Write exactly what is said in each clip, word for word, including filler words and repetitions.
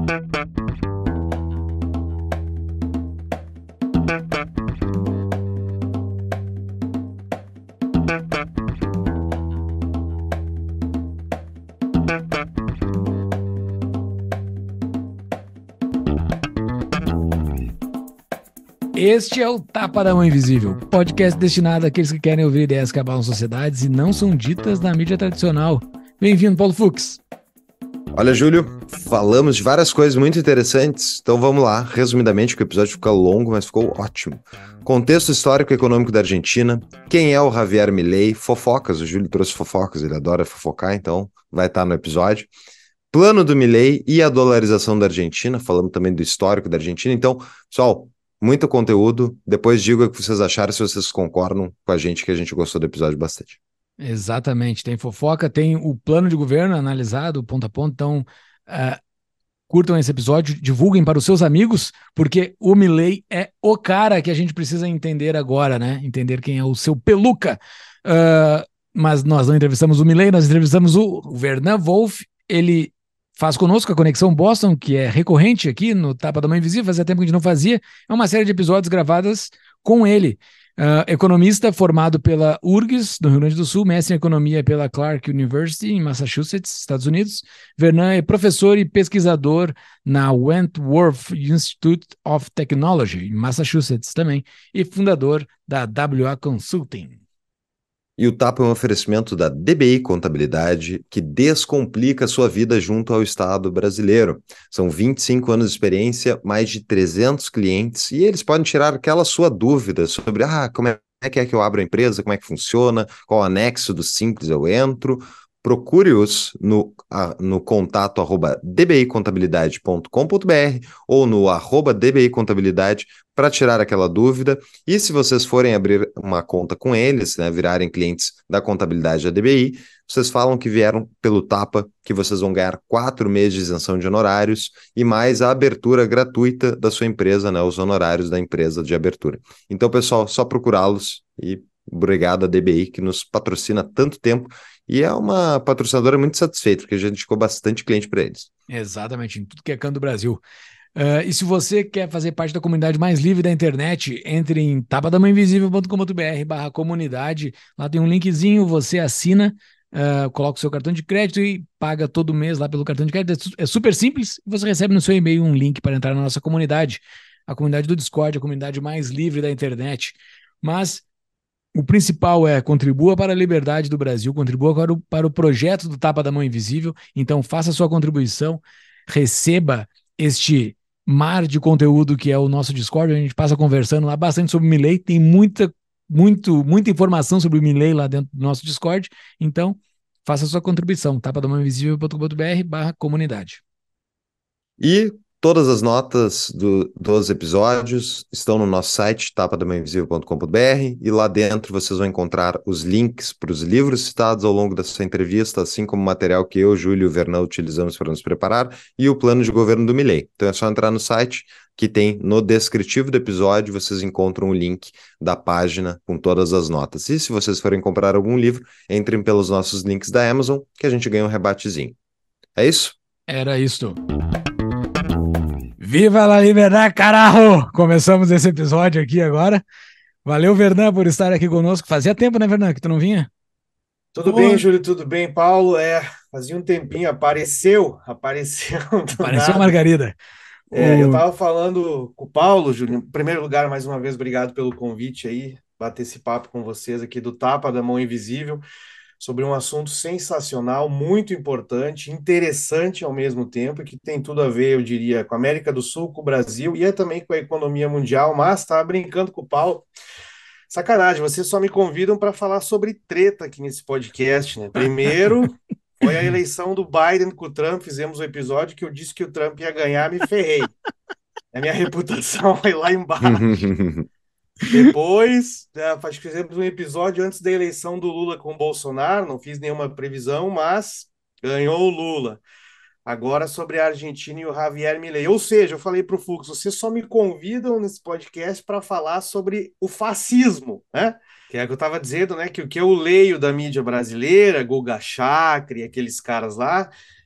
Este é o Tapa da Mão Invisível, podcast destinado àqueles que querem ouvir ideias que abalam sociedades e não são ditas na mídia tradicional. Bem-vindo, Paulo Fux. Olha, Júlio, falamos de várias coisas muito interessantes, então vamos lá, resumidamente, porque o episódio ficou longo, mas ficou ótimo. Contexto histórico e econômico da Argentina, quem é o Javier Milei, fofocas, o Júlio trouxe fofocas, ele adora fofocar, então vai estar no episódio. Plano do Milei e a dolarização da Argentina, falamos também do histórico da Argentina, então, pessoal, muito conteúdo, depois diga o que vocês acharam, se vocês concordam com a gente, que a gente gostou do episódio bastante. Exatamente, tem fofoca, tem o plano de governo analisado, ponto a ponto, então uh, curtam esse episódio, divulguem para os seus amigos, porque o Milei é o cara que a gente precisa entender agora, né? Entender quem é o seu peluca. Uh, mas nós não entrevistamos o Milei, nós entrevistamos o, o Werner Wolf, ele faz conosco a Conexão Boston, que é recorrente aqui no Tapa da Mão Invisível, fazia tempo que a gente não fazia, é uma série de episódios gravadas com ele. Uh, economista formado pela U R G S, do Rio Grande do Sul, mestre em economia pela Clark University, em Massachusetts, Estados Unidos. Werner é professor e pesquisador na Wentworth Institute of Technology, em Massachusetts também, e fundador da W A Consulting. E o Tapa é um oferecimento da D B I Contabilidade, que descomplica a sua vida junto ao Estado brasileiro. São vinte e cinco anos de experiência, mais de trezentos clientes, e eles podem tirar aquela sua dúvida sobre ah, como é que é que eu abro a empresa, como é que funciona, qual anexo do Simples eu entro. Procure-os no, a, no contato arroba d b i contabilidade ponto com ponto b r ou no arroba d b i contabilidade para tirar aquela dúvida. E se vocês forem abrir uma conta com eles, né, virarem clientes da contabilidade da D B I, vocês falam que vieram pelo Tapa, que vocês vão ganhar quatro meses de isenção de honorários e mais a abertura gratuita da sua empresa, né, os honorários da empresa de abertura. Então, pessoal, só procurá-los e obrigado à D B I que nos patrocina há tanto tempo. E é uma patrocinadora muito satisfeita, porque a gente ficou bastante cliente para eles. Exatamente, em tudo que é canto do Brasil. Uh, e se você quer fazer parte da comunidade mais livre da internet, entre em tapadamãoinvisível ponto com ponto b r barra comunidade. Lá tem um linkzinho, você assina, uh, coloca o seu cartão de crédito e paga todo mês lá pelo cartão de crédito. É super simples e você recebe no seu e-mail um link para entrar na nossa comunidade. A comunidade do Discord, a comunidade mais livre da internet. Mas o principal é contribua para a liberdade do Brasil, contribua para o, para o projeto do Tapa da Mão Invisível, então faça a sua contribuição, receba este mar de conteúdo que é o nosso Discord, a gente passa conversando lá bastante sobre o Milei, tem muita, muito, muita informação sobre o Milei lá dentro do nosso Discord, então faça a sua contribuição, tapadamãoinvisível ponto com ponto b r barra comunidade. E todas as notas do, dos episódios estão no nosso site, tapadamãoinvisível ponto com ponto b r, e lá dentro vocês vão encontrar os links para os livros citados ao longo dessa entrevista, assim como o material que eu, Júlio e o Vernan utilizamos para nos preparar, e o plano de governo do Milei. Então é só entrar no site, que tem no descritivo do episódio, vocês encontram o link da página com todas as notas. E se vocês forem comprar algum livro, entrem pelos nossos links da Amazon, que a gente ganha um rebatezinho. É isso? Era isso. Viva la liberdade, carajo! Começamos esse episódio aqui agora. Valeu, Vernan, por estar aqui conosco. Fazia tempo, né, Vernan, que tu não vinha? Tudo Porra. bem, Júlio, tudo bem, Paulo? É, fazia um tempinho, apareceu, apareceu. Apareceu a Margarida. É, o... Eu estava falando com o Paulo, Júlio. Em primeiro lugar, mais uma vez, obrigado pelo convite aí, bater esse papo com vocês aqui do Tapa da Mão Invisível, sobre um assunto sensacional, muito importante, interessante ao mesmo tempo, que tem tudo a ver, eu diria, com a América do Sul, com o Brasil e é também com a economia mundial, mas estava brincando com o Paulo. Sacanagem, vocês só me convidam para falar sobre treta aqui nesse podcast, né? Primeiro foi a eleição do Biden com o Trump, fizemos um episódio que eu disse que o Trump ia ganhar, me ferrei. A minha reputação foi lá embaixo. Depois, acho que fizemos um episódio antes da eleição do Lula com o Bolsonaro, não fiz nenhuma previsão, mas ganhou o Lula. Agora sobre a Argentina e o Javier Milei. Ou seja, eu falei para o Fux, vocês só me convidam nesse podcast para falar sobre o fascismo, né? Que é o que eu estava dizendo, né? Que o que eu leio da mídia brasileira, Guga Chakra e aqueles caras lá,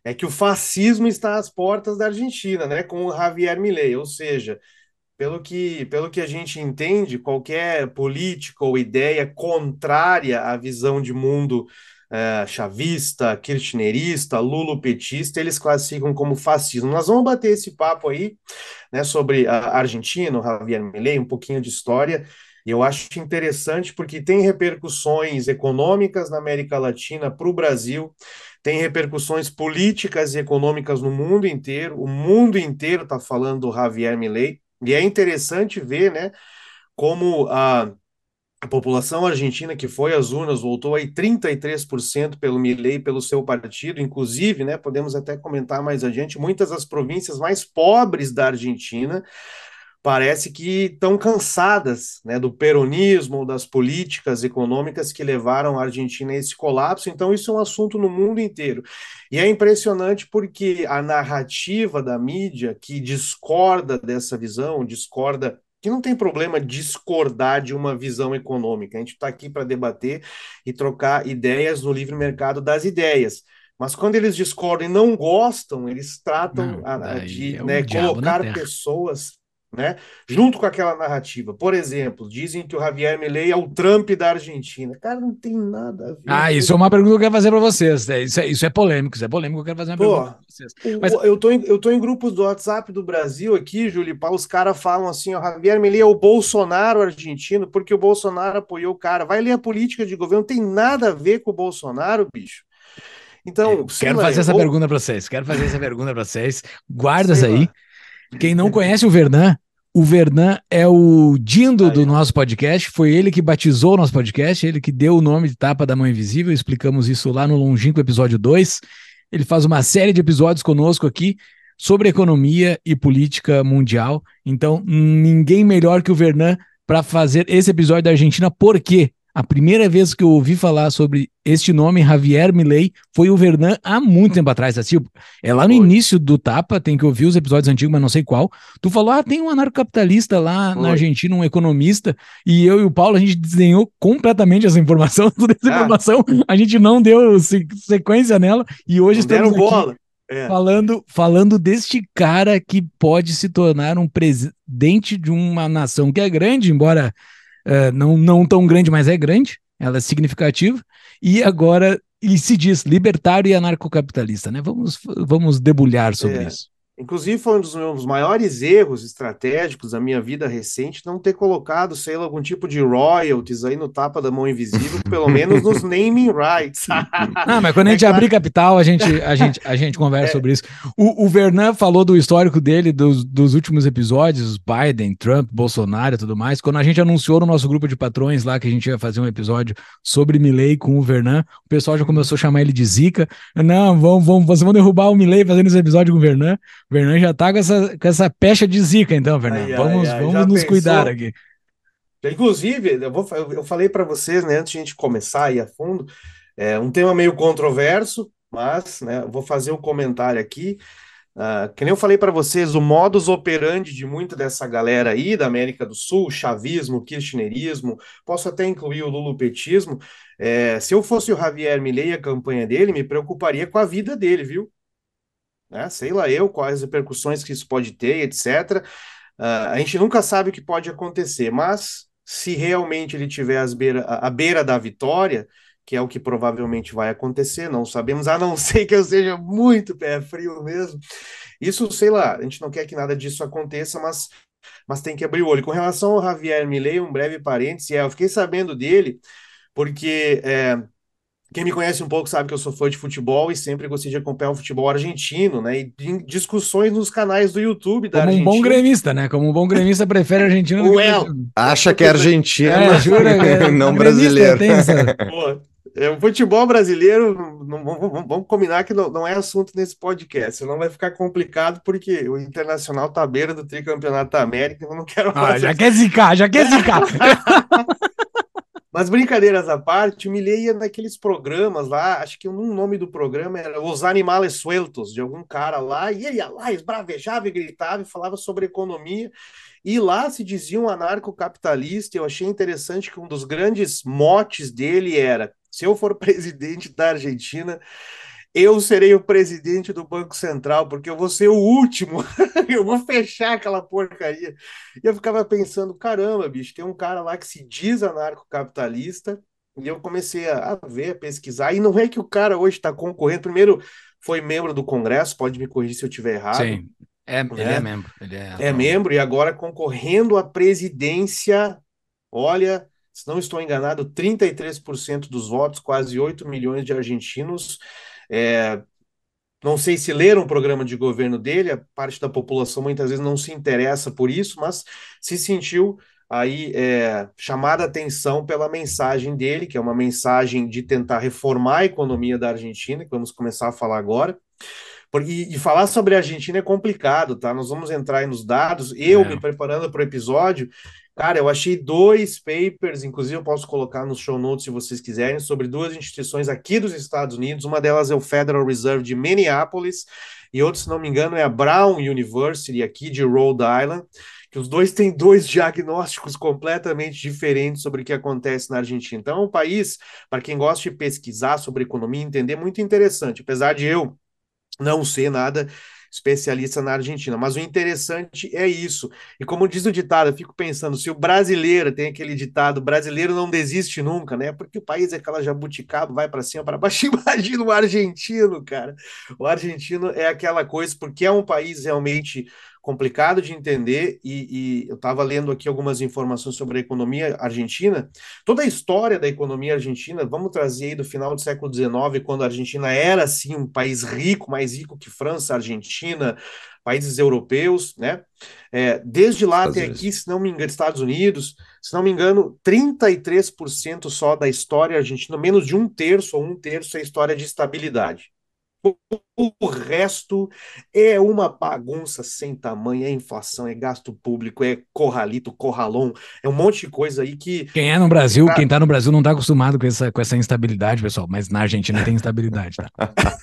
é que o fascismo está às portas da Argentina, né, com o Javier Milei, ou seja, pelo que, pelo que a gente entende, qualquer política ou ideia contrária à visão de mundo eh, chavista, kirchnerista, lulopetista, eles classificam como fascismo. Nós vamos bater esse papo aí, né, sobre a Argentina, o Javier Milei, um pouquinho de história, e eu acho interessante porque tem repercussões econômicas na América Latina para o Brasil, tem repercussões políticas e econômicas no mundo inteiro, o mundo inteiro está falando do Javier Milei, e é interessante ver, né, como a, a população argentina que foi às urnas votou aí trinta e três por cento pelo Milei, pelo seu partido, inclusive, né, podemos até comentar mais adiante, muitas das províncias mais pobres da Argentina parece que estão cansadas, né, do peronismo, das políticas econômicas que levaram a Argentina a esse colapso. Então, isso é um assunto no mundo inteiro. E é impressionante porque a narrativa da mídia que discorda dessa visão, discorda, que não tem problema discordar de uma visão econômica. A gente está aqui para debater e trocar ideias no livre mercado das ideias. Mas quando eles discordam e não gostam, eles tratam Não, a- a daí de, é o né, diabo na colocar terra. pessoas, né, junto com aquela narrativa. Por exemplo, dizem que o Javier Milei é o Trump da Argentina. Cara, não tem nada a ver uma Ah, isso é coisa uma com... pergunta que eu quero fazer para vocês. né? Isso é, isso é polêmico, isso é polêmico. Eu quero fazer uma Pô, pergunta para vocês. Mas, o- eu tô em, eu tô em grupos do WhatsApp do Brasil aqui, Júlio e Paulo, os caras falam assim, o Javier Milei é o Bolsonaro argentino, porque o Bolsonaro apoiou o cara. Vai ler a política de governo, não tem nada a ver com o Bolsonaro, bicho. é, Então, sei quero lá, fazer eu, essa ou, pergunta para vocês. Quero fazer essa pergunta para vocês. Guarda sei essa aí. lá. Quem não conhece o Vernan, o Vernan é o Dindo do nosso podcast. Foi ele que batizou o nosso podcast, ele que deu o nome de Tapa da Mão Invisível. Explicamos isso lá no longínquo episódio dois. Ele faz uma série de episódios conosco aqui sobre economia e política mundial. Então, ninguém melhor que o Vernan para fazer esse episódio da Argentina. Por quê? A primeira vez que eu ouvi falar sobre este nome, Javier Milei, foi o Vernan há muito tempo atrás. Assim, é lá no Foi, início do Tapa, tem que ouvir os episódios antigos, mas não sei qual. Tu falou, ah, tem um anarcocapitalista lá na foi. Argentina, um economista, e eu e o Paulo, a gente desenhou completamente essa informação, toda essa Ah, informação, a gente não deu se- sequência nela, e hoje não deram estamos aqui bola. É. falando, falando deste cara que pode se tornar um presidente de uma nação que é grande, embora Uh, não, não tão grande, mas é grande, ela é significativa, e agora, e se diz libertário e anarcocapitalista, né? Vamos, vamos debulhar sobre É. isso. Inclusive, foi um dos meus maiores erros estratégicos da minha vida recente não ter colocado, sei lá, algum tipo de royalties aí no Tapa da Mão Invisível, pelo menos nos naming rights. Ah, mas quando a É gente abrir claro, capital, a gente, a gente, a gente conversa é, sobre isso. O, o Vernan falou do histórico dele, dos, dos últimos episódios, Biden, Trump, Bolsonaro e tudo mais. Quando a gente anunciou no nosso grupo de patrões lá que a gente ia fazer um episódio sobre Milei com o Vernan, o pessoal já começou a chamar ele de Zica. Não, vamos, vamos, vocês vão derrubar o Milei fazendo esse episódio com o Vernan. O Vernan já tá com essa, com essa pecha de Zica, então, Vernan. ai, ai, Vamos, ai, vamos já nos cuidar pensou? aqui. Inclusive, eu, vou, eu eu falei para vocês, né, antes de a gente começar a ir a fundo, é um tema meio controverso, mas, né, eu vou fazer um comentário aqui. Ah, que nem eu falei para vocês, o modus operandi de muita dessa galera aí da América do Sul, chavismo, kirchnerismo, posso até incluir o lulopetismo. É, se eu fosse o Javier Milei e a campanha dele, me preocuparia com a vida dele, viu? Né? Sei lá eu quais repercussões que isso pode ter, etcétera. Ah, a gente nunca sabe o que pode acontecer, mas se realmente ele tiver às beira, à beira da vitória, que é o que provavelmente vai acontecer, não sabemos, a não ser que eu seja muito pé frio mesmo. Isso, sei lá, a gente não quer que nada disso aconteça, mas, mas tem que abrir o olho. Com relação ao Javier Milei, um breve parêntese, é, eu fiquei sabendo dele porque é, quem me conhece um pouco sabe que eu sou fã de futebol e sempre gostei de acompanhar o futebol argentino, né? E em discussões nos canais do YouTube da Como um bom Argentina. gremista, né? Como um bom gremista prefere a Argentina do que o Well, Brasil. Acha que é argentino, É, jura que é não gremista, brasileiro. tem essa. pô, é, o futebol brasileiro, não, não- vamos, vamos combinar que não, não é assunto nesse podcast, senão vai ficar complicado, porque o Internacional tá à beira do tricampeonato da América, eu não quero Ah, fazer. já quer zicar, já quer zicar. Mas brincadeiras à parte, o Milei ia naqueles programas lá, acho que um nome do programa era Os Animales Sueltos, de algum cara lá, e ele ia lá, esbravejava e gritava e falava sobre economia. E lá se dizia um anarcocapitalista. Eu achei interessante que um dos grandes motes dele era: se eu for presidente da Argentina, eu serei o presidente do Banco Central, porque eu vou ser o último, eu vou fechar aquela porcaria. E eu ficava pensando, caramba, bicho, tem um cara lá que se diz anarcocapitalista, e eu comecei a, a ver, a pesquisar, e não é que o cara hoje está concorrendo, primeiro foi membro do Congresso, pode me corrigir se eu estiver errado, Sim, é, ele é né? membro, ele é É atual membro. membro, e agora concorrendo à presidência, olha, se não estou enganado, trinta e três por cento dos votos, quase oito milhões de argentinos. É, não sei se leram o programa de governo dele, a parte da população muitas vezes não se interessa por isso, mas se sentiu aí é, chamada a atenção pela mensagem dele, que é uma mensagem de tentar reformar a economia da Argentina, que vamos começar a falar agora. E, e falar sobre a Argentina é complicado, tá? Nós vamos entrar aí nos dados. Eu, me É. preparando para o episódio, cara, eu achei dois papers, inclusive eu posso colocar nos show notes se vocês quiserem, sobre duas instituições aqui dos Estados Unidos. Uma delas é o Federal Reserve de Minneapolis, e outra, se não me engano, é a Brown University, aqui de Rhode Island, que os dois têm dois diagnósticos completamente diferentes sobre o que acontece na Argentina. Então, é um país, para quem gosta de pesquisar sobre economia, entender, muito interessante. Apesar de eu não ser nada especialista na Argentina, mas o interessante é isso. E como diz o ditado, eu fico pensando, se o brasileiro tem aquele ditado, brasileiro não desiste nunca, né? Porque o país é aquela jabuticaba, vai para cima, para baixo. Imagina o argentino, cara. O argentino é aquela coisa, porque é um país realmente complicado de entender, e, e eu estava lendo aqui algumas informações sobre a economia argentina. Toda a história da economia argentina, vamos trazer aí do final do século dezenove, quando a Argentina era, assim, um país rico, mais rico que França, Argentina, países europeus, né? É, desde lá Estados até Unidos. aqui, se não me engano, Estados Unidos, se não me engano, trinta e três por cento só da história argentina, menos de um terço ou um terço é história de estabilidade. O resto é uma bagunça sem tamanho, é inflação, é gasto público, é corralito, corralão, é um monte de coisa aí que... Quem é no Brasil, quem tá no Brasil não tá acostumado com essa, com essa instabilidade, pessoal, mas na Argentina tem instabilidade, tá?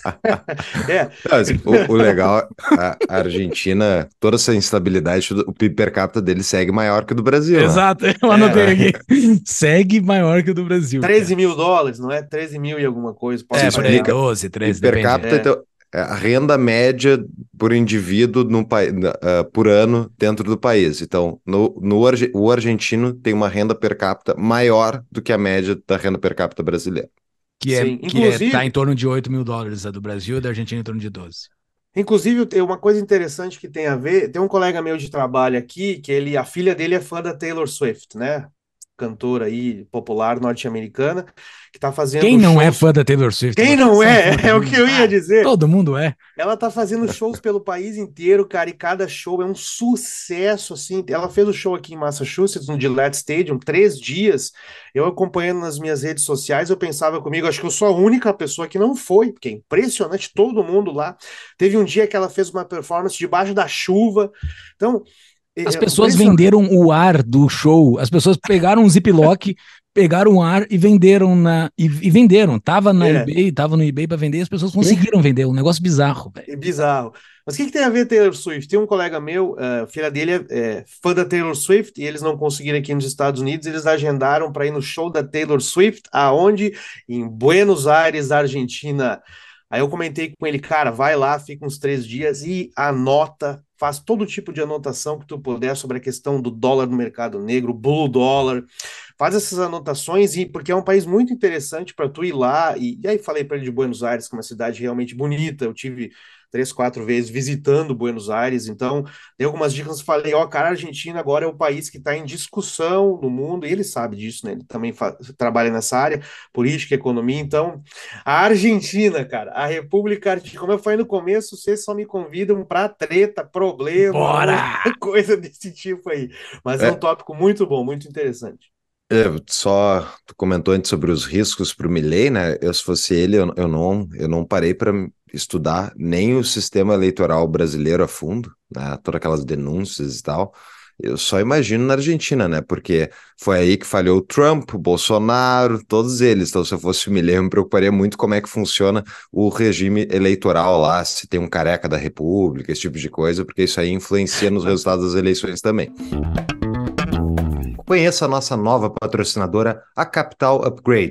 É, Mas o, o legal, a a Argentina, toda essa instabilidade, o P I B per capita dele segue maior que o do Brasil, né? Exato, eu anotei aqui. Segue maior que o do Brasil, treze cara. mil dólares, não é? treze mil e alguma coisa, pode É, Se por estar aí, errado. explica. doze, E treze, per depende. capita, É. então, é a renda média por indivíduo no, pai- na- ah, por ano dentro do país. Então, no, no, arge- o argentino tem uma renda per capita maior do que a média da renda per capita brasileira. Que é, Sim, que é, tá em inclusive, torno de oito mil dólares a do Brasil e da Argentina em torno de doze. inclusive tem uma coisa interessante que tem a ver, tem um colega meu de trabalho aqui, que ele, a filha dele é fã da Taylor Swift, né? Cantora aí popular norte-americana, que tá Quem fazendo não é shows. fã da Taylor Swift? Quem Vocês não são é? fã de É o mim? que eu ia Ah, dizer. todo mundo é. Ela tá fazendo shows pelo país inteiro, cara, e cada show é um sucesso, assim. Ela fez o show aqui em Massachusetts, no Gillette Stadium, três dias. Eu acompanhando nas minhas redes sociais, eu pensava comigo, acho que eu sou a única pessoa que não foi, porque é impressionante, todo mundo lá. Teve um dia que ela fez uma performance debaixo da chuva. Então, As é pessoas impressionante. venderam o ar do show. As pessoas pegaram um ziplock, pegaram o ar e venderam na e, e venderam. Tava na É, eBay, tava no eBay para vender, e as pessoas conseguiram vender. Um negócio bizarro, velho. é bizarro. Mas o que, que tem a ver Taylor Swift? Tem um colega meu, a filha dele é, é fã da Taylor Swift, e eles não conseguiram aqui nos Estados Unidos, eles agendaram para ir no show da Taylor Swift, aonde? Em Buenos Aires, Argentina. Aí eu comentei com ele, cara, vai lá, fica uns três dias e anota, faz todo tipo de anotação que tu puder sobre a questão do dólar no mercado negro, blue dollar, faz essas anotações, e porque é um país muito interessante para tu ir lá. E, e aí falei para ele de Buenos Aires, que é uma cidade realmente bonita. Eu tive três, quatro vezes visitando Buenos Aires, então dei algumas dicas. Falei, ó, cara, a Argentina agora é o país que está em discussão no mundo, e ele sabe disso, né? Ele também trabalha nessa área, política, economia. Então, a Argentina, cara, a República Argentina, como eu falei no começo, vocês só me convidam para treta, problema ou Bora! coisa desse tipo aí. Mas é um É, tópico muito bom, muito interessante. é, só tu comentou antes sobre os riscos para o Milei, né? Eu, se fosse ele, eu, eu não, eu não parei para estudar nem o sistema eleitoral brasileiro a fundo, né? Todas aquelas denúncias e tal. Eu só imagino na Argentina, né? Porque foi aí que falhou o Trump, o Bolsonaro, todos eles. Então, se eu fosse o Milei, eu me preocuparia muito como é que funciona o regime eleitoral lá, se tem um careca da República, esse tipo de coisa, porque isso aí influencia nos resultados das eleições também. Conheça a nossa nova patrocinadora, a Capital Upgrade.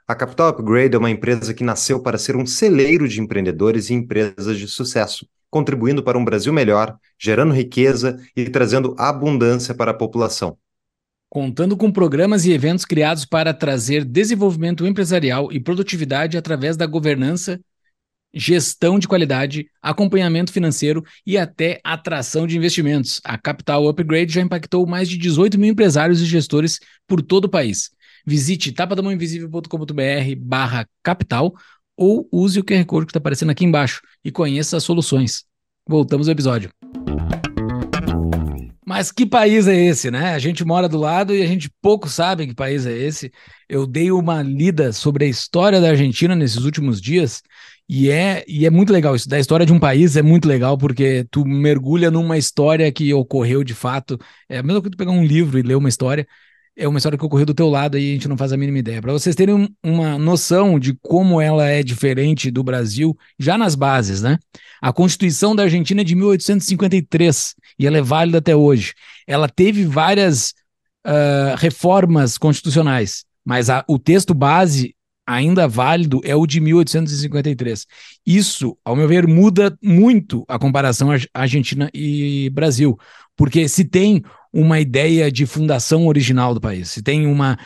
A Capital Upgrade é uma empresa que nasceu para ser um celeiro de empreendedores e empresas de sucesso, contribuindo para um Brasil melhor, gerando riqueza e trazendo abundância para a população. Contando com programas e eventos criados para trazer desenvolvimento empresarial e produtividade através da governança, gestão de qualidade, acompanhamento financeiro e até atração de investimentos. A Capital Upgrade já impactou mais de dezoito mil empresários e gestores por todo o país. Visite tapadamãoinvisível.com.br barra capital ou use o Q R Code que está aparecendo aqui embaixo e conheça as soluções. Voltamos ao episódio. Mas que país é esse, né? A gente mora do lado e a gente pouco sabe que país é esse. Eu dei uma lida sobre a história da Argentina nesses últimos dias e é, e é muito legal isso. Da história de um país é muito legal porque tu mergulha numa história que ocorreu de fato. É a mesma coisa que tu pegar um livro e ler uma história. É uma história que ocorreu do teu lado e a gente não faz a mínima ideia. Para vocês terem um, uma noção de como ela é diferente do Brasil, já nas bases, né? A Constituição da Argentina é de mil oitocentos e cinquenta e três e ela é válida até hoje. Ela teve várias uh, reformas constitucionais, mas a, o texto base ainda válido é o de mil oitocentos e cinquenta e três. Isso, ao meu ver, muda muito a comparação Argentina e Brasil, porque se tem uma ideia de fundação original do país, se tem uma...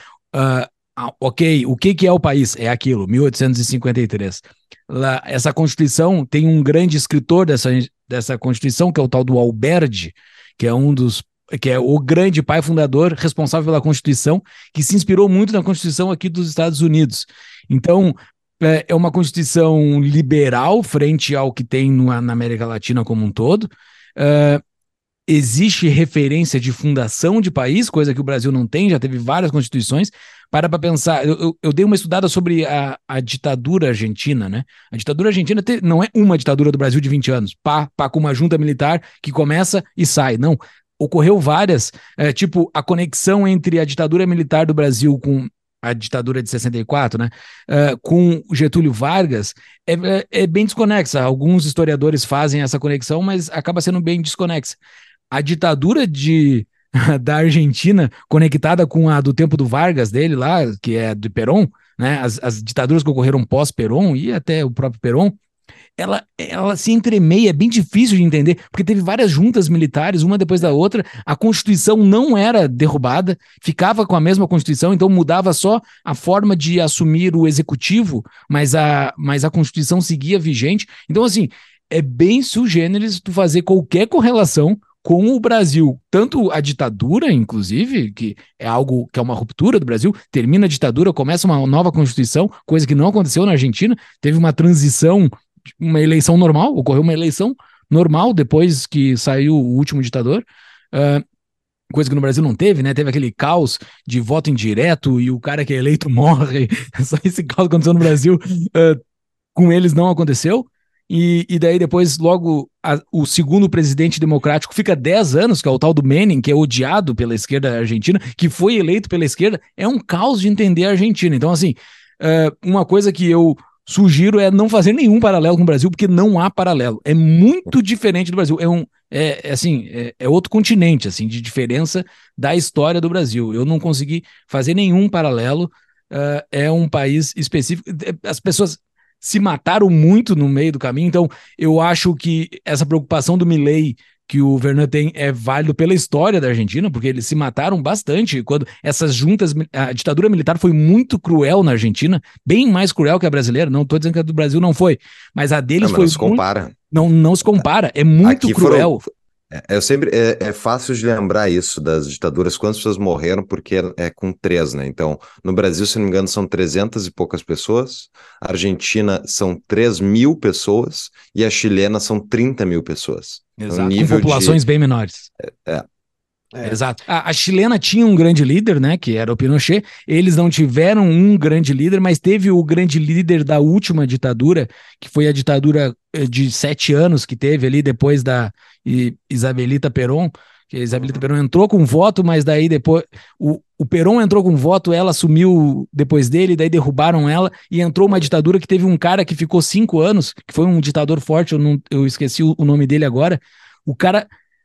Uh, ok, o que, que é o país? É aquilo, mil oitocentos e cinquenta e três. Lá, essa Constituição tem um grande escritor dessa, dessa Constituição, que é o tal do Alberdi, que é um dos que é o grande pai fundador responsável pela Constituição, que se inspirou muito na Constituição aqui dos Estados Unidos. Então, é, é uma Constituição liberal frente ao que tem no, na América Latina como um todo. Uh, Existe referência de fundação de país, coisa que o Brasil não tem, já teve várias constituições. Para para pensar, eu, eu, eu dei uma estudada sobre a, a ditadura argentina, né? A ditadura argentina te, não é uma ditadura do Brasil de vinte anos, pá, pá, com uma junta militar que começa e sai, não. Ocorreu várias, é, tipo a conexão entre a ditadura militar do Brasil com a ditadura de sessenta e quatro, né, uh, com Getúlio Vargas, é, é, é bem desconexa. Alguns historiadores fazem essa conexão, mas acaba sendo bem desconexa. A ditadura de, da Argentina, conectada com a do tempo do Vargas dele lá, que é do Perón, né, as, as ditaduras que ocorreram pós-Perón e até o próprio Perón, ela, ela se entremeia, é bem difícil de entender, porque teve várias juntas militares, uma depois da outra, a Constituição não era derrubada, ficava com a mesma Constituição, então mudava só a forma de assumir o executivo, mas a, mas a Constituição seguia vigente. Então, assim, é bem sui generis tu fazer qualquer correlação com o Brasil, tanto a ditadura, inclusive, que é algo que é uma ruptura do Brasil, termina a ditadura, começa uma nova Constituição, coisa que não aconteceu na Argentina, teve uma transição, uma eleição normal, ocorreu uma eleição normal depois que saiu o último ditador, uh, coisa que no Brasil não teve, né? Teve aquele caos de voto indireto e o cara que é eleito morre, só esse caos aconteceu no Brasil, uh, com eles não aconteceu. E, e daí depois, logo, a, o segundo presidente democrático fica dez anos, que é o tal do Menem, que é odiado pela esquerda argentina, que foi eleito pela esquerda. É um caos de entender a Argentina. Então, assim, uh, uma coisa que eu sugiro é não fazer nenhum paralelo com o Brasil, porque não há paralelo. É muito diferente do Brasil. É, um, é, é assim, é, é outro continente, assim, de diferença da história do Brasil. Eu não consegui fazer nenhum paralelo. Uh, é um país específico. As pessoas se mataram muito no meio do caminho, então eu acho que essa preocupação do Milei que o Vernan tem é válido pela história da Argentina, porque eles se mataram bastante quando essas juntas, a ditadura militar foi muito cruel na Argentina, bem mais cruel que a brasileira, não estou dizendo que a do Brasil não foi, mas a deles não, foi não se muito, compara. Não, não se compara, é muito Aqui cruel. Foram... É, eu sempre, é, é fácil de lembrar isso das ditaduras, quantas pessoas morreram, porque é, é com três, né? Então, no Brasil, se não me engano, são trezentas e poucas pessoas, a Argentina são três mil pessoas e a chilena são trinta mil pessoas. Exato, um com populações de... bem menores. É, é. É. Exato. A, a chilena tinha um grande líder, né, que era o Pinochet. Eles não tiveram um grande líder, mas teve o grande líder da última ditadura, que foi a ditadura de sete anos que teve ali depois da Isabelita Perón, que a Isabelita Perón entrou com voto, mas daí depois o, o Perón entrou com voto, ela assumiu depois dele, daí derrubaram ela e entrou uma ditadura que teve um cara que ficou cinco anos, que foi um ditador forte, eu, não, eu esqueci o, o nome dele agora. O cara...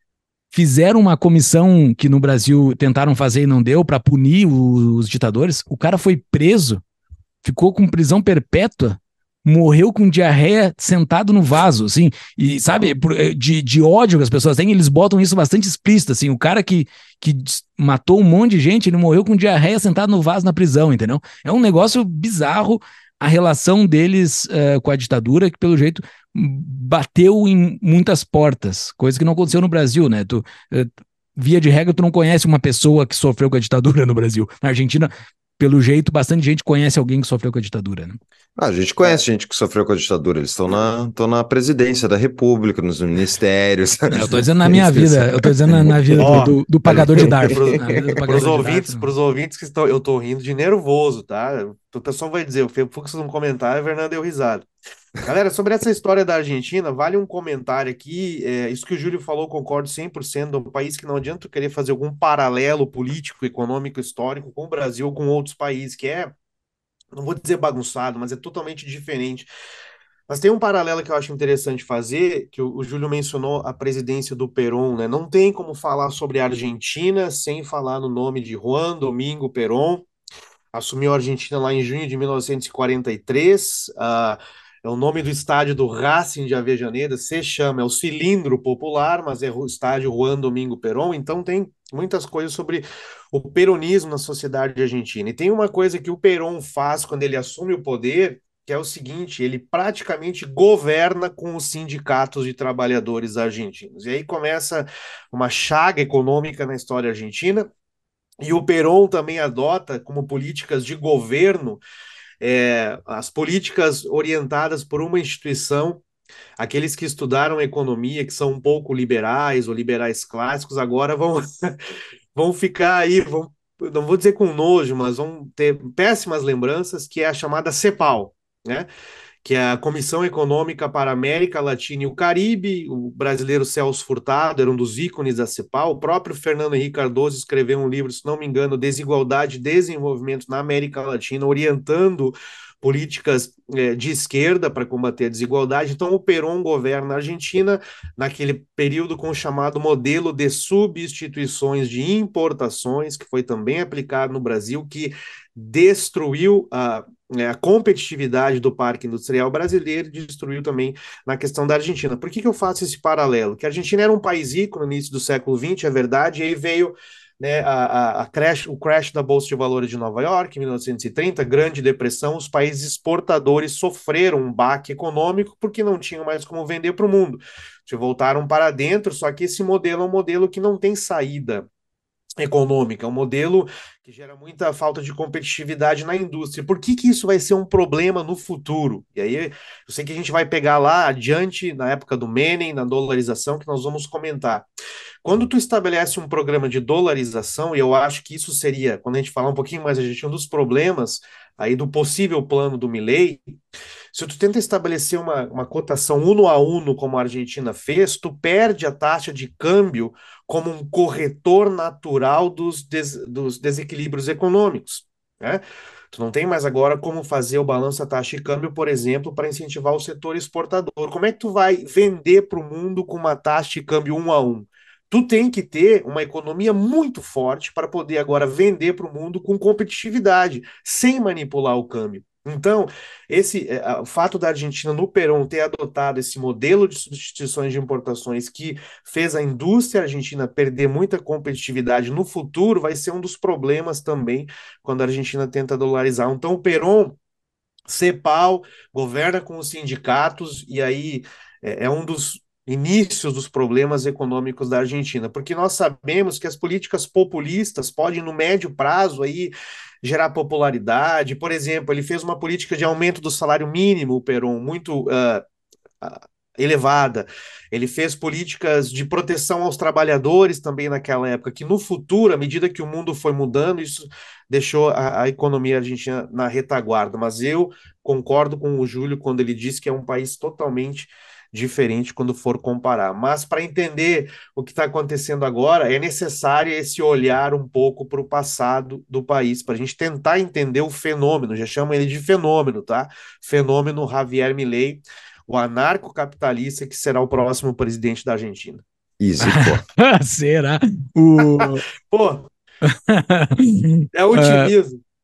Fizeram uma comissão que no Brasil tentaram fazer e não deu para punir os ditadores. O cara foi preso, ficou com prisão perpétua, morreu com diarreia sentado no vaso, assim, e sabe, de, de ódio que as pessoas têm, eles botam isso bastante explícito, assim, o cara que, que matou um monte de gente, ele morreu com diarreia sentado no vaso na prisão, entendeu? É um negócio bizarro a relação deles uh, com a ditadura, que pelo jeito bateu em muitas portas, coisa que não aconteceu no Brasil, né? Tu, uh, via de regra, tu não conhece uma pessoa que sofreu com a ditadura no Brasil. Na Argentina, pelo jeito, bastante gente conhece alguém que sofreu com a ditadura, né? Ah, a gente conhece gente que sofreu com a ditadura, eles estão na, estão na presidência da República, nos ministérios. É, eu tô dizendo na minha vida, eu tô dizendo na, na vida do, do, do pagador de D A R F. Para os ouvintes, pros ouvintes que estão, eu tô rindo de nervoso, tá? O pessoal vai dizer, o Fux num comentário, a Fernanda deu risada. Galera, sobre essa história da Argentina, vale um comentário aqui, é, isso que o Júlio falou, concordo cem por cento, é um país que não adianta querer fazer algum paralelo político, econômico, histórico com o Brasil ou com outros países, que é, não vou dizer bagunçado, mas é totalmente diferente. Mas tem um paralelo que eu acho interessante fazer, que o, o Júlio mencionou a presidência do Perón, né? Não tem como falar sobre a Argentina sem falar no nome de Juan Domingo Perón. Assumiu a Argentina lá em junho de mil novecentos e quarenta e três. Uh, é o nome do estádio do Racing de Avejaneda, se chama, é o Cilindro Popular, mas é o estádio Juan Domingo Perón. Então tem muitas coisas sobre o peronismo na sociedade argentina. E tem uma coisa que o Perón faz quando ele assume o poder, que é o seguinte, ele praticamente governa com os sindicatos de trabalhadores argentinos. E aí começa uma chaga econômica na história argentina, e o Perón também adota como políticas de governo é, as políticas orientadas por uma instituição. Aqueles que estudaram economia, que são um pouco liberais ou liberais clássicos, agora vão, vão ficar aí, vão, não vou dizer com nojo, mas vão ter péssimas lembranças, que é a chamada CEPAL, né? Que é a Comissão Econômica para a América Latina e o Caribe. O brasileiro Celso Furtado era um dos ícones da CEPAL. O próprio Fernando Henrique Cardoso escreveu um livro, se não me engano, Desigualdade e Desenvolvimento na América Latina, orientando políticas eh, de esquerda para combater a desigualdade. Então, o Perón governa a Argentina naquele período com o chamado modelo de substituições de importações, que foi também aplicado no Brasil, que destruiu a a competitividade do parque industrial brasileiro, destruiu também na questão da Argentina. Por que que eu faço esse paralelo? Que a Argentina era um país rico no início do século vinte, é verdade, e aí veio, né, a, a, a crash, o crash da Bolsa de Valores de Nova York, em mil novecentos e trinta, Grande Depressão, os países exportadores sofreram um baque econômico porque não tinham mais como vender para o mundo. Se voltaram para dentro, só que esse modelo é um modelo que não tem saída econômica, é um modelo que gera muita falta de competitividade na indústria. Por que que isso vai ser um problema no futuro? E aí, eu sei que a gente vai pegar lá adiante, na época do Menem, na dolarização, que nós vamos comentar. Quando tu estabelece um programa de dolarização, e eu acho que isso seria, quando a gente falar um pouquinho mais, a gente, um dos problemas aí do possível plano do Milei, se tu tenta estabelecer uma, uma cotação uno a uno, como a Argentina fez, tu perde a taxa de câmbio como um corretor natural dos, des, dos desequilíbrios econômicos, né? Tu não tem mais agora como fazer o balanço da taxa de câmbio, por exemplo, para incentivar o setor exportador. Como é que tu vai vender para o mundo com uma taxa de câmbio um a um? Tu tem que ter uma economia muito forte para poder agora vender para o mundo com competitividade, sem manipular o câmbio. Então, esse, é, o fato da Argentina, no Perón, ter adotado esse modelo de substituições de importações que fez a indústria argentina perder muita competitividade no futuro, vai ser um dos problemas também quando a Argentina tenta dolarizar. Então, o Perón, CEPAL, governa com os sindicatos, e aí é, é um dos inícios dos problemas econômicos da Argentina, porque nós sabemos que as políticas populistas podem, no médio prazo, aí gerar popularidade. Por exemplo, ele fez uma política de aumento do salário mínimo, o Perón, muito uh, uh, elevada. Ele fez políticas de proteção aos trabalhadores também naquela época, que no futuro, à medida que o mundo foi mudando, isso deixou a, a economia argentina na retaguarda. Mas eu concordo com o Júlio quando ele diz que é um país totalmente diferente quando for comparar. Mas para entender o que está acontecendo agora, é necessário esse olhar um pouco para o passado do país, para a gente tentar entender o fenômeno, já chamo ele de fenômeno, tá? Fenômeno Javier Milei, o anarcocapitalista que será o próximo presidente da Argentina. Easy, pô. Será? O... Pô, é otimismo.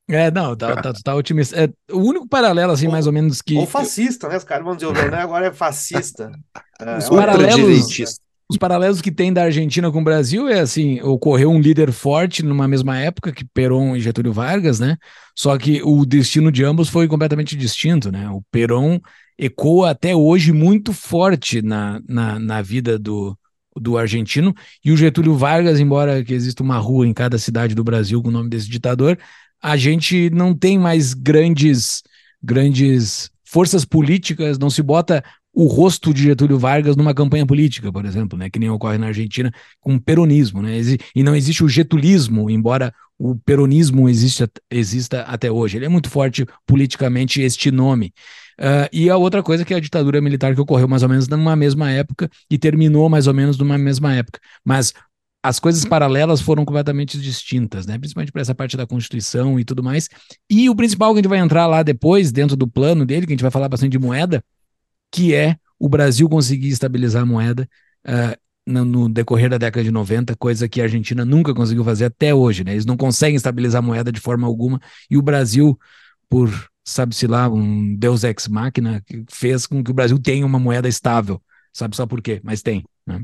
É, não, tá, tá, tá otimista. É, o único paralelo, assim, mais ou Ou, menos ou que fascista, né? Os caras vão dizer, o Werner agora é fascista. É, os é uma paralelos, evolução, né? Ultradireitista. os paralelos que tem da Argentina com o Brasil é assim, ocorreu um líder forte numa mesma época que Perón e Getúlio Vargas, né? Só que o destino de ambos foi completamente distinto, né? O Perón ecoa até hoje muito forte na, na, na vida do, do argentino, e o Getúlio Vargas, embora que exista uma rua em cada cidade do Brasil com o nome desse ditador, a gente não tem mais grandes, grandes forças políticas, não se bota o rosto de Getúlio Vargas numa campanha política, por exemplo, né, que nem ocorre na Argentina com o peronismo, né, e não existe o getulismo, embora o peronismo exista, exista até hoje. Ele é muito forte politicamente, este nome. Uh, e a outra coisa que é a ditadura militar que ocorreu mais ou menos numa mesma época e terminou mais ou menos numa mesma época. Mas as coisas paralelas foram completamente distintas, né? Principalmente para essa parte da Constituição e tudo mais. E o principal que a gente vai entrar lá depois, dentro do plano dele, que a gente vai falar bastante de moeda, que é o Brasil conseguir estabilizar a moeda uh, no, no, decorrer da década de noventa, coisa que a Argentina nunca conseguiu fazer até hoje, né? Eles não conseguem estabilizar a moeda de forma alguma, e o Brasil, por, sabe-se lá, um Deus ex machina, fez com que o Brasil tenha uma moeda estável. Sabe só por quê, mas tem, né?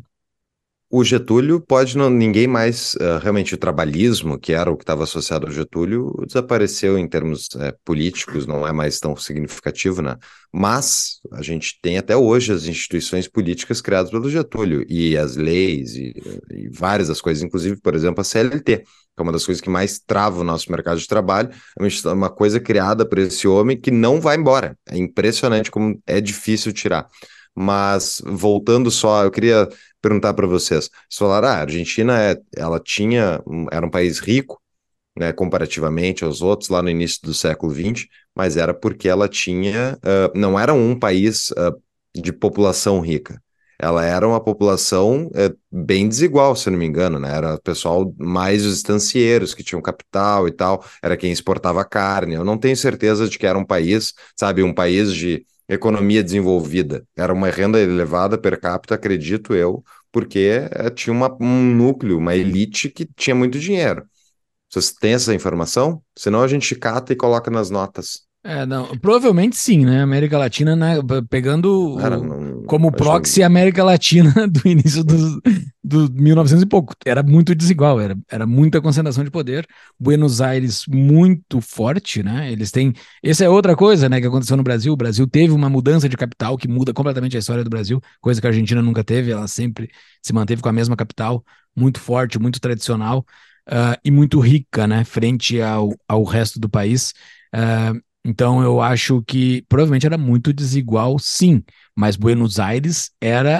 O Getúlio pode não, ninguém mais, uh, realmente o trabalhismo, que era o que estava associado ao Getúlio, desapareceu em termos uh, políticos, não é mais tão significativo, né? Mas a gente tem até hoje as instituições políticas criadas pelo Getúlio, e as leis, e, e várias das coisas, inclusive, por exemplo, a C L T, que é uma das coisas que mais trava o nosso mercado de trabalho, é uma coisa criada por esse homem que não vai embora. É impressionante como é difícil tirar. Mas, voltando só, eu queria perguntar para vocês. Vocês falaram, ah, a Argentina é, ela tinha, um, era um país rico, né, comparativamente aos outros, lá no início do século vinte, mas era porque ela tinha, uh, não era um país uh, de população rica. Ela era uma população uh, bem desigual, se eu não me engano, né? Era o pessoal mais os estancieiros que tinham capital e tal, era quem exportava carne. Eu não tenho certeza de que era um país, sabe, um país de economia desenvolvida. Era uma renda elevada per capita, acredito eu, porque eh, tinha uma, um núcleo, uma elite que tinha muito dinheiro. Vocês têm essa informação? Senão a gente cata e coloca nas notas. É, não, provavelmente sim, né? América Latina, né, pegando Cara, o- não, como acho proxy que a América Latina do início dos, do mil e novecentos e pouco. Era muito desigual, era, era muita concentração de poder. Buenos Aires muito forte, né? Eles têm. Essa é outra coisa, né, que aconteceu no Brasil. O Brasil teve uma mudança de capital que muda completamente a história do Brasil, coisa que a Argentina nunca teve. Ela sempre se manteve com a mesma capital, muito forte, muito tradicional, uh, e muito rica, né, frente ao, ao resto do país. Uh, então eu acho que provavelmente era muito desigual, sim, mas Buenos Aires era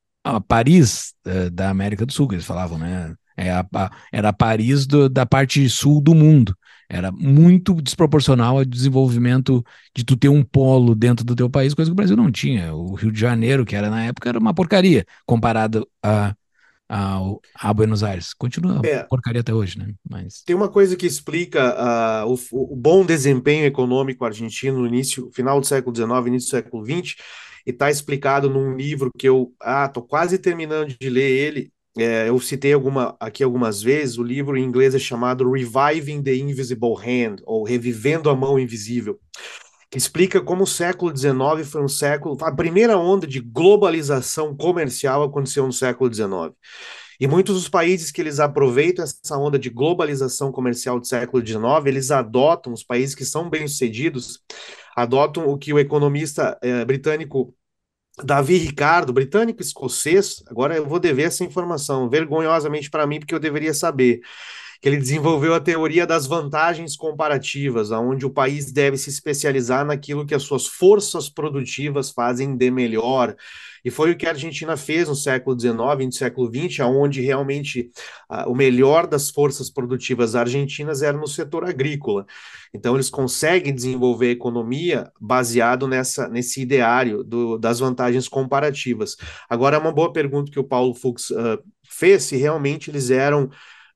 a Paris uh, da América do Sul, que eles falavam, né? É a, a, era a Paris do, da parte sul do mundo. Era muito desproporcional ao desenvolvimento de tu ter um polo dentro do teu país, coisa que o Brasil não tinha. O Rio de Janeiro, que era na época, era uma porcaria comparado a, a, a Buenos Aires. Continua É, porcaria até hoje, né? Mas tem uma coisa que explica ah, o, o bom desempenho econômico argentino no início, final do século dezenove, início do século vinte, e está explicado num livro que eu ah, tô quase terminando de ler ele. É, eu citei alguma, aqui algumas vezes, o livro em inglês é chamado Reviving the Invisible Hand, ou Revivendo a Mão Invisível, que explica como o século dezenove foi um século, a primeira onda de globalização comercial aconteceu no século dezenove. E muitos dos países que eles aproveitam essa onda de globalização comercial do século dezenove, eles adotam, os países que são bem-sucedidos, adotam o que o economista eh, britânico Davi Ricardo, britânico-escocês, agora eu vou dever essa informação, vergonhosamente para mim, porque eu deveria saber, que ele desenvolveu a teoria das vantagens comparativas, onde o país deve se especializar naquilo que as suas forças produtivas fazem de melhor. E foi o que a Argentina fez no século dezenove, no século vinte, onde realmente uh, o melhor das forças produtivas argentinas era no setor agrícola. Então, eles conseguem desenvolver a economia baseado nessa, nesse ideário do, das vantagens comparativas. Agora, é uma boa pergunta que o Paulo Fux uh, fez, se realmente eles eram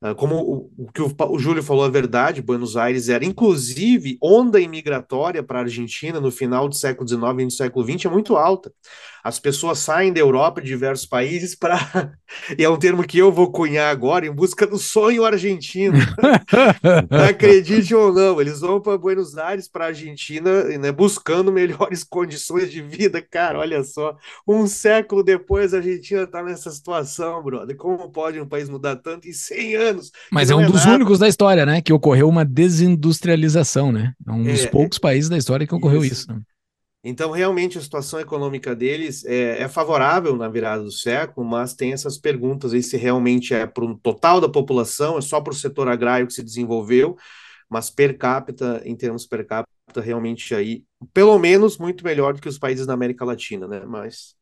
Uh, como o, o que o, o Júlio falou é verdade, Buenos Aires era, inclusive, onda imigratória para a Argentina no final do século dezenove e no século vinte é muito alta. As pessoas saem da Europa, de diversos países, para. E é um termo que eu vou cunhar agora, em busca do sonho argentino. Acredite ou não, eles vão para Buenos Aires, para a Argentina, né, buscando melhores condições de vida. Cara, olha só, um século depois a Argentina está nessa situação, brother. Como pode um país mudar tanto em cem anos? Que Mas é não um é dos nada. únicos da história, né? Que ocorreu uma desindustrialização, né? É um dos É, é poucos países da história que ocorreu isso. isso, né? Então, realmente, a situação econômica deles é, é favorável na virada do século, mas tem essas perguntas aí se realmente é para o total da população, é só para o setor agrário que se desenvolveu, mas per capita, em termos per capita, realmente aí, pelo menos, muito melhor do que os países da América Latina, né? Mas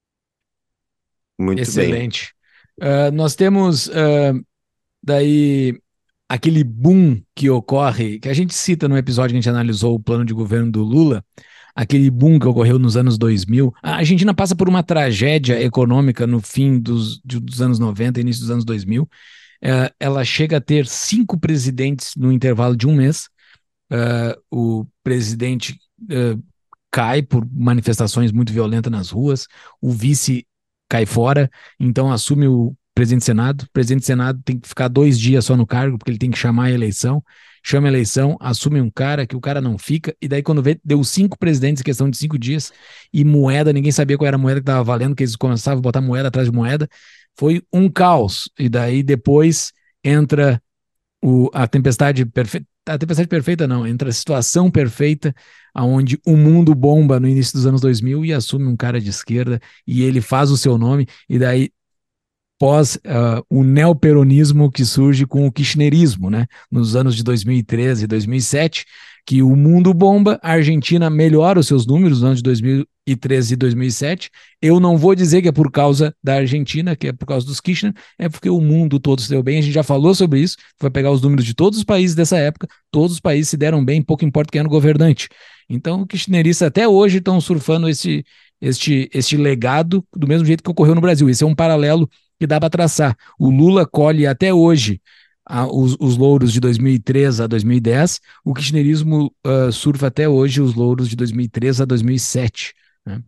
Muito bem. Excelente. Uh, nós temos uh, daí aquele boom que ocorre, que a gente cita no episódio que a gente analisou o plano de governo do Lula, aquele boom que ocorreu nos anos dois mil. A Argentina passa por uma tragédia econômica no fim dos, dos anos noventa, início dos anos dois mil. Uh, ela chega a ter cinco presidentes no intervalo de um mês. Uh, o presidente uh, cai por manifestações muito violentas nas ruas, o vice cai fora, então assume o presidente do Senado. O presidente do Senado tem que ficar dois dias só no cargo, porque ele tem que chamar a eleição. Chama a eleição, assume um cara que o cara não fica, e daí quando vê, deu cinco presidentes em questão de cinco dias, e moeda, ninguém sabia qual era a moeda que estava valendo, que eles começavam a botar moeda atrás de moeda. Foi um caos. E daí depois entra o, a tempestade perfeita. A tempestade perfeita não, entra a situação perfeita, aonde o mundo bomba no início dos anos dois mil e assume um cara de esquerda e ele faz o seu nome, e daí pós uh, o neoperonismo que surge com o kirchnerismo, né? Nos anos de dois mil e treze e dois mil e sete, que o mundo bomba, a Argentina melhora os seus números nos anos de dois mil e treze e dois mil e sete. Eu não vou dizer que é por causa da Argentina, que é por causa dos Kirchner, é porque o mundo todo se deu bem. A gente já falou sobre isso, vai pegar os números de todos os países dessa época, todos os países se deram bem, pouco importa quem era o governante. Então, os kirchneristas até hoje estão surfando esse, este, este legado do mesmo jeito que ocorreu no Brasil. Esse é um paralelo que dá para traçar. O Lula colhe até hoje a, os, os louros de dois mil e três a dois mil e dez, o kirchnerismo uh, surfa até hoje os louros de dois mil e três a dois mil e sete. Né?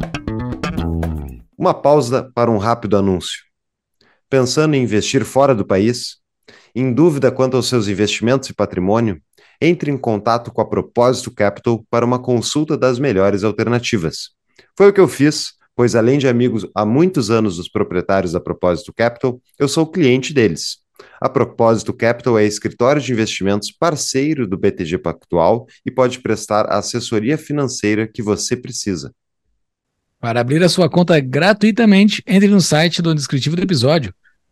Uma pausa para um rápido anúncio. Pensando em investir fora do país? Em dúvida quanto aos seus investimentos e patrimônio? Entre em contato com a Propósito Capital para uma consulta das melhores alternativas. Foi o que eu fiz, pois além de amigos há muitos anos dos proprietários da Propósito Capital, eu sou cliente deles. A Propósito Capital é escritório de investimentos parceiro do B T G Pactual e pode prestar a assessoria financeira que você precisa. Para abrir a sua conta gratuitamente, entre no site do descritivo do episódio,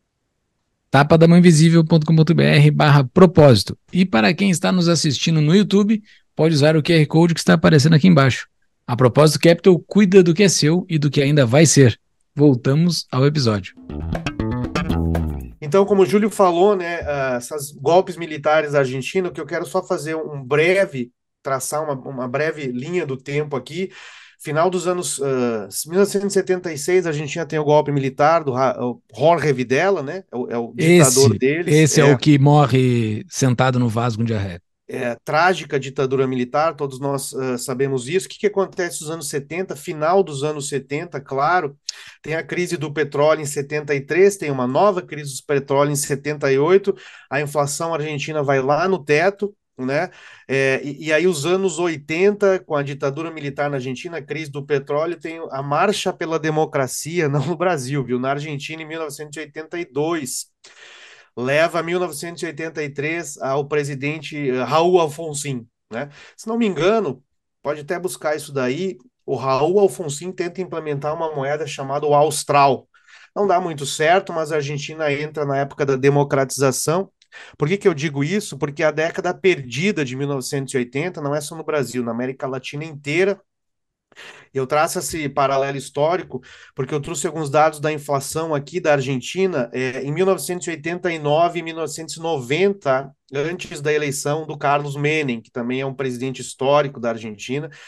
tapadamãoinvisível.com.br barra propósito. E para quem está nos assistindo no YouTube, pode usar o Q R Code que está aparecendo aqui embaixo. A Propósito Capital cuida do que é seu e do que ainda vai ser. Voltamos ao episódio. Então, como o Júlio falou, né, uh, esses golpes militares da Argentina, que eu quero só fazer um breve, traçar uma, uma breve linha do tempo aqui. Final dos anos uh, mil novecentos e setenta e seis, a Argentina tem o golpe militar do Jorge Videla, né? É o, é o ditador Esse, deles. esse é, é o que morre sentado no vaso com diarreia. É, trágica ditadura militar, todos nós uh, sabemos isso. O que, que acontece nos anos setenta, final dos anos setenta, claro, tem a crise do petróleo em setenta e três, tem uma nova crise do petróleo em setenta e oito, a inflação argentina vai lá no teto, né? É, e, e aí os anos oitenta, com a ditadura militar na Argentina, a crise do petróleo, tem a marcha pela democracia, não no Brasil, viu? Na Argentina em mil novecentos e oitenta e dois. Leva a mil novecentos e oitenta e três ao presidente Raul Alfonsín, né? Se não me engano, pode até buscar isso daí, o Raul Alfonsín tenta implementar uma moeda chamada o Austral. Não dá muito certo, mas a Argentina entra na época da democratização. Por que que eu digo isso? Porque a década perdida de mil novecentos e oitenta não é só no Brasil, na América Latina inteira. Eu traço esse paralelo histórico porque eu trouxe alguns dados da inflação aqui da Argentina é, em mil novecentos e oitenta e nove e mil novecentos e noventa, antes da eleição do Carlos Menem, que também é um presidente histórico da Argentina. O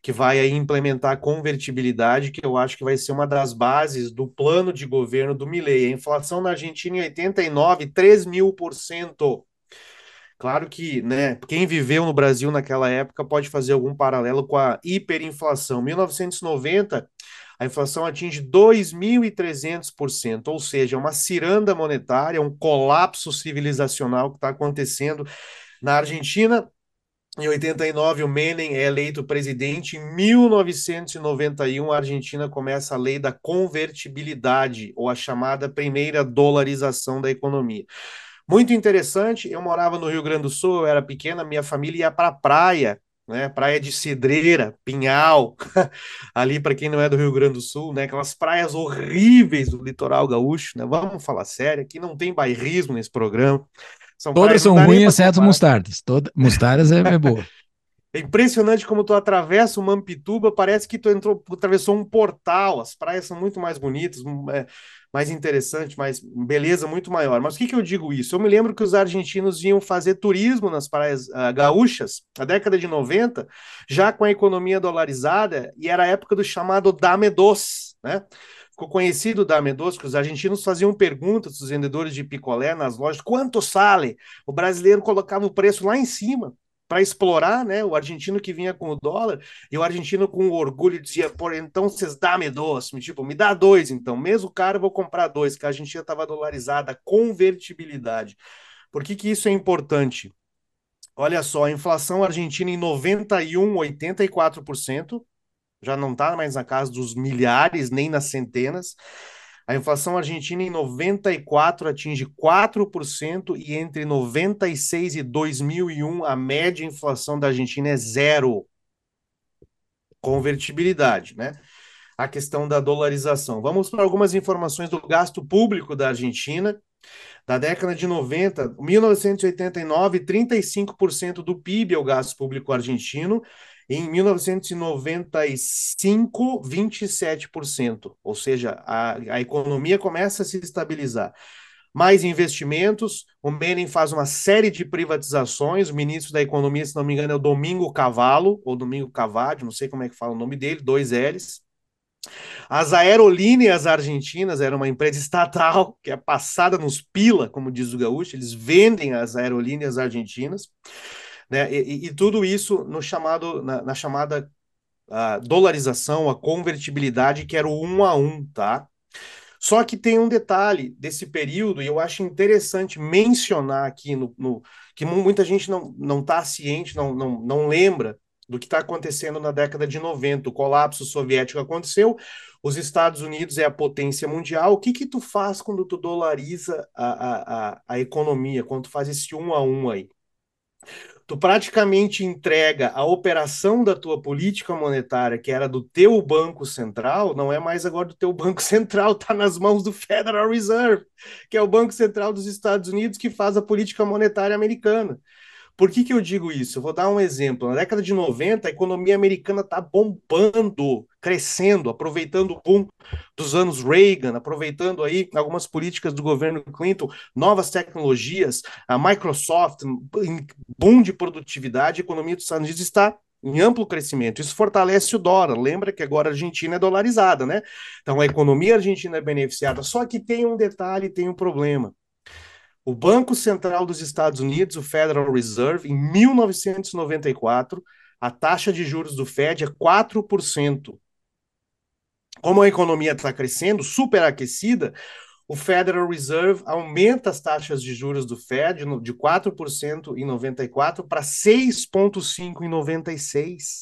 que vai aí implementar a convertibilidade, que eu acho que vai ser uma das bases do plano de governo do Milei. A inflação na Argentina em oitenta e nove, três mil por cento. Claro que, né, quem viveu no Brasil naquela época pode fazer algum paralelo com a hiperinflação. mil novecentos e noventa, a inflação atinge dois mil e trezentos por cento, ou seja, uma ciranda monetária, um colapso civilizacional que está acontecendo na Argentina. Em oitenta e nove, o Menem é eleito presidente. Em mil novecentos e noventa e um, a Argentina começa a lei da convertibilidade, ou a chamada primeira dolarização da economia. Muito interessante, eu morava no Rio Grande do Sul, eu era pequena, minha família ia para a praia, né? Praia de Cedreira, Pinhal, ali para quem não é do Rio Grande do Sul, né? Aquelas praias horríveis do litoral gaúcho, né? Vamos falar sério, aqui não tem bairrismo nesse programa. São Todas praias, não são dá nem ruins, para exceto comparar. mostardas. Toda, mostardas é, é boa. É impressionante como tu atravessa o Mampituba, parece que tu entrou, atravessou um portal. As praias são muito mais bonitas, é, mais interessantes, mais beleza muito maior. Mas o que que eu digo isso? Eu me lembro que os argentinos iam fazer turismo nas praias uh, gaúchas, na década de noventa, já com a economia dolarizada, e era a época do chamado Dame Dos, né? Ficou conhecido o Dame Dos, que os argentinos faziam perguntas dos vendedores de picolé nas lojas, quanto sale? O brasileiro colocava o preço lá em cima para explorar, né, o argentino que vinha com o dólar, e o argentino com orgulho dizia, por então vocês dá-me dois, tipo, me dá dois então, mesmo caro eu vou comprar dois, que a Argentina estava dolarizada, convertibilidade. Por que que isso é importante? Olha só, a inflação argentina em noventa e um, oitenta e quatro por cento, já não está mais na casa dos milhares, nem nas centenas. A inflação argentina em noventa e quatro atinge quatro por cento e entre noventa e seis e dois mil e um a média inflação da Argentina é zero. Convertibilidade, né? A questão da dolarização. Vamos para algumas informações do gasto público da Argentina. Da década de noventa, mil novecentos e oitenta e nove, trinta e cinco por cento do P I B é o gasto público argentino. Em mil novecentos e noventa e cinco, vinte e sete por cento. Ou seja, a, a economia começa a se estabilizar. Mais investimentos, o Menem faz uma série de privatizações, o ministro da Economia, se não me engano, é o Domingo Cavallo, ou Domingo Cavadi, não sei como é que fala o nome dele, dois L's. As aerolíneas argentinas era uma empresa estatal que é passada nos pila, como diz o gaúcho, eles vendem as aerolíneas argentinas, né? E, e tudo isso no chamado, na, na chamada uh, dolarização, a convertibilidade, que era o um a um, tá? Só que tem um detalhe desse período, e eu acho interessante mencionar aqui, no, no que muita gente não não está ciente, não, não, não lembra do que está acontecendo na década de noventa. O colapso soviético aconteceu, os Estados Unidos é a potência mundial. O que que tu faz quando tu dolariza a, a, a, a economia, quando tu faz esse um a um aí? Tu praticamente entrega a operação da tua política monetária, que era do teu Banco Central, não é mais agora do teu Banco Central, está nas mãos do Federal Reserve, que é o Banco Central dos Estados Unidos que faz a política monetária americana. Por que que eu digo isso? Eu vou dar um exemplo. Na década de noventa, a economia americana está bombando, crescendo, aproveitando o boom dos anos Reagan, aproveitando aí algumas políticas do governo Clinton, novas tecnologias, a Microsoft, boom de produtividade, a economia dos Estados Unidos está em amplo crescimento. Isso fortalece o dólar. Lembra que agora a Argentina é dolarizada, né? Então a economia argentina é beneficiada. Só que tem um detalhe, tem um problema. O Banco Central dos Estados Unidos, o Federal Reserve, em mil novecentos e noventa e quatro, a taxa de juros do Fed é quatro por cento. Como a economia está crescendo, superaquecida, o Federal Reserve aumenta as taxas de juros do Fed de quatro por cento em noventa e quatro para seis vírgula cinco por cento em noventa e seis.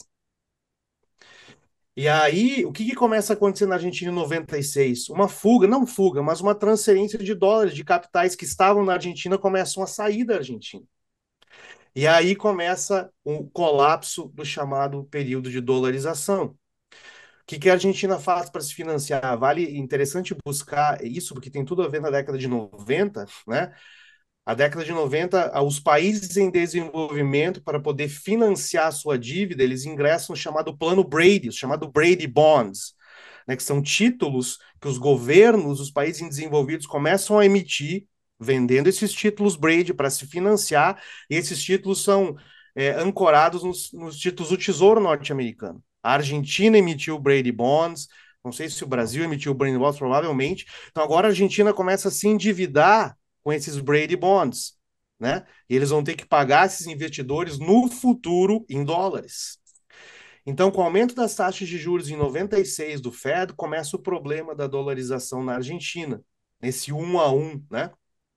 E aí, o que, que começa a acontecer na Argentina em noventa e seis? Uma fuga, não fuga, mas uma transferência de dólares, de capitais que estavam na Argentina começam a sair da Argentina. E aí começa o colapso do chamado período de dolarização. O que, que a Argentina faz para se financiar? Vale interessante buscar isso, porque tem tudo a ver na década de noventa, né? A década de noventa, os países em desenvolvimento, para poder financiar a sua dívida, eles ingressam no chamado Plano Brady, o chamado Brady Bonds, né, que são títulos que os governos, os países em desenvolvidos começam a emitir, vendendo esses títulos Brady para se financiar, e esses títulos são é, ancorados nos, nos títulos do Tesouro norte-americano. A Argentina emitiu Brady Bonds, não sei se o Brasil emitiu Brady Bonds, provavelmente. Então agora a Argentina começa a se endividar com esses Brady Bonds, né? E eles vão ter que pagar esses investidores no futuro em dólares. Então, com o aumento das taxas de juros em noventa e seis do Fed, começa o problema da dolarização na Argentina, nesse um a um, né?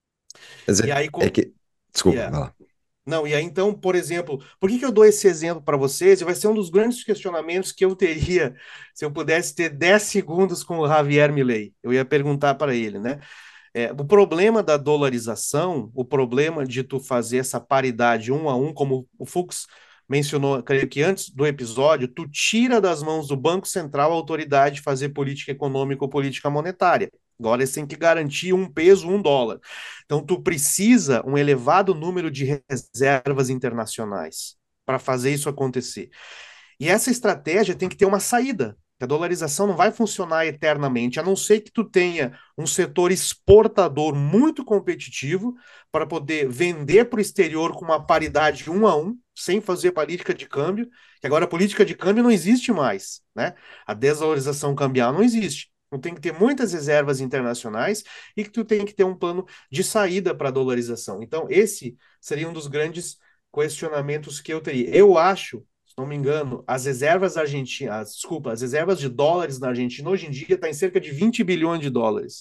Mas E é, aí, é com... que. Desculpa, yeah. vai lá. Não, e aí então, por exemplo, por que que eu dou esse exemplo para vocês? E vai ser um dos grandes questionamentos que eu teria se eu pudesse ter dez segundos com o Javier Milei. Eu ia perguntar para ele, né? É, o problema da dolarização, o problema de tu fazer essa paridade um a um, como o Fux mencionou, creio que antes do episódio, tu tira das mãos do Banco Central a autoridade de fazer política econômica ou política monetária. Agora eles têm que garantir um peso, um dólar. Então tu precisa um elevado número de reservas internacionais para fazer isso acontecer. E essa estratégia tem que ter uma saída. A dolarização não vai funcionar eternamente, a não ser que tu tenha um setor exportador muito competitivo para poder vender para o exterior com uma paridade um a um, sem fazer política de câmbio, que agora a política de câmbio não existe mais, né? A desvalorização cambial não existe. Então tem que ter muitas reservas internacionais e que tu tem que ter um plano de saída para a dolarização. Então esse seria um dos grandes questionamentos que eu teria. Eu acho, não me engano, as reservas argentinas, desculpa, as reservas de dólares na Argentina hoje em dia está em cerca de vinte bilhões de dólares.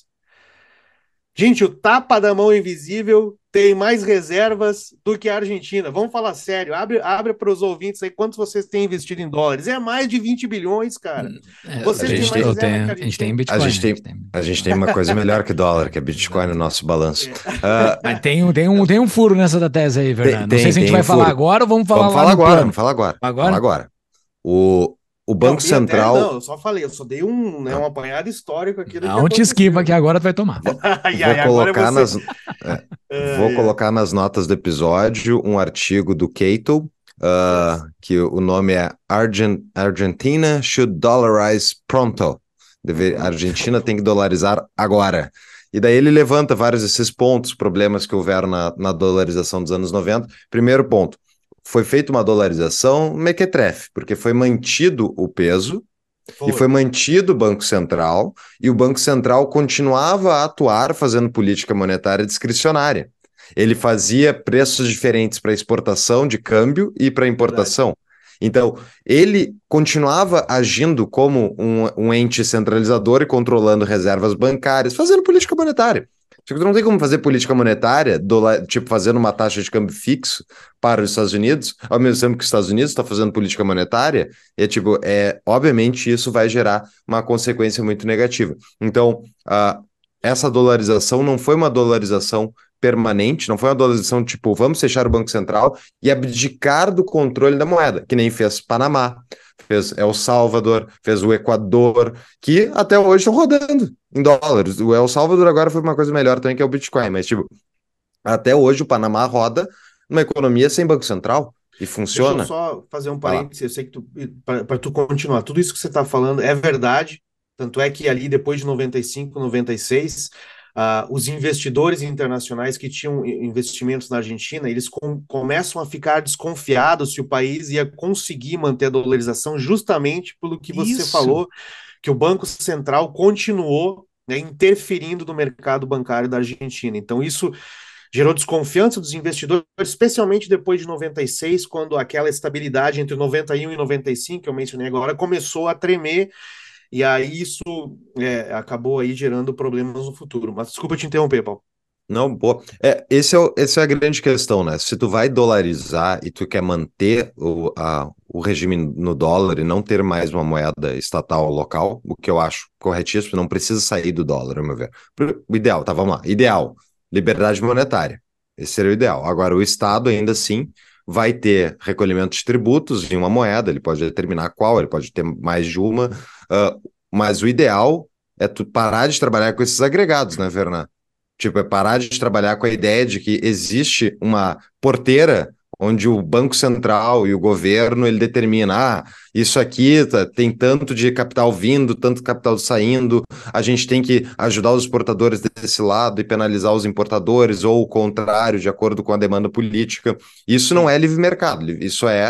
Gente, o tapa da mão invisível tem mais reservas do que a Argentina. Vamos falar sério. Abre, abre para os ouvintes aí quantos vocês têm investido em dólares. É mais de vinte bilhões, cara. É, Vocês a têm gente, mais eu reserva tenho, que a a gente tem Argentina. Bitcoin. A gente né? tem, A gente tem- a gente tem uma coisa melhor que dólar, que é Bitcoin no nosso balanço. Ah, Mas tem, um- tem, um, tem um furo nessa da tese aí, Fernando. Não sei tem- se a gente tem vai um falar furo. agora ou vamos falar vamos lá falar no agora, plano. vamos falar agora. Agora? Falar agora. O, o Banco Não, e até- Central. não, eu só falei, eu só dei um, né, um apanhado histórico aqui do que Não te aconteceu. esquiva que agora tu vai tomar. Ai, Vou ai, agora colocar, você- nas, é, Ai, vou ai. colocar nas notas do episódio um artigo do Cato, ah, que o nome é Argent, Argentina should dollarize pronto. Deve, a Argentina tem que dolarizar agora. E daí ele levanta vários desses pontos, problemas que houveram na, na dolarização dos anos noventa. Primeiro ponto, foi feita uma dolarização mequetrefe, porque foi mantido o peso, Foi. e foi mantido o Banco Central, e o Banco Central continuava a atuar fazendo política monetária discricionária. Ele fazia preços diferentes para exportação de câmbio e para importação. Então, ele continuava agindo como um, um ente centralizador e controlando reservas bancárias, fazendo política monetária. Só que tu não tem como fazer política monetária, dola- tipo, fazendo uma taxa de câmbio fixo para os Estados Unidos, ao mesmo tempo que os Estados Unidos está fazendo política monetária, e é tipo, é, obviamente isso vai gerar uma consequência muito negativa. Então, ah, essa dolarização não foi uma dolarização permanente, não foi uma dolarização tipo, vamos fechar o Banco Central e abdicar do controle da moeda, que nem fez Panamá, fez El Salvador, fez o Equador, que até hoje estão rodando em dólares. O El Salvador agora foi uma coisa melhor também, que é o Bitcoin, mas tipo, até hoje o Panamá roda numa economia sem Banco Central e Deixa funciona. eu só fazer um Vai lá. parênteses, eu sei que tu, para tu continuar, tudo isso que você está falando é verdade, tanto é que ali depois de noventa e cinco, noventa e seis, uh, os investidores internacionais que tinham investimentos na Argentina, eles com, começam a ficar desconfiados se o país ia conseguir manter a dolarização justamente pelo que você Isso. falou, que o Banco Central continuou, né, interferindo no mercado bancário da Argentina. Então isso gerou desconfiança dos investidores, especialmente depois de noventa e seis, quando aquela estabilidade entre noventa e um e noventa e cinco, que eu mencionei agora, começou a tremer, e aí isso é, acabou aí gerando problemas no futuro. Mas desculpa te interromper, Paulo. Não, boa. É, esse é o, essa é a grande questão, né? Se tu vai dolarizar e tu quer manter o, a, o regime no dólar e não ter mais uma moeda estatal local, o que eu acho corretíssimo, não precisa sair do dólar, ao meu ver. O ideal, tá, vamos lá. Ideal, liberdade monetária. Esse seria o ideal. Agora, o Estado ainda assim vai ter recolhimento de tributos em uma moeda, ele pode determinar qual, ele pode ter mais de uma, uh, mas o ideal é tu parar de trabalhar com esses agregados, né, Fernando? Tipo, é parar de trabalhar com a ideia de que existe uma porteira onde o Banco Central e o governo, ele determina, ah, isso aqui tá, tem tanto de capital vindo, tanto capital saindo, a gente tem que ajudar os exportadores desse lado e penalizar os importadores, ou o contrário, de acordo com a demanda política. Isso não é livre mercado, isso é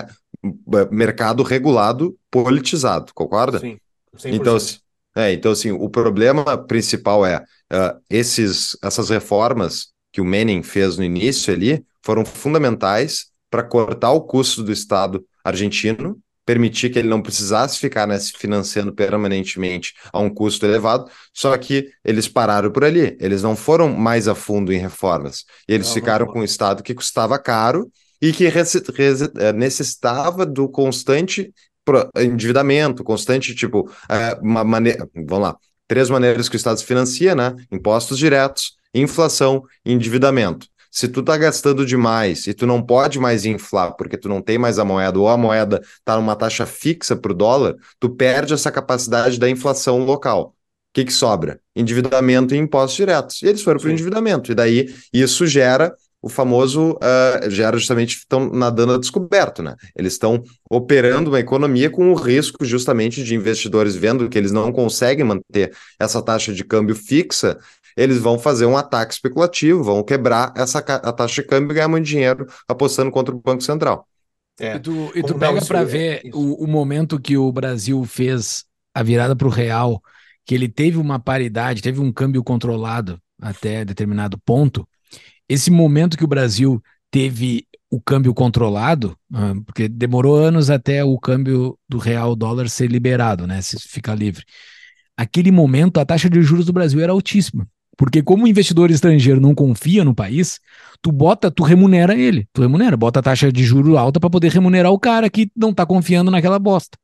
mercado regulado, politizado, concorda? Sim, Então, cem por cento. assim, é, então, assim, o problema principal é uh, esses, essas reformas que o Menem fez no início ali foram fundamentais para cortar o custo do Estado argentino, permitir que ele não precisasse ficar, né, se financiando permanentemente a um custo elevado, só que eles pararam por ali, eles não foram mais a fundo em reformas, e eles Não, não ficaram com foram. um Estado que custava caro e que rece- rese- eh, necessitava do constante pro- endividamento, constante, tipo, é, uma maneira, vamos lá, três maneiras que o Estado se financia, né? Impostos diretos, inflação e endividamento. Se tu tá gastando demais e tu não pode mais inflar porque tu não tem mais a moeda ou a moeda tá numa taxa fixa pro dólar, tu perde essa capacidade da inflação local. O que que sobra? Endividamento e impostos diretos. E eles foram para o Sim. endividamento. E daí isso gera o famoso, uh, gera justamente, estão nadando a descoberto, né? Eles estão operando uma economia com o risco justamente de investidores vendo que eles não conseguem manter essa taxa de câmbio fixa, eles vão fazer um ataque especulativo, vão quebrar essa a taxa de câmbio e ganhar muito dinheiro apostando contra o Banco Central. E É. tu, e tu Como, não, pega isso para é ver isso. o, o momento que o Brasil fez a virada para o real, que ele teve uma paridade, teve um câmbio controlado até determinado ponto. Esse momento que o Brasil teve o câmbio controlado, ah, porque demorou anos até o câmbio do real dólar ser liberado, né? Se ficar livre. Aquele momento, a taxa de juros do Brasil era altíssima. Porque como o investidor estrangeiro não confia no país, tu bota, tu remunera ele. Tu remunera, bota a taxa de juros alta para poder remunerar o cara que não tá confiando naquela bosta.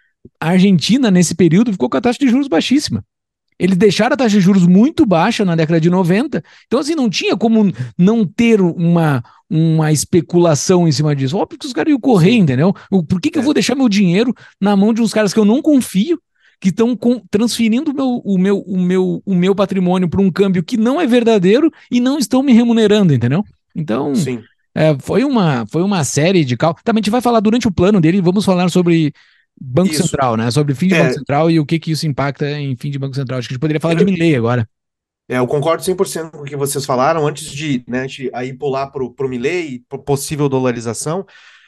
A Argentina, nesse período, ficou com a taxa de juros baixíssima. Eles deixaram a taxa de juros muito baixa na década de noventa. Então, assim, não tinha como não ter uma, uma especulação em cima disso. Óbvio que os caras iam correr, Sim. entendeu? Por que, que eu É. vou deixar meu dinheiro na mão de uns caras que eu não confio, que estão transferindo o meu, o meu, o meu, o meu patrimônio para um câmbio que não é verdadeiro e não estão me remunerando, entendeu? Então, Sim. é, foi, uma, foi uma série de cálculos. Também a gente vai falar durante o plano dele, vamos falar sobre Banco Isso. Central, né? Sobre fim de Banco É, Central e o que que isso impacta em fim de Banco Central. Acho que a gente poderia falar de eu, Milei agora. é, eu concordo cem por cento com o que vocês falaram. Antes de, né, de aí pular para o Milei, pro possível dolarização,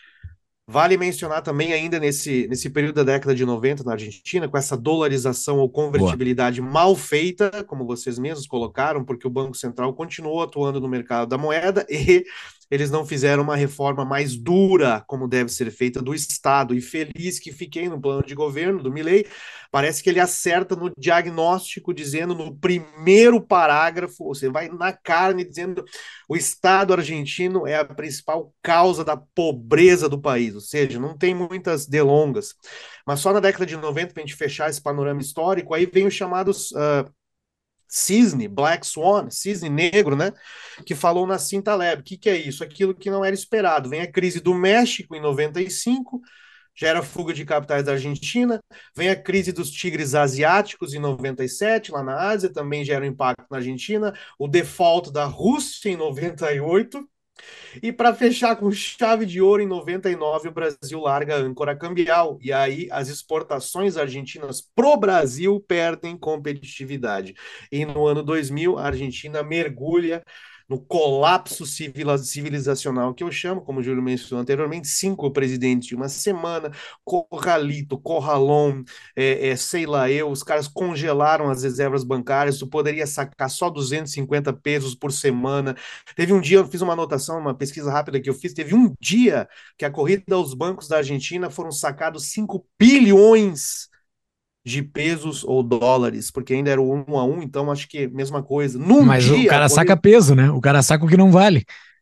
vale mencionar também ainda nesse, nesse período da década de noventa na Argentina, com essa dolarização ou Boa. convertibilidade mal feita, como vocês mesmos colocaram, porque o Banco Central continuou atuando no mercado da moeda e eles não fizeram uma reforma mais dura, como deve ser feita, do Estado. E feliz que fiquei no plano de governo do Milei, parece que ele acerta no diagnóstico, dizendo no primeiro parágrafo, você vai na carne, dizendo o Estado argentino é a principal causa da pobreza do país, ou seja, não tem muitas delongas. Mas só na década de noventa, para a gente fechar esse panorama histórico, aí vem os chamados uh, cisne, Black Swan, cisne negro, né? Que falou Nassim Taleb. O que, que é isso? Aquilo que não era esperado. Vem a crise do México em noventa e cinco, gera fuga de capitais da Argentina, vem a crise dos tigres asiáticos em noventa e sete, lá na Ásia, também gera um impacto na Argentina, o default da Rússia em noventa e oito, e para fechar com chave de ouro, em noventa e nove, o Brasil larga a âncora cambial. E aí as exportações argentinas pro Brasil perdem competitividade. E no ano dois mil, a Argentina mergulha no colapso civilizacional que eu chamo, como o Júlio mencionou anteriormente, cinco presidentes de uma semana, Corralito, Corralón, é, é, sei lá eu, os caras congelaram as reservas bancárias, tu poderia sacar só duzentos e cinquenta pesos por semana. Teve um dia, eu fiz uma anotação, uma pesquisa rápida que eu fiz, teve um dia que a corrida aos bancos da Argentina foram sacados cinco bilhões de pesos ou dólares, porque ainda era o um a um, então acho que é a mesma coisa. Num Mas o dia, a cara saca corrida... peso, né? O cara saca o que não vale.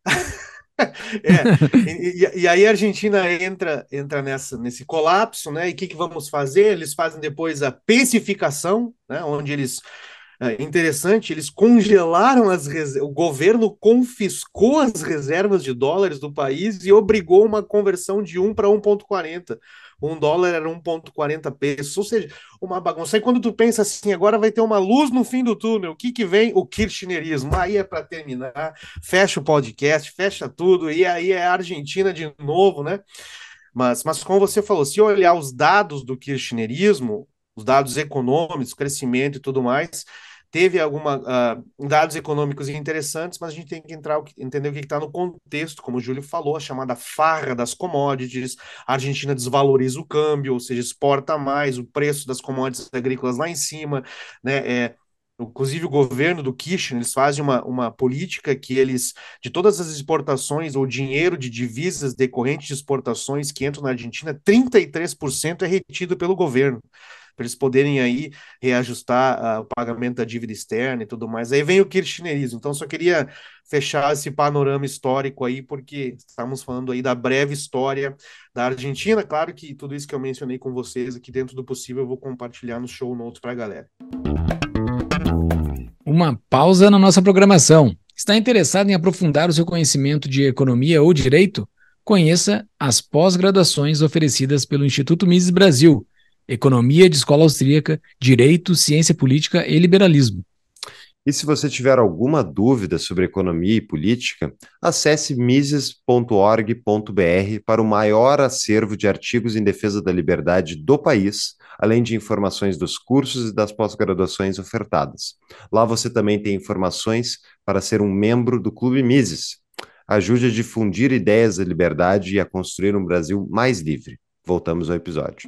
É, e, e, e aí a Argentina entra, entra nessa, nesse colapso, né? E o que, que vamos fazer? Eles fazem depois a pacificação, né? Onde eles é interessante, eles congelaram as reservas, o governo confiscou as reservas de dólares do país e obrigou uma conversão de um para um vírgula quarenta. Um dólar era um vírgula quarenta pesos, ou seja, uma bagunça. Aí quando tu pensa assim, agora vai ter uma luz no fim do túnel, o que que vem? O kirchnerismo. Aí é para terminar, fecha o podcast, fecha tudo, e aí é a Argentina de novo, né? Mas, mas como você falou, se olhar os dados do kirchnerismo, os dados econômicos, crescimento e tudo mais, teve alguma uh, dados econômicos interessantes, mas a gente tem que entrar, entender o que está no contexto, como o Júlio falou, a chamada farra das commodities. A Argentina desvaloriza o câmbio, ou seja, exporta mais, o preço das commodities agrícolas lá em cima, né? É, inclusive o governo do Kirchner, eles fazem uma, uma política que eles, de todas as exportações ou dinheiro de divisas decorrentes de exportações que entram na Argentina, trinta e três por cento é retido pelo governo, para eles poderem aí reajustar uh, o pagamento da dívida externa e tudo mais. Aí vem o kirchnerismo. Então, só queria fechar esse panorama histórico aí, porque estamos falando aí da breve história da Argentina. Claro que tudo isso que eu mencionei com vocês aqui, dentro do possível, eu vou compartilhar no show notes para a galera. Uma pausa na nossa programação. Está interessado em aprofundar o seu conhecimento de economia ou direito? Conheça as pós-graduações oferecidas pelo Instituto Mises Brasil. Economia de Escola Austríaca, Direito, Ciência Política e Liberalismo. E se você tiver alguma dúvida sobre economia e política, acesse mises ponto org ponto br para o maior acervo de artigos em defesa da liberdade do país, além de informações dos cursos e das pós-graduações ofertadas. Lá você também tem informações para ser um membro do Clube Mises. Ajude a difundir ideias da liberdade e a construir um Brasil mais livre. Voltamos ao episódio.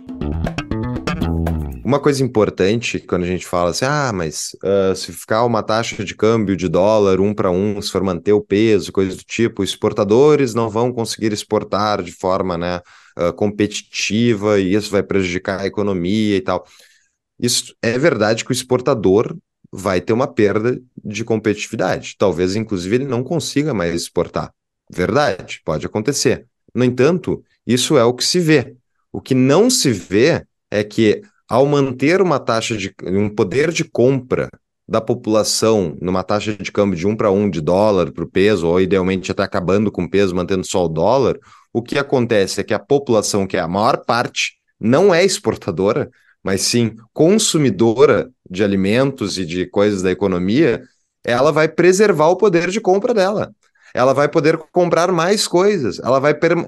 Uma coisa importante quando a gente fala assim, ah, mas uh, se ficar uma taxa de câmbio de dólar um para um, se for manter o peso, coisa do tipo, exportadores não vão conseguir exportar de forma, né, uh, competitiva e isso vai prejudicar a economia e tal. Isso é verdade que o exportador vai ter uma perda de competitividade. Talvez, inclusive, ele não consiga mais exportar. Verdade, pode acontecer. No entanto, isso é o que se vê. O que não se vê é que ao manter uma taxa de um poder de compra da população numa taxa de câmbio de um para um de dólar para o peso, ou idealmente até acabando com o peso, mantendo só o dólar, o que acontece é que a população, que é a maior parte, não é exportadora, mas sim consumidora de alimentos e de coisas da economia, ela vai preservar o poder de compra dela. Ela vai poder comprar mais coisas, ela vai, per...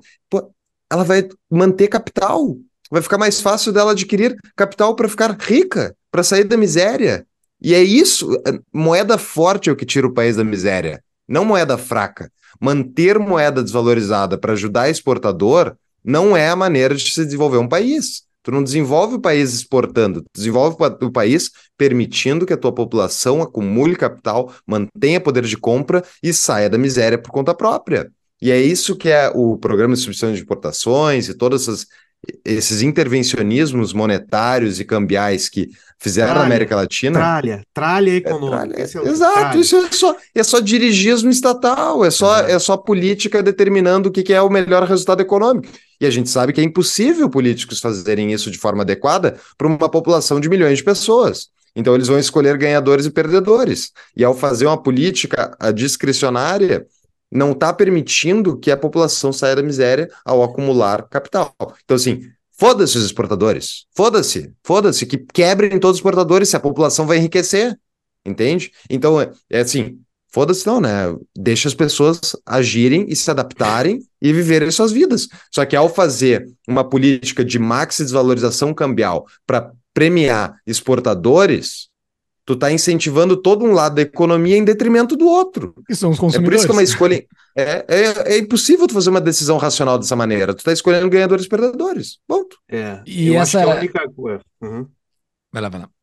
ela vai manter capital. Vai ficar mais fácil dela adquirir capital para ficar rica, para sair da miséria. E é isso, moeda forte é o que tira o país da miséria, não moeda fraca. Manter moeda desvalorizada para ajudar exportador não é a maneira de se desenvolver um país. Tu não desenvolve o país exportando, tu desenvolve o país permitindo que a tua população acumule capital, mantenha poder de compra e saia da miséria por conta própria. E é isso que é o programa de substituição de importações e todas essas esses intervencionismos monetários e cambiais que fizeram tralha, na América Latina. Tralha, tralha econômica. É, tralha, é exato, tralha. Isso é só, é só dirigismo estatal, é só, é só política determinando o que, que é o melhor resultado econômico. E a gente sabe que é impossível políticos fazerem isso de forma adequada para uma população de milhões de pessoas. Então eles vão escolher ganhadores e perdedores. E ao fazer uma política discricionária, não está permitindo que a população saia da miséria ao acumular capital. Então, assim, foda-se os exportadores, foda-se, foda-se, que quebrem todos os exportadores se a população vai enriquecer, entende? Então, é, é assim, foda-se não, né? Deixa as pessoas agirem e se adaptarem e viverem suas vidas. Só que ao fazer uma política de maxi desvalorização cambial para premiar exportadores, tu tá incentivando todo um lado da economia em detrimento do outro. Que são os consumidores. É por isso que é uma escolha... É, é, é impossível tu fazer uma decisão racional dessa maneira. Tu tá escolhendo ganhadores e perdedores. Ponto. É, E eu essa... acho que a única... Uhum. Vai lá, vai lá.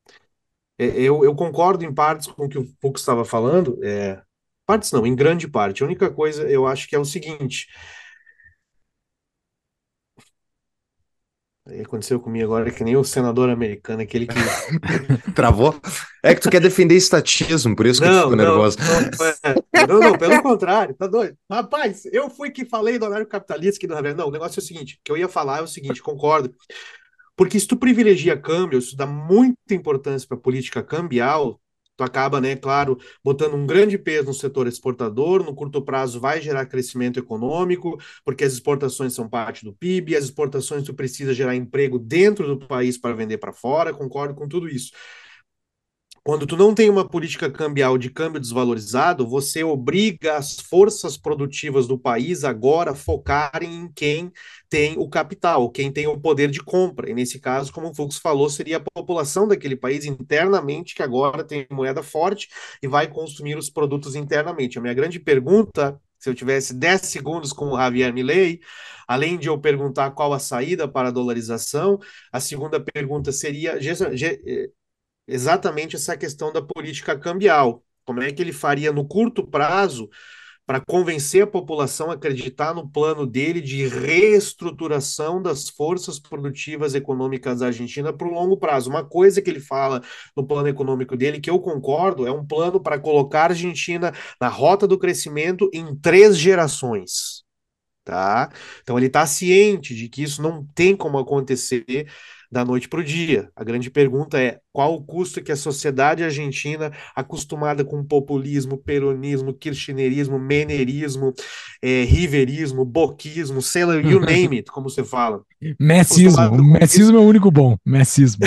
É, eu, eu concordo em partes com o que o Fux estava falando. É... Partes não, em grande parte. A única coisa eu acho que é o seguinte... Aconteceu comigo agora que nem o senador americano, aquele que... Travou? É que tu quer defender estatismo, por isso que não, tu ficou não, nervoso. Não, não, não, pelo contrário, tá doido? Rapaz, eu fui que falei do horário capitalista que não, não, o negócio é o seguinte, que eu ia falar é o seguinte, concordo, porque se tu privilegia câmbio, isso dá muita importância para a política cambial, tu acaba, né, claro, botando um grande peso no setor exportador, no curto prazo vai gerar crescimento econômico, porque as exportações são parte do P I B, as exportações tu precisa gerar emprego dentro do país para vender para fora, concordo com tudo isso. Quando tu não tem uma política cambial de câmbio desvalorizado, você obriga as forças produtivas do país agora a focarem em quem tem o capital, quem tem o poder de compra. E nesse caso, como o Fux falou, seria a população daquele país internamente que agora tem moeda forte e vai consumir os produtos internamente. A minha grande pergunta, se eu tivesse dez segundos com o Javier Milei, além de eu perguntar qual a saída para a dolarização, a segunda pergunta seria exatamente essa questão da política cambial. Como é que ele faria no curto prazo para convencer a população a acreditar no plano dele de reestruturação das forças produtivas econômicas da Argentina para o longo prazo? Uma coisa que ele fala no plano econômico dele, que eu concordo, é um plano para colocar a Argentina na rota do crescimento em três gerações. Tá? Então ele está ciente de que isso não tem como acontecer da noite para o dia. A grande pergunta é qual o custo que a sociedade argentina, acostumada com populismo, peronismo, kirchnerismo, menerismo, é, riverismo, boquismo, sei lá, you name it, como você fala. Messismo, o messismo é o único bom, messismo.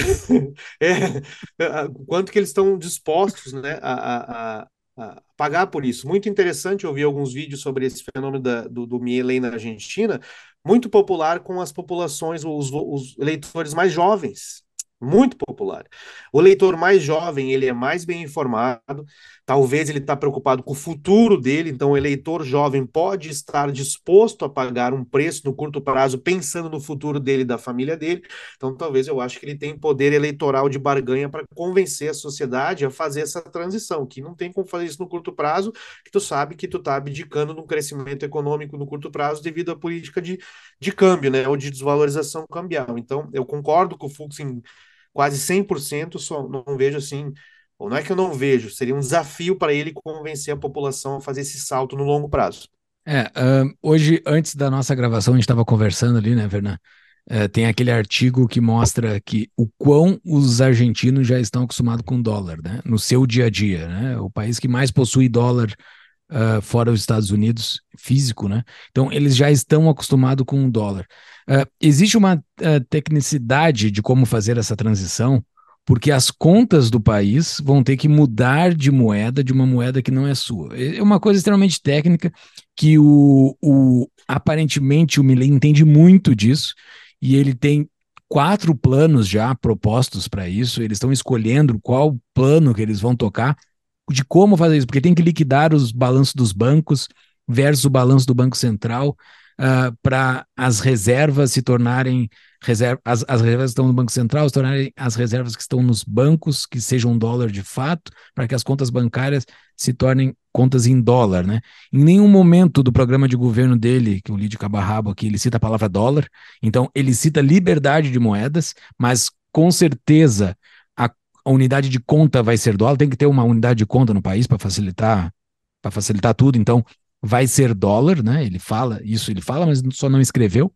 é, quanto que eles estão dispostos, né, a, a, a pagar por isso. Muito interessante, eu vi alguns vídeos sobre esse fenômeno da, do, do Milei na Argentina, muito popular com as populações, os, os eleitores mais jovens, muito popular. O eleitor mais jovem, ele é mais bem informado, talvez ele está preocupado com o futuro dele, então o eleitor jovem pode estar disposto a pagar um preço no curto prazo, pensando no futuro dele e da família dele, então talvez eu acho que ele tem poder eleitoral de barganha para convencer a sociedade a fazer essa transição, que não tem como fazer isso no curto prazo, que tu sabe que tu está abdicando de um crescimento econômico no curto prazo devido à política de, de câmbio, né, ou de desvalorização cambial. Então eu concordo com o Fux em quase cem por cento, só não vejo assim, ou não é que eu não vejo, seria um desafio para ele convencer a população a fazer esse salto no longo prazo. É, uh, hoje, antes da nossa gravação, a gente estava conversando ali, né, Vernan? Uh, tem aquele artigo que mostra que o quão os argentinos já estão acostumados com dólar, né? No seu dia a dia, né? O país que mais possui dólar uh, fora os Estados Unidos, físico, né? Então, eles já estão acostumados com o dólar. Uh, existe uma uh, tecnicidade de como fazer essa transição, porque as contas do país vão ter que mudar de moeda, de uma moeda que não é sua. É uma coisa extremamente técnica que o, o aparentemente o Milei entende muito disso e ele tem quatro planos já propostos para isso. Eles estão escolhendo qual plano que eles vão tocar de como fazer isso, porque tem que liquidar os balanços dos bancos versus o balanço do Banco Central uh, para as reservas se tornarem Reserva, as, as reservas que estão no Banco Central se tornarem as reservas que estão nos bancos, que sejam dólar de fato, para que as contas bancárias se tornem contas em dólar, né? Em nenhum momento do programa de governo dele, que eu li de cabo a rabo aqui, ele cita a palavra dólar, então ele cita liberdade de moedas, mas com certeza a, a unidade de conta vai ser dólar, tem que ter uma unidade de conta no país para facilitar, para facilitar tudo, então vai ser dólar, né? Ele fala, isso ele fala, mas só não escreveu.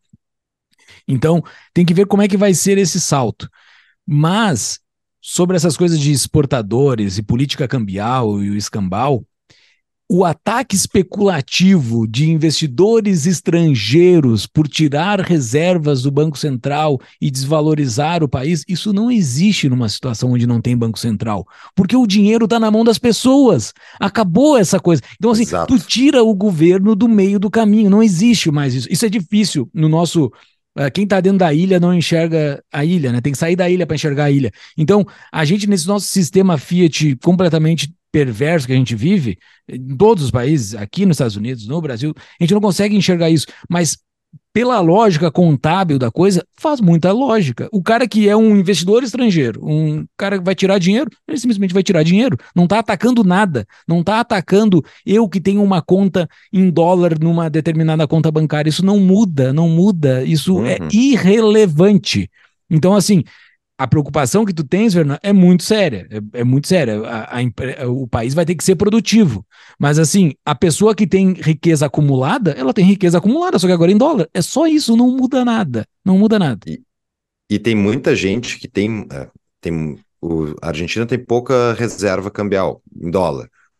Então, tem que ver como é que vai ser esse salto. Mas, sobre essas coisas de exportadores e política cambial e o escambau, o ataque especulativo de investidores estrangeiros por tirar reservas do Banco Central e desvalorizar o país, isso não existe numa situação onde não tem Banco Central, porque o dinheiro está na mão das pessoas, acabou essa coisa. Então assim, Exato. Tu tira o governo do meio do caminho, não existe mais isso. Isso é difícil no nosso... Uh, quem está dentro da ilha não enxerga a ilha, né? Tem que sair da ilha para enxergar a ilha. Então, a gente, nesse nosso sistema Fiat completamente perverso que a gente vive, em todos os países, aqui nos Estados Unidos, no Brasil, a gente não consegue enxergar isso. Mas, pela lógica contábil da coisa, faz muita lógica. O cara que é um investidor estrangeiro, um cara que vai tirar dinheiro, ele simplesmente vai tirar dinheiro. Não está atacando nada. Não está atacando eu que tenho uma conta em dólar numa determinada conta bancária. Isso não muda, não muda. Isso uhum. é irrelevante. Então, assim, a preocupação que tu tens, Vernan, é muito séria. É, é muito séria. A, a, o país vai ter que ser produtivo. Mas, assim, a pessoa que tem riqueza acumulada, ela tem riqueza acumulada, só que agora em dólar. É só isso, não muda nada. Não muda nada. E, e tem muita gente que tem... É, tem o, a Argentina tem pouca reserva cambial em dólar.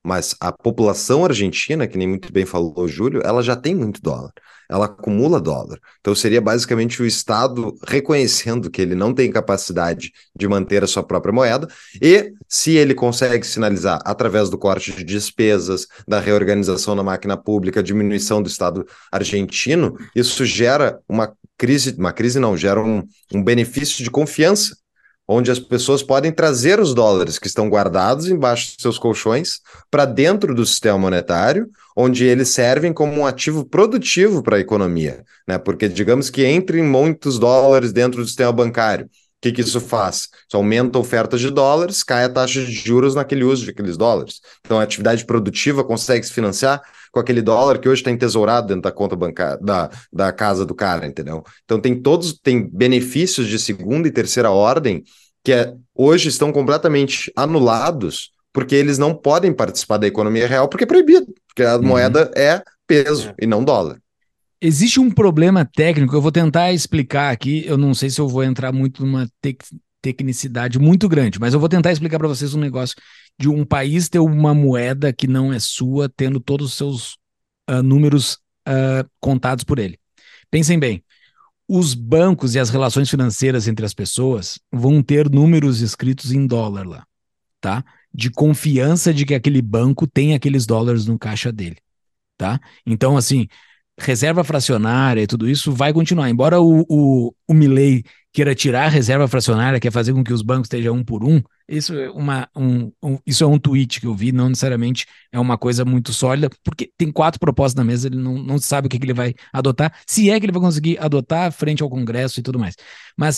mas a população argentina, que nem muito bem falou o Júlio, ela já tem muito dólar. Ela acumula dólar. Então seria basicamente o Estado reconhecendo que ele não tem capacidade de manter a sua própria moeda e, se ele consegue sinalizar através do corte de despesas, da reorganização na máquina pública, diminuição do Estado argentino, isso gera uma crise, uma crise não, gera um, um benefício de confiança, onde as pessoas podem trazer os dólares que estão guardados embaixo dos seus colchões para dentro do sistema monetário, onde eles servem como um ativo produtivo para a economia, né? Porque digamos que entrem muitos dólares dentro do sistema bancário. O que, que isso faz? Isso aumenta a oferta de dólares, cai a taxa de juros naquele uso de aqueles dólares. Então a atividade produtiva consegue se financiar com aquele dólar que hoje está entesourado dentro da conta bancária, da, da casa do cara, entendeu? Então tem todos, tem benefícios de segunda e terceira ordem que é, hoje estão completamente anulados porque eles não podem participar da economia real porque é proibido, porque a uhum. moeda é peso é. e não dólar. Existe um problema técnico, eu vou tentar explicar aqui, eu não sei se eu vou entrar muito numa tec tecnicidade muito grande, mas eu vou tentar explicar para vocês um negócio de um país ter uma moeda que não é sua, tendo todos os seus uh, números uh, contados por ele. Pensem bem, os bancos e as relações financeiras entre as pessoas vão ter números escritos em dólar lá, tá? De confiança de que aquele banco tem aqueles dólares no caixa dele, tá? Então, assim, reserva fracionária e tudo isso vai continuar. Embora o, o, o Milei queira tirar a reserva fracionária, quer fazer com que os bancos estejam um por um, isso é, uma, um, um, isso é um tweet que eu vi, não necessariamente é uma coisa muito sólida, porque tem quatro propostas na mesa, ele não, não sabe o que, que ele vai adotar, se é que ele vai conseguir adotar frente ao Congresso e tudo mais. Mas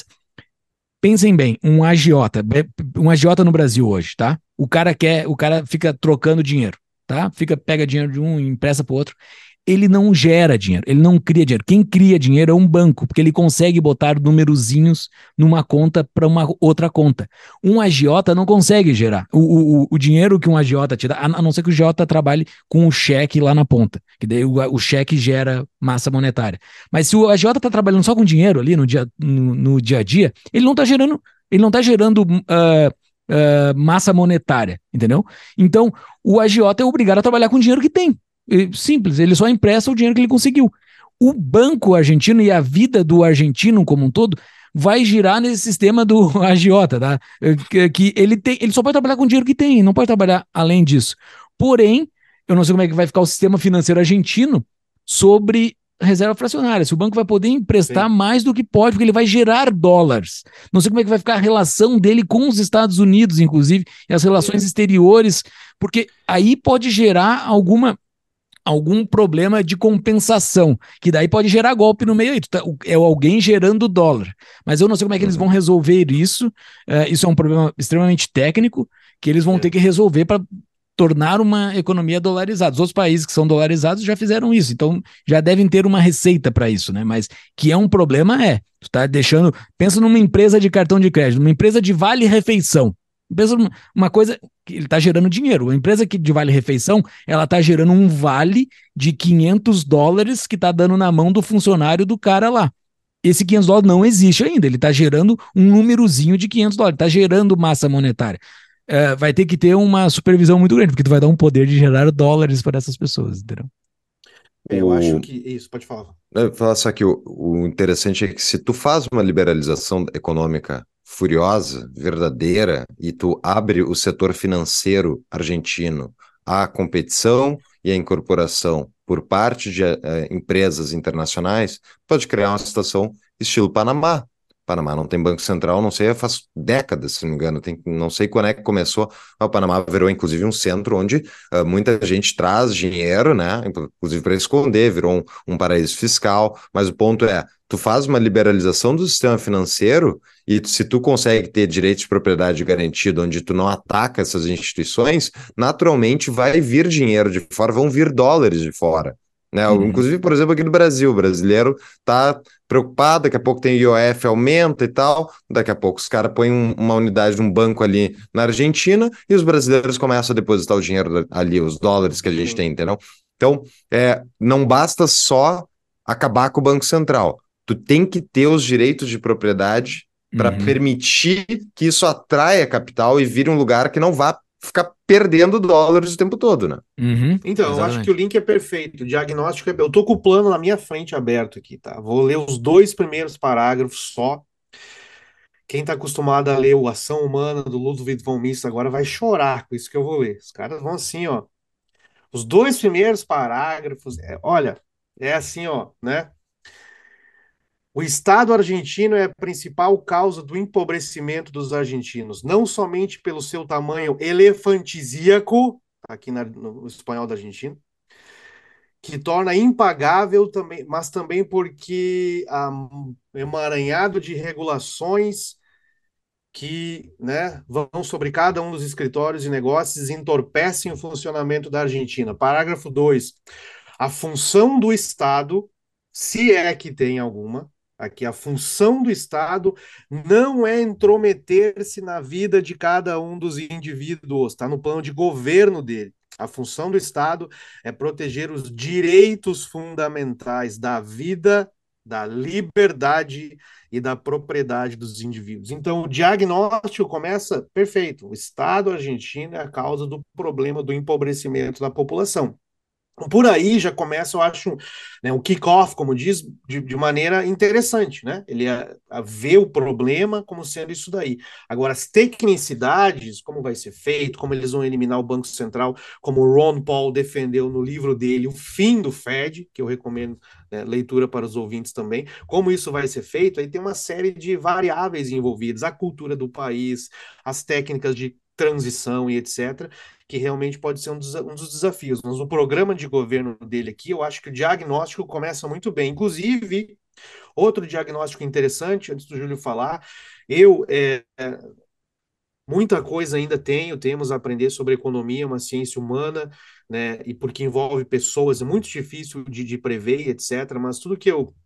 pensem bem, um agiota, um agiota no Brasil hoje, tá? O cara quer, o cara fica trocando dinheiro, tá? Fica, pega dinheiro de um e empresta pro outro. Ele não gera dinheiro, ele não cria dinheiro. Quem cria dinheiro é um banco, porque ele consegue botar numerozinhos numa conta para uma outra conta. Um agiota não consegue gerar. O, o, o dinheiro que um agiota te dá, a não ser que o agiota trabalhe com o cheque lá na ponta, que daí o, o cheque gera massa monetária. Mas se o agiota está trabalhando só com dinheiro ali no dia, no, no dia a dia, ele não está gerando, ele não tá gerando uh, uh, massa monetária, entendeu? Então, o agiota é obrigado a trabalhar com o dinheiro que tem. Simples, ele só empresta o dinheiro que ele conseguiu. O banco argentino e a vida do argentino como um todo vai girar nesse sistema do agiota, tá? Que, que ele, tem, ele só pode trabalhar com o dinheiro que tem, não pode trabalhar além disso. Porém, eu não sei como é que vai ficar o sistema financeiro argentino sobre reserva fracionária, se o banco vai poder emprestar Sim. mais do que pode, porque ele vai gerar dólares. Não sei como é que vai ficar a relação dele com os Estados Unidos, inclusive, e as relações Sim. exteriores, porque aí pode gerar alguma... algum problema de compensação, que daí pode gerar golpe no meio aí, tá, é alguém gerando dólar, mas eu não sei como é que eles vão resolver isso, uh, isso é um problema extremamente técnico, que eles vão é. ter que resolver para tornar uma economia dolarizada. Os outros países que são dolarizados já fizeram isso, então já devem ter uma receita para isso, né? Mas que é um problema é, tu tá deixando, pensa numa empresa de cartão de crédito, uma empresa de vale-refeição, pensa uma coisa que ele está gerando dinheiro. A empresa que de vale-refeição, ela está gerando um vale de quinhentos dólares que está dando na mão do funcionário do cara lá. Esse quinhentos dólares não existe ainda. Ele está gerando um númerozinho de quinhentos dólares. Está gerando massa monetária. É, vai ter que ter uma supervisão muito grande, porque tu vai dar um poder de gerar dólares para essas pessoas, entendeu? Eu o... acho que... Isso, pode falar. Eu vou falar só que o, o interessante é que se tu faz uma liberalização econômica furiosa, verdadeira, e tu abre o setor financeiro argentino à competição e à incorporação por parte de uh, empresas internacionais, pode criar uma situação estilo Panamá. Panamá não tem banco central, não sei, faz décadas, se não me engano, tem, não sei quando é que começou, o Panamá virou inclusive um centro onde uh, muita gente traz dinheiro, né, inclusive para esconder, virou um, um paraíso fiscal, mas o ponto é, tu faz uma liberalização do sistema financeiro e se tu consegue ter direito de propriedade garantido, onde tu não ataca essas instituições, naturalmente vai vir dinheiro de fora, vão vir dólares de fora. Né? Uhum. Inclusive, por exemplo, aqui no Brasil, o brasileiro tá preocupado, daqui a pouco tem I O F, aumenta e tal, daqui a pouco os caras põem um, uma unidade de um banco ali na Argentina e os brasileiros começam a depositar o dinheiro ali, os dólares que a gente tem, entendeu? Então, é, não basta só acabar com o Banco Central, tu tem que ter os direitos de propriedade para uhum. permitir que isso atraia capital e vire um lugar que não vá ficar perdendo dólares o tempo todo, né? Uhum, Então, eu acho que o link é perfeito. O diagnóstico é. Eu tô com o plano na minha frente aberto aqui, tá? Vou ler os dois primeiros parágrafos só. Quem está acostumado a ler o Ação Humana do Ludwig von Mises agora vai chorar com isso que eu vou ler. Os caras vão assim, ó. Os dois primeiros parágrafos, é, olha, é assim, ó, né? O Estado argentino é a principal causa do empobrecimento dos argentinos, não somente pelo seu tamanho elefantisíaco, aqui na, no espanhol da Argentina, que torna impagável também, mas também porque há um emaranhado de regulações que, né, vão sobre cada um dos escritórios e negócios e entorpecem o funcionamento da Argentina. Parágrafo dois. A função do Estado, se é que tem alguma, aqui a função do Estado não é intrometer-se na vida de cada um dos indivíduos, está no plano de governo dele. A função do Estado é proteger os direitos fundamentais da vida, da liberdade e da propriedade dos indivíduos. Então, o diagnóstico começa perfeito. O Estado argentino é a causa do problema do empobrecimento da população. Por aí já começa, eu acho, né, um kick-off, como diz, de, de maneira interessante, né? Ele a, a vê o problema como sendo isso daí. Agora, as tecnicidades, como vai ser feito, como eles vão eliminar o Banco Central, como o Ron Paul defendeu no livro dele, O Fim do Fed, que eu recomendo, né, leitura para os ouvintes também, como isso vai ser feito, aí tem uma série de variáveis envolvidas, a cultura do país, as técnicas de transição e etcétera, que realmente pode ser um dos, um dos desafios. Mas o programa de governo dele aqui, eu acho que o diagnóstico começa muito bem. Inclusive, outro diagnóstico interessante, antes do Júlio falar, eu é, é, muita coisa ainda tenho, temos a aprender sobre economia, uma ciência humana, né, e porque envolve pessoas, é muito difícil de, de prever, etcétera. Mas tudo que eu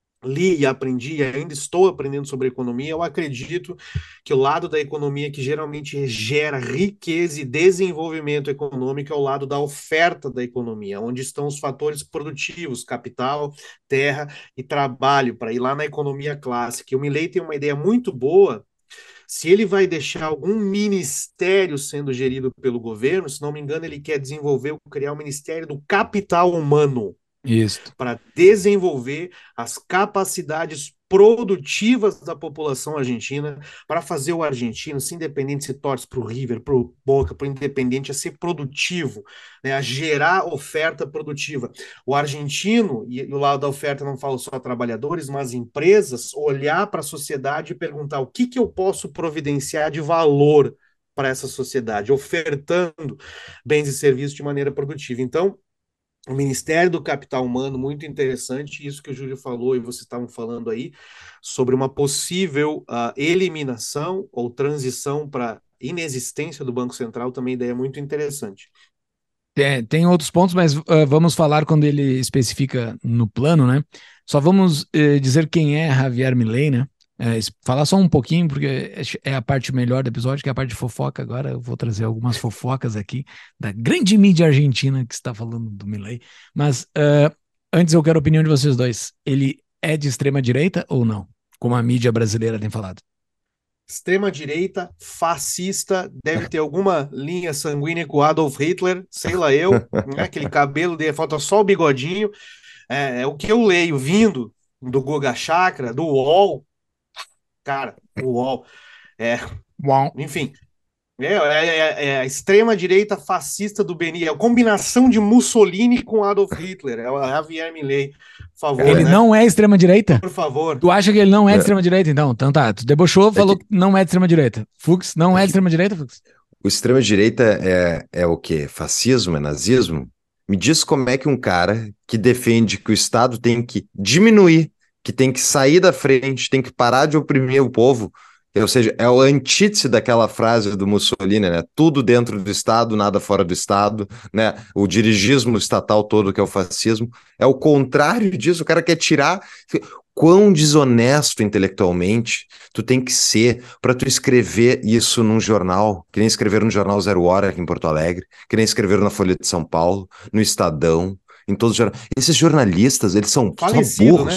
li e aprendi, e ainda estou aprendendo sobre economia, eu acredito que o lado da economia que geralmente gera riqueza e desenvolvimento econômico é o lado da oferta da economia, onde estão os fatores produtivos, capital, terra e trabalho, para ir lá na economia clássica. E o Milei tem uma ideia muito boa. Se ele vai deixar algum ministério sendo gerido pelo governo, se não me engano, ele quer desenvolver, criar o Ministério do Capital Humano, Isso. para desenvolver as capacidades produtivas da população argentina, para fazer o argentino, se independente se torce para o River, para o Boca, para o Independente, a ser produtivo, né, a gerar oferta produtiva. O argentino, e o lado da oferta não falo só trabalhadores, mas empresas, olhar para a sociedade e perguntar o que, que eu posso providenciar de valor para essa sociedade, ofertando bens e serviços de maneira produtiva. Então, o Ministério do Capital Humano, muito interessante, isso que o Júlio falou e vocês estavam falando aí, sobre uma possível uh, eliminação ou transição para inexistência do Banco Central, também ideia muito interessante. Tem, tem outros pontos, mas uh, vamos falar quando ele especifica no plano, né? Só vamos uh, dizer quem é Javier Milei, né? É, falar só um pouquinho, porque é a parte melhor do episódio, que é a parte de fofoca. Agora eu vou trazer algumas fofocas aqui da grande mídia argentina que está falando do Milei. Mas uh, antes eu quero a opinião de vocês dois. Ele é de extrema direita ou não? Como a mídia brasileira tem falado. Extrema-direita, fascista, deve ter alguma linha sanguínea com Adolf Hitler, sei lá eu, né? Aquele cabelo dele, falta só o bigodinho. É, é o que eu leio vindo do Guga Chakra, do U O L. Cara, o U O L. É, Bom. enfim, é, é, é a extrema-direita fascista do Beni, é a combinação de Mussolini com Adolf Hitler, é o Javier Milei, por favor, Ele né? não é extrema-direita? Por favor. Tu acha que ele não é de extrema-direita, então? Então tá, tu debochou, falou é que... que não é de extrema-direita. Fux, não é, é de extrema-direita, Fux? O extrema-direita é, é o quê? Fascismo? É nazismo? Me diz como é que um cara que defende que o Estado tem que diminuir, que tem que sair da frente, tem que parar de oprimir o povo, ou seja, é o antítese daquela frase do Mussolini, né? Tudo dentro do Estado, nada fora do Estado, né? O dirigismo estatal todo, que é o fascismo, é o contrário disso. O cara quer tirar... Quão desonesto intelectualmente tu tem que ser para tu escrever isso num jornal, que nem escreveram no Jornal Zero Hora aqui em Porto Alegre, que nem escreveram na Folha de São Paulo, no Estadão, em todos os jornais. Esses jornalistas, eles são, são burros. Né?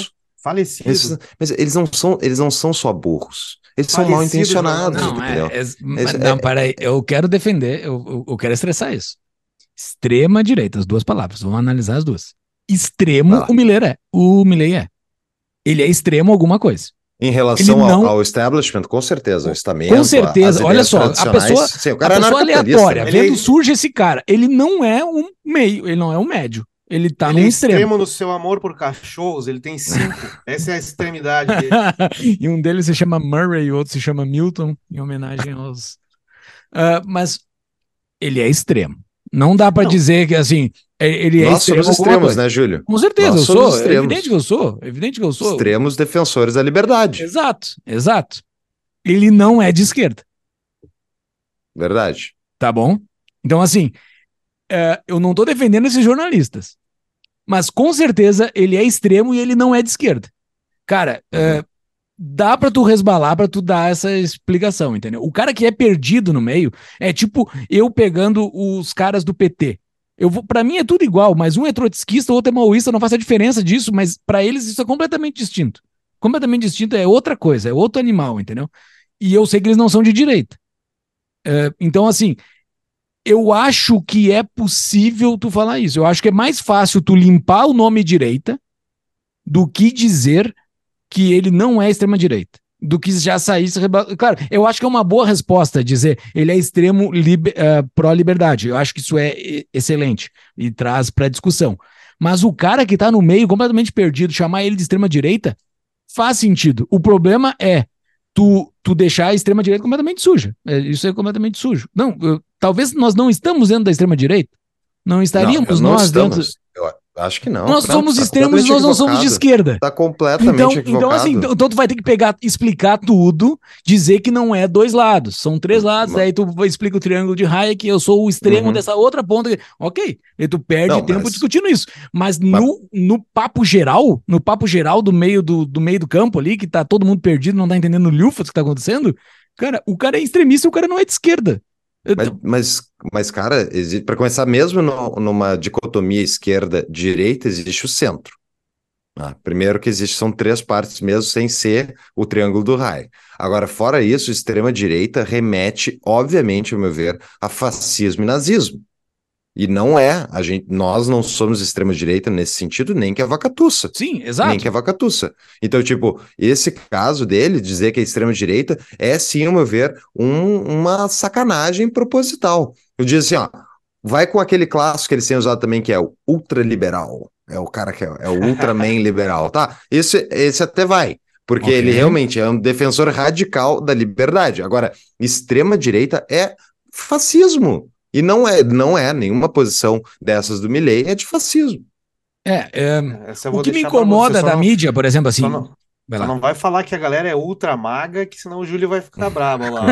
Falecido. Esses- mas eles não são, eles não são só burros. Eles são mal Falecido intencionados, jornalista. Não, entendeu? é, é- Esse- não, é- peraí, eu quero defender, eu, eu, eu quero estressar isso. Extrema direita, as duas palavras, vamos analisar as duas. Vai Extremo, lá. o Miller é. O Milley é. Ele é extremo alguma coisa. Em relação Ele ao, não- ao establishment, com certeza, o estamento, Com certeza, as olha ideias só, a tradicionais, pessoa, sim, o a cara é pessoa anarcapitalista, aleatória, né? Ele vendo é- surge esse cara, ele não é um meio, ele não é um médio, ele tá Ele num é extremo. extremo no seu amor por cachorros, ele tem cinco. Essa é a extremidade dele. E um deles se chama Murray e o outro se chama Milton, em homenagem aos. Ah, mas ele é extremo. Não dá pra Não. dizer que assim, é- ele é Nós extremo. somos alguma extremos, coisa. né, Júlio? Com certeza, Nós eu somos sou. É extremos. evidente que eu sou. É evidente que eu sou. Extremos defensores da liberdade. Exato, exato. Ele não é de esquerda, Verdade. tá bom? Então, assim, é, eu não tô defendendo esses jornalistas. Mas com certeza ele é extremo e ele não é de esquerda. Cara, é, dá pra tu resbalar pra tu dar essa explicação, entendeu? O cara que é perdido no meio é tipo eu pegando os caras do P T. Eu vou, para mim é tudo igual, mas um é trotskista, o outro é maoísta, não faz a diferença disso, mas pra eles isso é completamente distinto. Completamente distinto, é outra coisa, é outro animal, entendeu? E eu sei que eles não são de direita. É, então, assim, eu acho que é possível tu falar isso. Eu acho que é mais fácil tu limpar o nome direita do que dizer que ele não é extrema-direita. Do que já saísse... Reba... Claro, eu acho que é uma boa resposta dizer ele é extremo liber... uh, pró-liberdade. Eu acho que isso é excelente e traz pra discussão. Mas o cara que tá no meio, completamente perdido, chamar ele de extrema-direita, faz sentido. O problema é tu, tu deixar a extrema-direita completamente suja. É, isso é completamente sujo. Não, eu, talvez nós não estamos dentro da extrema-direita. Não estaríamos não, não nós estamos. dentro... Eu acho que não. Nós Não, somos tá extremos e nós não somos de esquerda. Está completamente Então, equivocado. então, assim, então, então tu vai ter que pegar, explicar tudo, dizer que não é dois lados, são três lados, Mas- aí tu explica o triângulo de Hayek, eu sou o extremo Uhum. dessa outra ponta. Ok, e tu perde Não, tempo mas- discutindo isso. Mas no, no papo geral, no papo geral do meio do, do meio do campo ali, que tá todo mundo perdido, não tá entendendo o lufas que tá acontecendo, cara, o cara é extremista e o cara não é de esquerda. Eu- Mas, mas, mas, cara, para começar, mesmo no- numa dicotomia esquerda-direita, existe o centro. Ah, primeiro que existe, são três partes mesmo, sem ser o triângulo do Hayek. Agora, fora isso, extrema-direita remete, obviamente, ao meu ver, a fascismo e nazismo. E não é, a gente, nós não somos extrema-direita nesse sentido, nem que a vacatuça. Sim, exato. Nem que a vacatuça. Então, tipo, esse caso dele, dizer que é extrema-direita, é sim, ao meu ver, um- uma sacanagem proposital. Eu digo assim, ó, vai com aquele clássico que eles têm usado também, que é o ultraliberal. É o cara que é, é o Ultraman liberal, tá? Esse, esse até vai, porque Ok. ele realmente é um defensor radical da liberdade. Agora, extrema-direita é fascismo. E não é, não é nenhuma posição dessas do Milley, é de fascismo. É, é, Essa eu o vou que me deixar pra incomoda você, só da não- mídia, por exemplo, assim. Só não, Vai só lá. não vai falar que a galera é ultra maga, que senão o Júlio vai ficar bravo lá.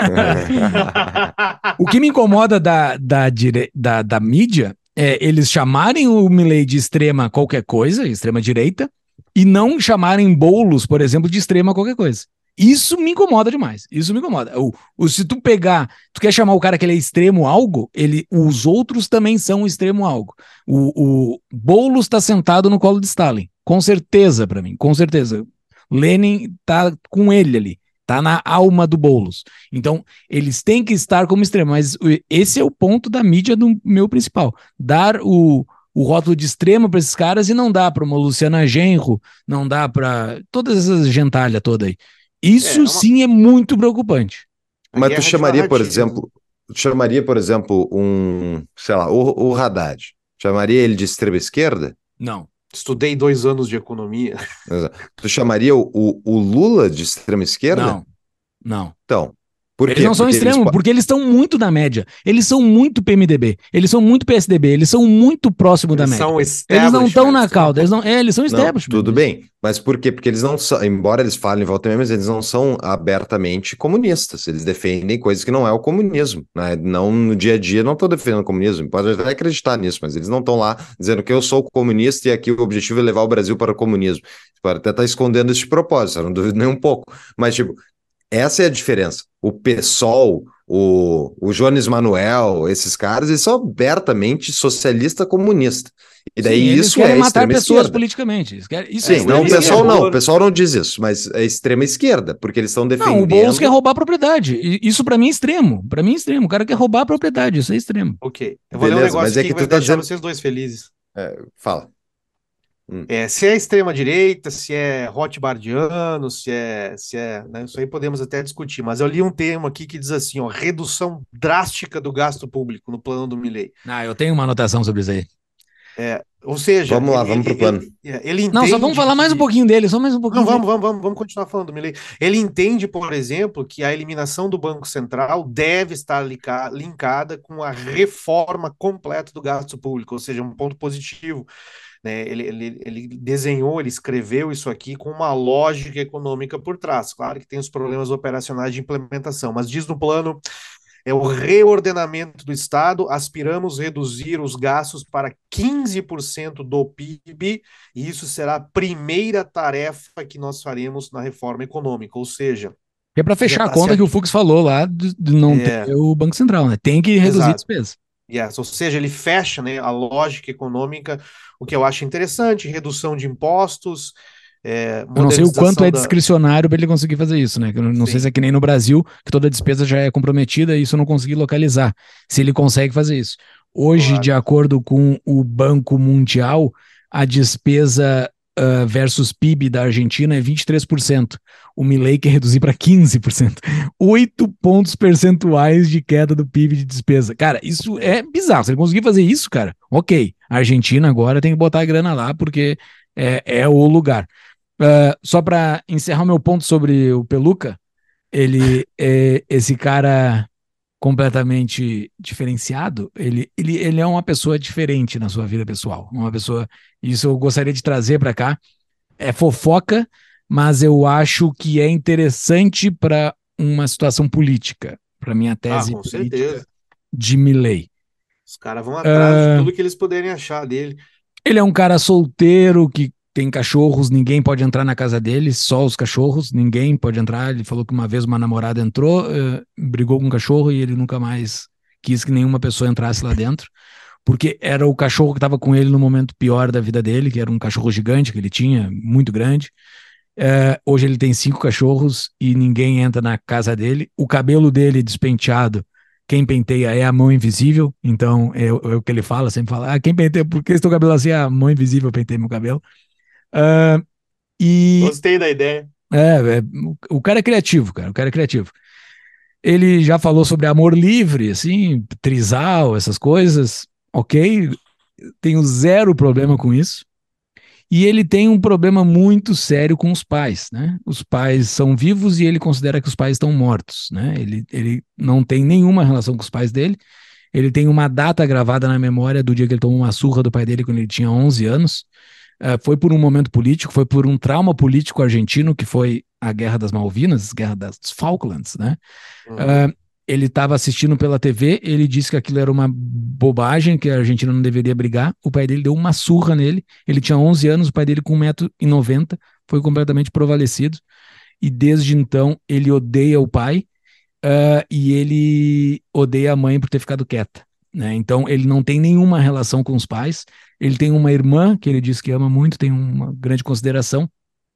O que me incomoda da, da, dire... da, da mídia é eles chamarem o Milley de extrema qualquer coisa, extrema direita, e não chamarem Boulos, por exemplo, de extrema qualquer coisa. Isso me incomoda demais. Isso me incomoda. O, o, se tu pegar, tu quer chamar o cara que ele é extremo algo, ele, os outros também são extremo algo. O, o Boulos tá sentado no colo de Stalin. Com certeza, pra mim, com certeza. Lenin tá com ele ali. Tá na alma do Boulos. Então, eles têm que estar como extremo. Mas o- esse é o ponto da mídia do meu principal. Dar o, o rótulo de extremo para esses caras e não dá para uma Luciana Genro, não dá para todas essas gentalha toda aí. Isso É, uma- sim é muito preocupante. A Mas guerra tu de chamaria, por narrativas, exemplo, tu chamaria, por exemplo, um, sei lá, o, o Haddad. Chamaria ele de extrema esquerda? Não. Estudei dois anos de economia. Exato. Tu chamaria o, o, o Lula de extrema esquerda? Não. Não. Então, por Eles quê? não são Porque extremos, eles po- porque eles estão muito na média. Eles são muito P M D B. Eles são muito P S D B. Eles são muito próximo da Eles média. são Eles não estão na establishments, cauda. Eles não, é, eles são Não, establishment. tudo bem. Mas por quê? Porque eles não são, embora eles falem volta e meia, mas eles não são abertamente comunistas. Eles defendem coisas que não é o comunismo, né? Não, no dia a dia não estão defendendo o comunismo. Pode até acreditar nisso, mas eles não estão lá dizendo que eu sou comunista e aqui o objetivo é levar o Brasil para o comunismo. Pode até estar escondendo esse propósito, eu não duvido nem um pouco. Mas, tipo, essa é a diferença. O PSOL, o, o Jones Manuel, esses caras, eles são abertamente socialista comunista. E daí Sim, eles isso querem é matar extrema pessoas esquerda. politicamente. Eles querem, isso Sim, é não, o extrema pessoal esquerda. não, o pessoal não diz isso, mas é extrema esquerda, porque eles estão Não, o Boulos quer defendendo. roubar a propriedade. E isso pra mim é extremo. Pra mim é extremo. O cara quer roubar a propriedade. Isso é extremo. Ok. Eu vou ler um Beleza, negócio mas é aqui que que vai tu tá deixar dizendo. vocês dois felizes. É, fala. Hum. É, se é extrema-direita, se é rothbardiano, se é, se é, né, isso aí podemos até discutir, mas eu li um termo aqui que diz assim, ó, redução drástica do gasto público no plano do Milei. Ah, eu tenho uma anotação sobre isso aí. É, ou seja, Vamos lá, ele, vamos ele, pro plano. ele, é, ele Não, só vamos entende falar mais um que... pouquinho dele. Só mais um pouquinho Não, vamos, dele. vamos, vamos, vamos continuar falando do Milei. Ele entende, por exemplo, que a eliminação do Banco Central deve estar lica- linkada com a reforma completa do gasto público, ou seja, um ponto positivo, né? Ele, ele, ele desenhou, ele escreveu isso aqui com uma lógica econômica por trás. Claro que tem os problemas operacionais de implementação, mas diz no plano é o reordenamento do Estado, aspiramos reduzir os gastos para quinze por cento do P I B, e isso será a primeira tarefa que nós faremos na reforma econômica, ou seja, Que é pra já fechar a está se... conta que o Fux falou lá de, de não É, ter o Banco Central, né? Tem que reduzir a exato. despesa. Yes, ou seja, ele fecha, né, a lógica econômica, o que eu acho interessante, redução de impostos, é, Eu não sei o quanto modernização é da... discricionário para ele conseguir fazer isso, né? Eu não sei se Sim, é que nem no Brasil, que toda despesa já é comprometida e isso eu não consegui localizar. Se ele consegue fazer isso. Hoje, de claro. acordo com o Banco Mundial, a despesa uh, versus P I B da Argentina é vinte e três por cento. O Milei quer reduzir para quinze por cento. Oito pontos percentuais de queda do P I B de despesa. Cara, isso é bizarro. Se ele conseguir fazer isso, cara, ok. A Argentina agora tem que botar a grana lá porque é, é o lugar. Uh, só para encerrar o meu ponto sobre o Peluca, ele é esse cara completamente diferenciado, ele, ele, ele é uma pessoa diferente na sua vida pessoal. Uma pessoa, isso eu gostaria de trazer para cá. É fofoca, mas eu acho que é interessante para uma situação política, para minha Ah, tese com política certeza. de Milley. Os caras vão atrás de Uh, tudo que eles puderem achar dele. Ele é um cara solteiro que tem cachorros, ninguém pode entrar na casa dele, só os cachorros, ninguém pode entrar. Ele falou que uma vez uma namorada entrou, uh, brigou com um cachorro e ele nunca mais quis que nenhuma pessoa entrasse lá dentro, porque era o cachorro que estava com ele no momento pior da vida dele, que era um cachorro gigante que ele tinha, muito grande. Uh, hoje ele tem cinco cachorros e ninguém entra na casa dele. O cabelo dele despenteado, quem penteia é a mão invisível, então é, é o que ele fala, sempre fala, ah, quem penteia, por que seu cabelo assim? Ah, a mão invisível penteia meu cabelo. Uh, e Gostei da ideia. é, é, o cara é criativo, cara, o cara é criativo. Ele já falou sobre amor livre, assim, trisal, essas coisas, ok, tenho zero problema com isso. E ele tem um problema muito sério com os pais, né? Os pais são vivos e ele considera que os pais estão mortos, né? Ele, ele não tem nenhuma relação com os pais dele. Ele tem uma data gravada na memória do dia que ele tomou uma surra do pai dele quando ele tinha onze anos. Uh, foi por um momento político, foi por um trauma político argentino, que foi a Guerra das Malvinas, Guerra das Falklands, né? Uhum. Uh, ele estava assistindo pela T V, ele disse que aquilo era uma bobagem, que a Argentina não deveria brigar. O pai dele deu uma surra nele. Ele tinha onze anos, o pai dele com um metro e noventa, foi completamente provalecido. E desde então ele odeia o pai uh, e ele odeia a mãe por ter ficado quieta, né? Então ele não tem nenhuma relação com os pais. Ele tem uma irmã que ele diz que ama muito, tem uma grande consideração.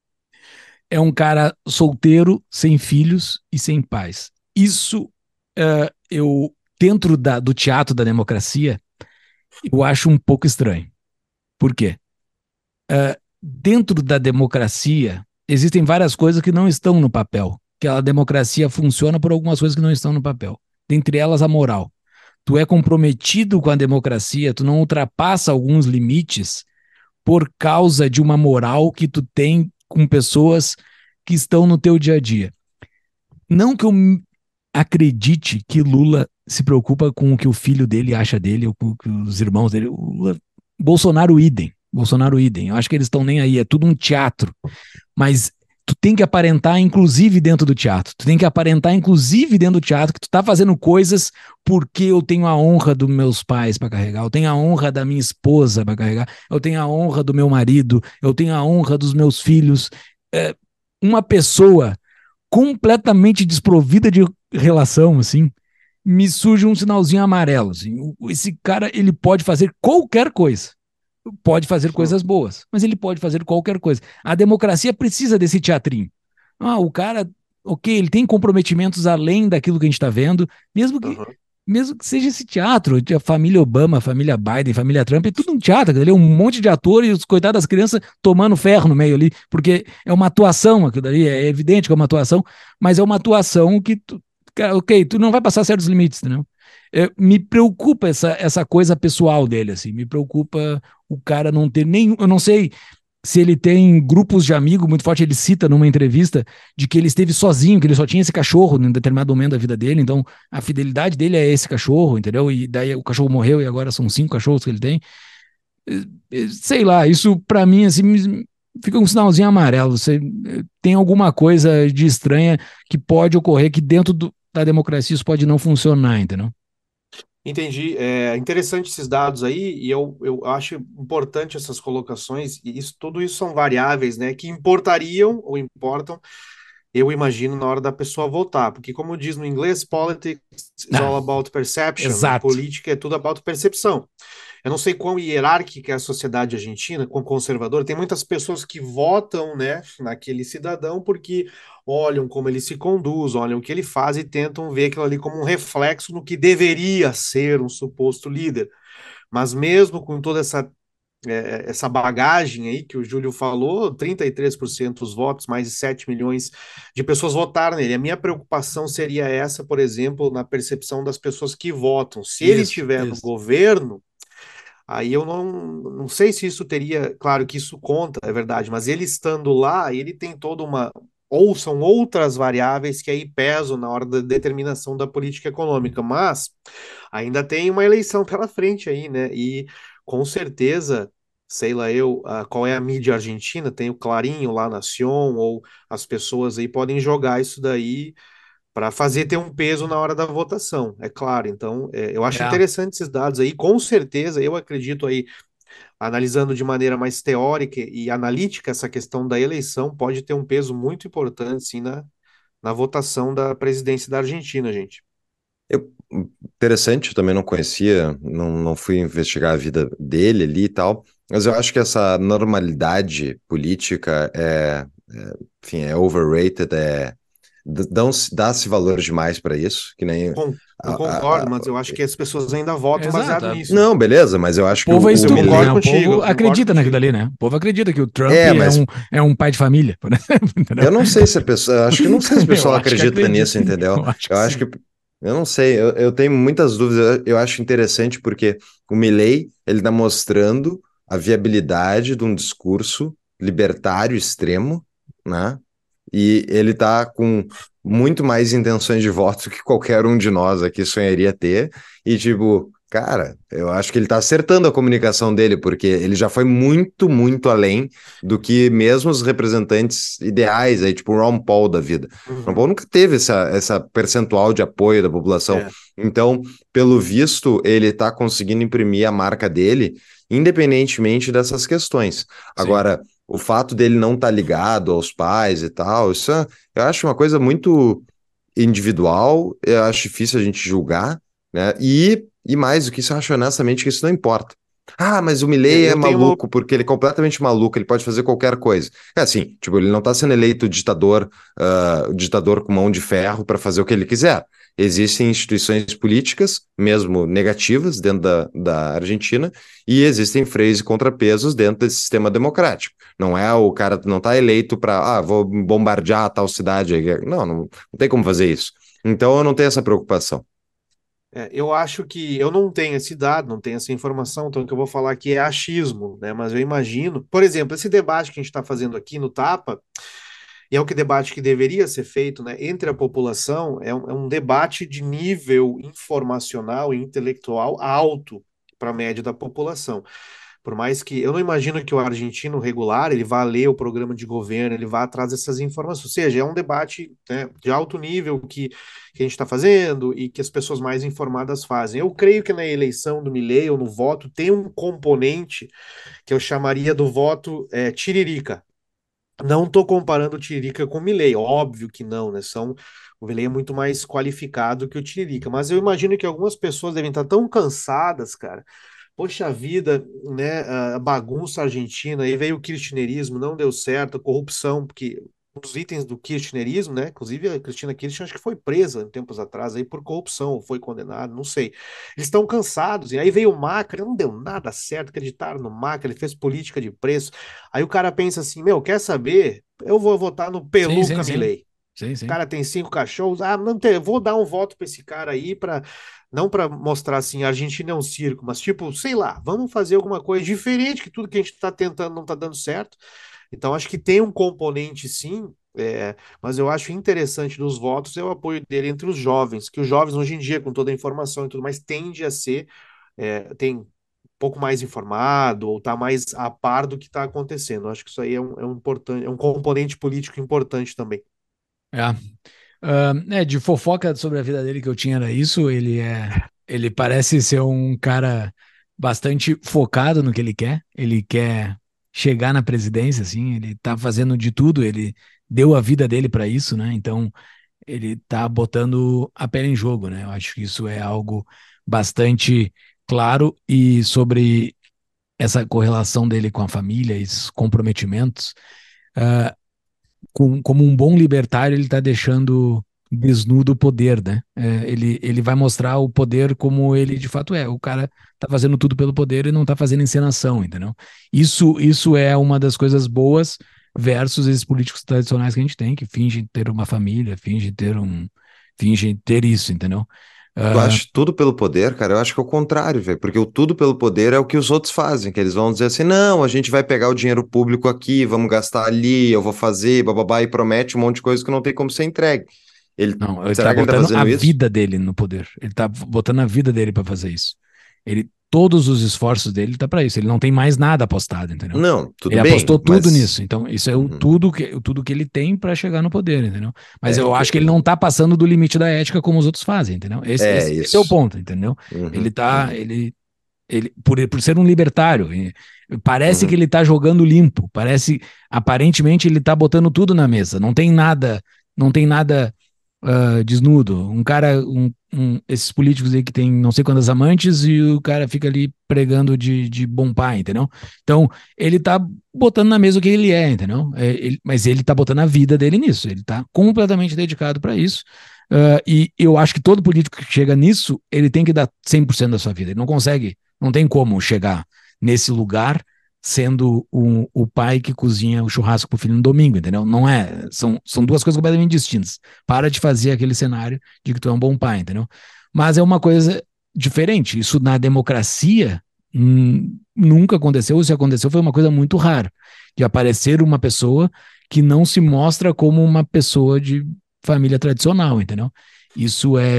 É um cara solteiro, sem filhos e sem pais. Isso Uh, eu, dentro da, do teatro da democracia, eu acho um pouco estranho. Por quê? Uh, dentro da democracia, existem várias coisas que não estão no papel. Que a democracia funciona por algumas coisas que não estão no papel. Dentre elas, a moral. Tu é comprometido com a democracia, tu não ultrapassa alguns limites por causa de uma moral que tu tem com pessoas que estão no teu dia a dia. Não que eu acredite que Lula se preocupa com o que o filho dele acha dele, ou com o que os irmãos dele. O Lula, Bolsonaro idem. Bolsonaro idem. Eu acho que eles estão nem aí, é tudo um teatro. Mas tu tem que aparentar, inclusive dentro do teatro. Tu tem que aparentar, inclusive dentro do teatro, que tu tá fazendo coisas porque eu tenho a honra dos meus pais para carregar, eu tenho a honra da minha esposa para carregar, eu tenho a honra do meu marido, eu tenho a honra dos meus filhos. É, uma pessoa completamente desprovida de relação, assim, me surge um sinalzinho amarelo. Assim. Esse cara, ele pode fazer qualquer coisa. Pode fazer coisas boas, mas ele pode fazer qualquer coisa. A democracia precisa desse teatrinho. Ah, o cara, ok, ele tem comprometimentos além daquilo que a gente está vendo, mesmo que, uhum. mesmo que seja esse teatro, a família Obama, a família Biden, a família Trump, é tudo um teatro, ali é um monte de atores e os coitados das crianças tomando ferro no meio ali, porque é uma atuação aquilo ali, é evidente que é uma atuação, mas é uma atuação que, tu, ok, tu não vai passar certos limites, entendeu? É, me preocupa essa, essa coisa pessoal dele, assim, me preocupa o cara não ter nenhum, eu não sei se ele tem grupos de amigos muito forte, ele cita numa entrevista de que ele esteve sozinho, que ele só tinha esse cachorro em determinado momento da vida dele, então a fidelidade dele é esse cachorro, entendeu? E daí o cachorro morreu e agora são cinco cachorros que ele tem. Sei lá, isso pra mim, assim, fica um sinalzinho amarelo. Você tem alguma coisa de estranha que pode ocorrer que dentro do, da democracia isso pode não funcionar, entendeu? Entendi. É interessante esses dados aí, e eu, eu acho importante essas colocações, e isso, tudo isso são variáveis, né, que importariam ou importam, eu imagino, na hora da pessoa votar, porque como diz no inglês, politics is all about perception, né? Política é tudo about percepção. Eu não sei quão hierárquica é a sociedade argentina, quão conservadora. Tem muitas pessoas que votam, né, naquele cidadão porque olham como ele se conduz, olham o que ele faz e tentam ver aquilo ali como um reflexo no que deveria ser um suposto líder. Mas mesmo com toda essa, é, essa bagagem aí que o Júlio falou, trinta e três por cento dos votos, mais de sete milhões de pessoas votaram nele. A minha preocupação seria essa, por exemplo, na percepção das pessoas que votam. Se isso, ele estiver no governo, aí eu não, não sei se isso teria, claro que isso conta, é verdade, mas ele estando lá, ele tem toda uma, ou são outras variáveis que aí pesam na hora da determinação da política econômica, mas ainda tem uma eleição pela frente aí, né? E com certeza, sei lá eu, uh, qual é a mídia argentina, tem o Clarinho lá, Nación, ou as pessoas aí podem jogar isso daí para fazer ter um peso na hora da votação, é claro. Então, é, eu acho é. interessante esses dados aí. Com certeza, eu acredito aí, analisando de maneira mais teórica e analítica essa questão da eleição, pode ter um peso muito importante, sim, na, na votação da presidência da Argentina, gente. Eu, interessante, eu também não conhecia, não, não fui investigar a vida dele ali e tal, mas eu acho que essa normalidade política é, é enfim, é overrated, é dá-se valor demais para isso, que nem... Com, eu concordo, a, a, mas eu acho que as pessoas ainda votam exato, baseado nisso. Não, beleza, mas eu acho o povo que... É estúpido, o né? O povo acredita naquilo ali, né? O povo acredita que o Trump é, é, mas... um, é um pai de família, por exemplo. Eu não sei se a pessoa... Acho que não sei se o pessoal acredita nisso, entendeu? Eu acho que, eu acho que eu não sei, eu, eu tenho muitas dúvidas, eu, eu acho interessante porque o Milei, ele está mostrando a viabilidade de um discurso libertário extremo, né? E ele está com muito mais intenções de voto que qualquer um de nós aqui sonharia ter. E, tipo, cara, eu acho que ele está acertando a comunicação dele, porque ele já foi muito, muito além do que mesmo os representantes ideais, aí, tipo o Ron Paul da vida. Uhum. O Ron Paul nunca teve essa, essa percentual de apoio da população. É. Então, pelo visto, ele está conseguindo imprimir a marca dele, independentemente dessas questões. Sim. Agora, o fato dele não estar tá ligado aos pais e tal, isso é, eu acho uma coisa muito individual, eu acho difícil a gente julgar, né? E, e mais do que isso, eu acho honestamente que isso não importa. Ah, mas o Milei é maluco, uma... porque ele é completamente maluco, ele pode fazer qualquer coisa. É assim, tipo, ele não está sendo eleito ditador, uh, ditador com mão de ferro para fazer o que ele quiser. Existem instituições políticas, mesmo negativas, dentro da, da Argentina, e existem freios e contrapesos dentro desse sistema democrático. Não é o cara não está eleito para, ah, vou bombardear a tal cidade. Não, não, não tem como fazer isso. Então eu não tenho essa preocupação. É, eu acho que eu não tenho esse dado, não tenho essa informação, então o que eu vou falar aqui é achismo, né? Mas eu imagino, por exemplo, esse debate que a gente está fazendo aqui no Tapa, e é o que debate que deveria ser feito, né, entre a população, é um, é um debate de nível informacional e intelectual alto para a média da população. Por mais que eu não imagino que o argentino regular ele vá ler o programa de governo, ele vá atrás dessas informações. Ou seja, é um debate, né, de alto nível que, que a gente está fazendo e que as pessoas mais informadas fazem. Eu creio que na eleição do Milei ou no voto tem um componente que eu chamaria do voto é, tiririca. Não estou comparando o Tiririca com o Milei, óbvio que não, né? São, o Milei é muito mais qualificado que o Tiririca, mas eu imagino que algumas pessoas devem estar tão cansadas, cara. Poxa vida, né? A bagunça argentina, aí veio o kirchnerismo, não deu certo, a corrupção, porque um dos itens do kirchnerismo, né? Inclusive a Cristina Kirchner acho que foi presa em tempos atrás aí por corrupção, ou foi condenada, não sei. Eles estão cansados, e aí veio o Macri, não deu nada certo, acreditaram no Macri, ele fez política de preço. Aí o cara pensa assim, meu, quer saber? Eu vou votar no Sim, sim, Peluca sim. Milei. Sim, O sim. cara tem cinco cachorros, ah, não tem, vou dar um voto para esse cara aí para não para mostrar assim, a Argentina é um circo, mas tipo, sei lá, vamos fazer alguma coisa diferente que tudo que a gente está tentando não está dando certo. Então acho que tem um componente sim, é, mas eu acho interessante dos votos é o apoio dele entre os jovens, que os jovens hoje em dia com toda a informação e tudo mais tende a ser é, tem um pouco mais informado ou tá mais a par do que está acontecendo. Eu acho que isso aí é um, é um importante, é um componente político importante também. É. Ah, é, de fofoca sobre a vida dele que eu tinha era isso. Ele é, ele parece ser um cara bastante focado no que ele quer. Ele quer chegar na presidência, assim. Ele tá fazendo de tudo. Ele deu a vida dele para isso, né? Então ele tá botando a pele em jogo, né? Eu acho que isso é algo bastante claro e sobre essa correlação dele com a família, esses comprometimentos. ah, com- como um bom libertário, ele está deixando desnudo o poder, né? É, ele, ele vai mostrar o poder como ele de fato é. O cara tá fazendo tudo pelo poder e não tá fazendo encenação, entendeu? Isso, isso é uma das coisas boas versus esses políticos tradicionais que a gente tem, que fingem ter uma família, fingem ter um, fingem ter isso, entendeu? Tu Ah, acha tudo pelo poder, cara? Eu acho que é o contrário, velho. Porque o tudo pelo poder é o que os outros fazem, que eles vão dizer assim, não, a gente vai pegar o dinheiro público aqui, vamos gastar ali, eu vou fazer, bababá, e promete um monte de coisa que não tem como ser entregue. Ele, não, ele tá será que ele tá botando a fazendo isso? vida dele no poder. Ele tá botando a vida dele para fazer isso. Ele, todos os esforços dele tá para isso. Ele não tem mais nada apostado, entendeu? Não, tudo Ele bem, apostou tudo mas... nisso. Então, isso é o Uhum. tudo que, o tudo que ele tem para chegar no poder, entendeu? Mas É, eu acho que ele não tá passando do limite da ética como os outros fazem, entendeu? Esse, é esse, esse é o isso. ponto, entendeu? Ele Uhum, tá, uhum, ele, ele por, por ser um libertário, e parece que uhum. ele tá jogando limpo. Parece, aparentemente, ele tá botando tudo na mesa. Não tem nada, não tem nada ah, desnudo. Um cara, um, um- esses políticos aí que tem não sei quantas amantes e o cara fica ali pregando de, de bom pai, entendeu? Então, ele tá botando na mesa o que ele é, entendeu? É, ele- mas ele tá botando a vida dele nisso. Ele tá completamente dedicado para isso. Ah, e eu acho que todo político que chega nisso, ele tem que dar cem por cento da sua vida. Ele não consegue, não tem como chegar nesse lugar sendo o, o pai que cozinha o churrasco pro filho no domingo, entendeu? Não é, são, são duas coisas completamente distintas. Para de fazer aquele cenário de que tu é um bom pai, entendeu? Mas é uma coisa diferente. Isso na democracia hum, nunca aconteceu. Se aconteceu, foi uma coisa muito rara de aparecer uma pessoa que não se mostra como uma pessoa de família tradicional, entendeu? Isso é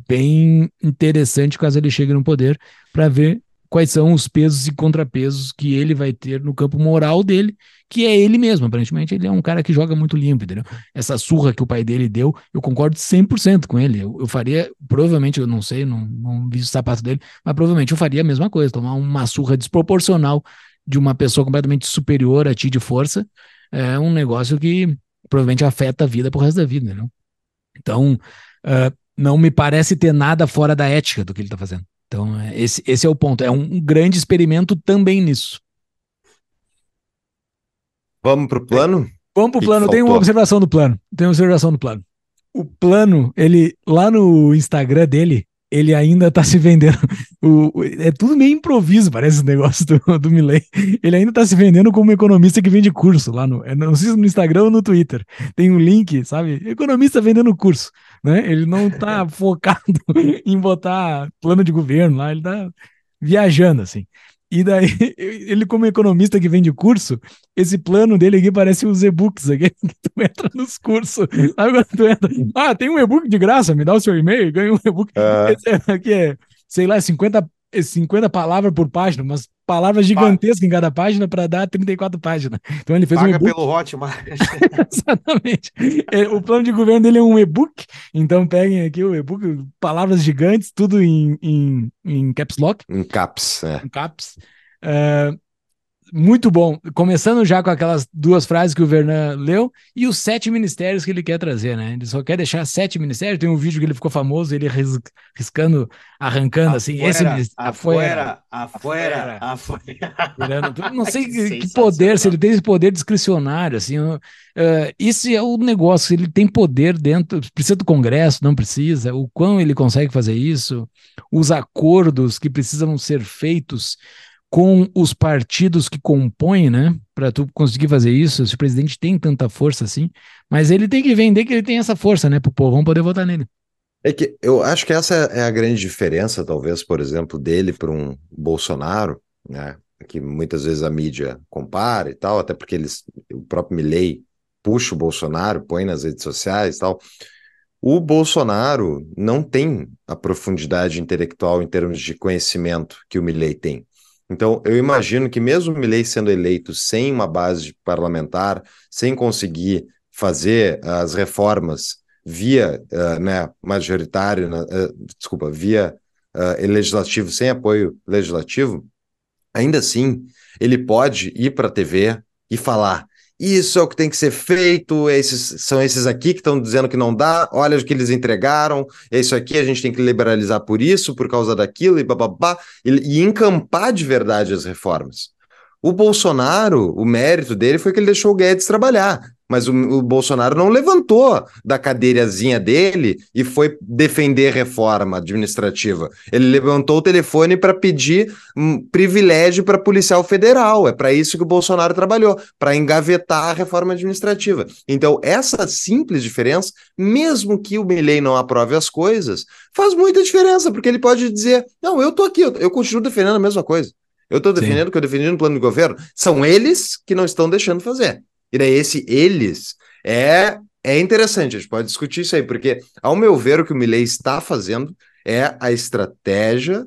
bem interessante caso ele chegue no poder para ver quais são os pesos e contrapesos que ele vai ter no campo moral dele, que é ele mesmo. Aparentemente, ele é um cara que joga muito limpo, entendeu? Essa surra que o pai dele deu, eu concordo cem por cento com ele. Eu, eu faria, provavelmente, eu não sei, não, não vi o sapato dele, mas provavelmente eu faria a mesma coisa, tomar uma surra desproporcional de uma pessoa completamente superior a ti de força, é um negócio que provavelmente afeta a vida pro resto da vida, entendeu? Então, uh, não me parece ter nada fora da ética do que ele está fazendo. Então, é, esse, esse é o ponto. É um, um grande experimento também nisso. Vamos pro É, plano? O Vamos pro que que plano. Tem uma faltou? observação do plano. Tem uma observação do plano. O plano, ele, lá no Instagram dele, ele ainda tá se vendendo. O, o- é tudo meio improviso, parece esse negócio do, do Milley. Ele ainda tá se vendendo como um economista que vende curso lá no. é, Não sei se no Instagram ou no Twitter. Tem um link, sabe? Economista vendendo curso. Né? Ele não tá focado em botar plano de governo lá, ele tá viajando, assim. E daí, ele, como economista que vende curso, esse plano dele aqui parece os e-books aqui, que tu entra nos cursos. Sabe quando tu entra? Ah, tem um e-book de graça, me dá o seu e-mail, ganha um e-book. Ah, Esse aqui é, sei lá, cinquenta, é cinquenta palavras por página, umas palavras pa- gigantescas em cada página para dar trinta e quatro páginas. Então ele fez um paga e-book. pelo Hotmart. Exatamente. É, o plano de governo dele é um e-book, então peguem aqui o e-book, palavras gigantes, tudo em, em, em caps lock, em caps, é. em caps. É, muito bom. Começando já com aquelas duas frases que o Vernan leu e os sete ministérios que ele quer trazer, né? Ele só quer deixar sete ministérios. Tem um vídeo que ele ficou famoso, ele ris- riscando, arrancando assim, esse Afuera, ministério, afuera, afuera, afuera, afuera. afuera. Tirando tudo. Não sei Que que, que poder, se ele sensacional. tem esse poder discricionário, assim. eu- eh, esse é o negócio, se ele tem poder dentro, precisa do Congresso, não precisa, o quão ele consegue fazer isso, os acordos que precisam ser feitos com os partidos que compõem, né? Para tu conseguir fazer isso, se o presidente tem tanta força assim, mas ele tem que vender que ele tem essa força, né? Pro povo, vamos poder votar nele. É que eu acho que essa é a grande diferença, talvez, por exemplo, dele para um Bolsonaro, né? Que muitas vezes a mídia compara e tal, até porque eles, o próprio Milei puxa o Bolsonaro, põe nas redes sociais e tal. O Bolsonaro não tem a profundidade intelectual em termos de conhecimento que o Milei tem. Então, eu imagino que mesmo o Milei sendo eleito sem uma base parlamentar, sem conseguir fazer as reformas via, uh, né, majoritário, uh, desculpa, via uh, legislativo, sem apoio legislativo, ainda assim, ele pode ir para a T V e falar: isso é o que tem que ser feito, esses, são esses aqui que estão dizendo que não dá, olha o que eles entregaram, é isso aqui, a gente tem que liberalizar por isso, por causa daquilo, e bababá, e, e encampar de verdade as reformas. O Bolsonaro, o mérito dele foi que ele deixou o Guedes trabalhar, mas o, o Bolsonaro não levantou da cadeirazinha dele e foi defender reforma administrativa. Ele levantou o telefone para pedir um privilégio para policial federal. É para isso que o Bolsonaro trabalhou, para engavetar a reforma administrativa. Então, essa simples diferença, mesmo que o Milei não aprove as coisas, faz muita diferença, porque ele pode dizer: não, eu estou aqui, eu, eu continuo defendendo a mesma coisa. Eu estou defendendo Sim. o que eu defendi no plano de governo. São eles que não estão deixando fazer. E daí esse eles é, é interessante, a gente pode discutir isso aí, porque, ao meu ver, o que o Milei está fazendo é a estratégia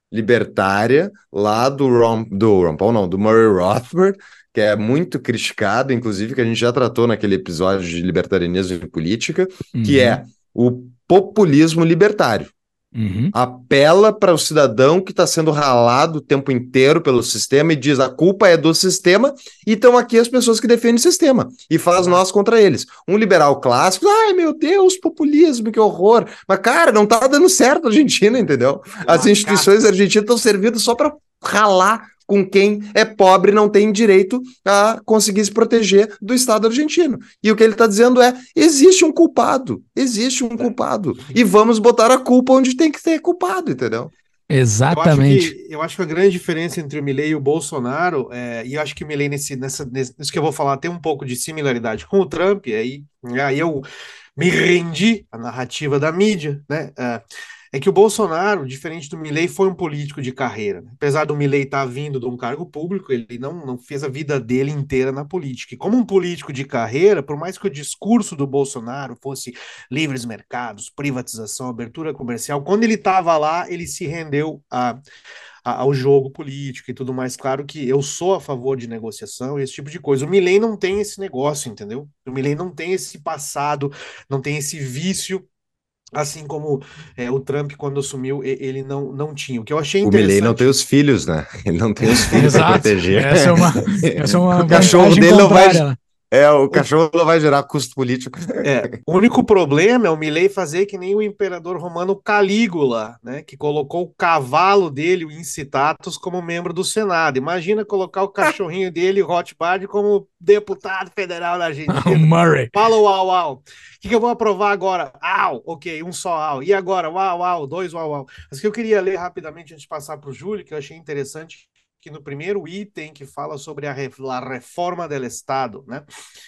libertária lá do Ron, do Ron Paul, não, do Murray Rothbard, que é muito criticado, inclusive, que a gente já tratou naquele episódio de libertarianismo e política, que Uhum. é o populismo libertário. Uhum. Apela para o cidadão que está sendo ralado o tempo inteiro pelo sistema e diz: a culpa é do sistema, e estão aqui as pessoas que defendem o sistema e faz nós contra eles. Um liberal clássico: ai meu Deus, populismo, que horror. Mas cara, não tá dando certo a Argentina, entendeu? As instituições argentinas estão servindo só para ralar com quem é pobre e não tem direito a conseguir se proteger do Estado argentino. E o que ele está dizendo é: existe um culpado, existe um culpado, e vamos botar a culpa onde tem que ser culpado, entendeu? Eu acho Exatamente. que, eu acho que a grande diferença entre o Milei e o Bolsonaro, é, e eu acho que o Milei, nesse, nessa, nesse, nisso que eu vou falar, tem um pouco de similaridade com o Trump, e aí, aí eu me rendi à narrativa da mídia, né? É, é que o Bolsonaro, diferente do Milei, foi um político de carreira. Apesar do Milei estar vindo de um cargo público, ele não, não fez a vida dele inteira na política. E como um político de carreira, por mais que o discurso do Bolsonaro fosse livres mercados, privatização, abertura comercial, quando ele estava lá, ele se rendeu a ao jogo político e tudo mais. Claro que eu sou a favor de negociação e esse tipo de coisa. O Milei não tem esse negócio, entendeu? O Milei não tem esse passado, não tem esse vício, assim como é, o Trump, quando assumiu, ele não, não tinha. O que eu achei O Milei não tem interessante. os filhos, né? Ele não tem os filhos para Exato. proteger. Essa é uma, essa é uma O cachorro vantagem dele não vai. contrária. É, o cachorro não vai gerar custo político. É, o único problema é o Milei fazer que nem o imperador romano Calígula, né, que colocou o cavalo dele, o Incitatus, como membro do Senado. Imagina colocar o cachorrinho dele, o Rothbard, como deputado federal da O Argentina. Murray. Fala o au au. O que, que eu vou aprovar agora? Au, ok, um só au. E agora? Uau, uau, dois uau, uau. Mas que eu queria ler rapidamente antes de passar para o Júlio, que eu achei interessante, que no primeiro item que fala sobre a, a reforma do Estado, né,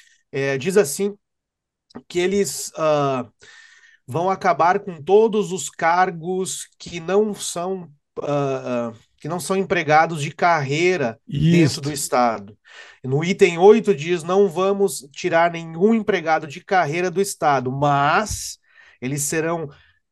é, diz assim que eles uh, vão acabar com todos os cargos que não são uh, uh, que não são empregados de carreira dentro do Isso. Estado. No item oito diz: não vamos tirar nenhum empregado de carreira do Estado, mas eles serão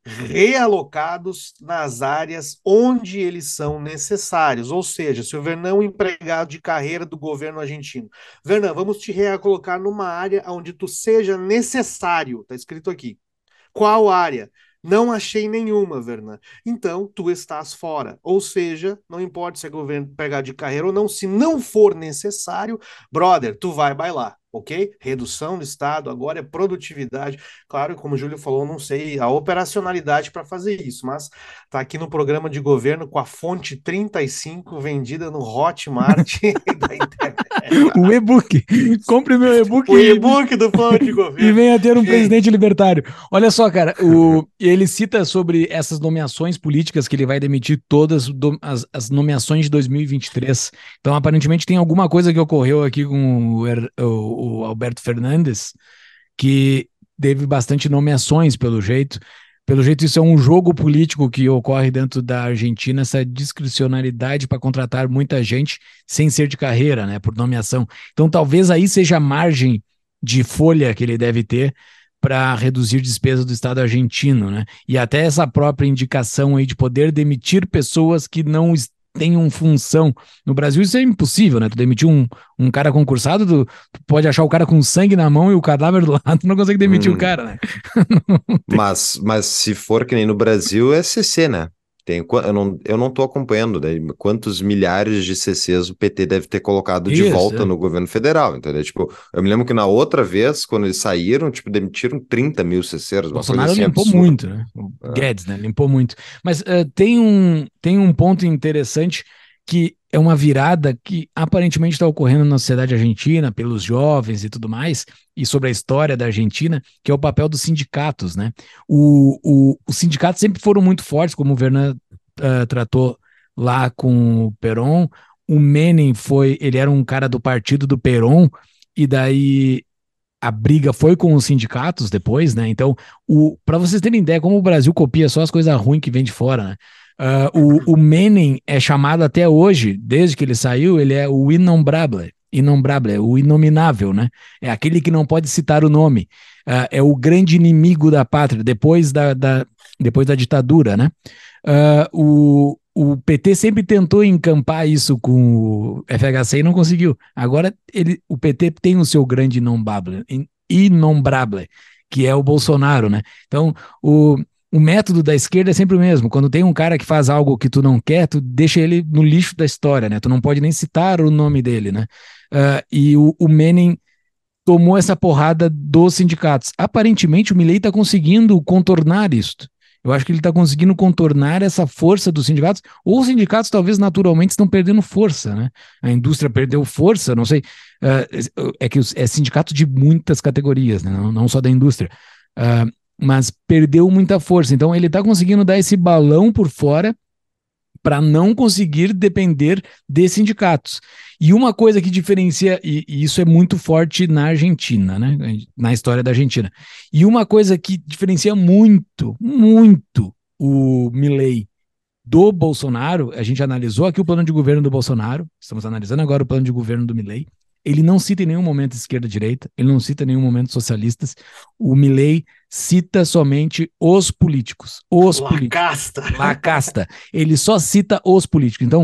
realocados nas áreas onde eles são necessários. Ou seja, se o Vernan é um empregado de carreira do governo argentino, Vernan, vamos te recolocar numa área onde tu seja necessário. Está escrito aqui. Qual área? Não achei nenhuma, Vernan. Então, tu estás fora. Ou seja, não importa se é governo pegar de carreira ou não, se não for necessário, brother, tu vai bailar, ok? Redução do Estado, agora é produtividade. Claro, como o Júlio falou, não sei a operacionalidade para fazer isso, mas tá aqui no programa de governo com a fonte trinta e cinco vendida no Hotmart da internet. O e-book. Compre meu e-book O e, e-book do plano de e governo. venha ter um Gente, presidente libertário. Olha só, cara, o, ele cita sobre essas nomeações políticas que ele vai demitir todas do- as, as nomeações de dois mil e vinte e três. Então, aparentemente, tem alguma coisa que ocorreu aqui com o, Er- o- o Alberto Fernandes que teve bastante nomeações, pelo jeito. Pelo jeito, isso é um jogo político que ocorre dentro da Argentina, essa discricionalidade para contratar muita gente sem ser de carreira, né, por nomeação. Então, talvez aí seja a margem de folha que ele deve ter para reduzir despesas do Estado argentino, né? E até essa própria indicação aí de poder demitir pessoas que não es- tenham função. No Brasil isso é impossível, né? Tu demitir um, um cara concursado, tu, tu pode achar o cara com sangue na mão e o cadáver do lado, tu não consegue demitir o Hum, cara, né? mas, mas se for que nem no Brasil, é C C, né? Tem, qua- eu não, eu não tô acompanhando, daí, quantos milhares de C Cs o P T deve ter colocado de Isso, volta é. no governo federal, entendeu? Tipo, eu me lembro que na outra vez, quando eles saíram, tipo, demitiram trinta mil C Cs, uma coisa Bolsonaro assim limpou absurda. muito, né? O É. Guedes, né? Limpou muito. Mas eh, tem um, tem um ponto interessante que é uma virada que aparentemente está ocorrendo na sociedade argentina, pelos jovens e tudo mais, e sobre a história da Argentina, que é o papel dos sindicatos, né? O, o, os sindicatos sempre foram muito fortes, como o Vernan eh, tratou lá com o Perón. O Menem foi, ele era um cara do partido do Perón, e daí a briga foi com os sindicatos depois, né? Então, para vocês terem ideia, como o Brasil copia só as coisas ruins que vem de fora, né? Ah, o, o Menem é chamado até hoje, desde que ele saiu, ele é o inombrable, inombrable, o inominável, né? É aquele que não pode citar o nome. Ah, é o grande inimigo da pátria, depois da, da, depois da ditadura, né? Ah, o, o P T sempre tentou encampar isso com o F H C e não conseguiu. Agora ele, o P T tem o seu grande inombrable, inombrable, que é o Bolsonaro, né? Então, o, o método da esquerda é sempre o mesmo. Quando tem um cara que faz algo que tu não quer, tu deixa ele no lixo da história, né? Tu não pode nem citar o nome dele, né? Ah, e o, o Menem tomou essa porrada dos sindicatos. Aparentemente, o Milei está conseguindo contornar isso. Eu acho que ele está conseguindo contornar essa força dos sindicatos, ou os sindicatos talvez naturalmente estão perdendo força, né? A indústria perdeu força, não sei. Uh, é que é sindicato de muitas categorias, né? não, não só da indústria. Uh, mas perdeu muita força. Então ele está conseguindo dar esse balão por fora para não conseguir depender de sindicatos. E uma coisa que diferencia, e, e isso é muito forte na Argentina, né? Na história da Argentina. E uma coisa que diferencia muito, muito o Milei do Bolsonaro, a gente analisou aqui o plano de governo do Bolsonaro, estamos analisando agora o plano de governo do Milei. Ele não cita em nenhum momento esquerda-direita, ele não cita em nenhum momento socialistas. O Milei cita somente os políticos. Os La políticos. Casta. La Casta. Ele só cita os políticos. Então,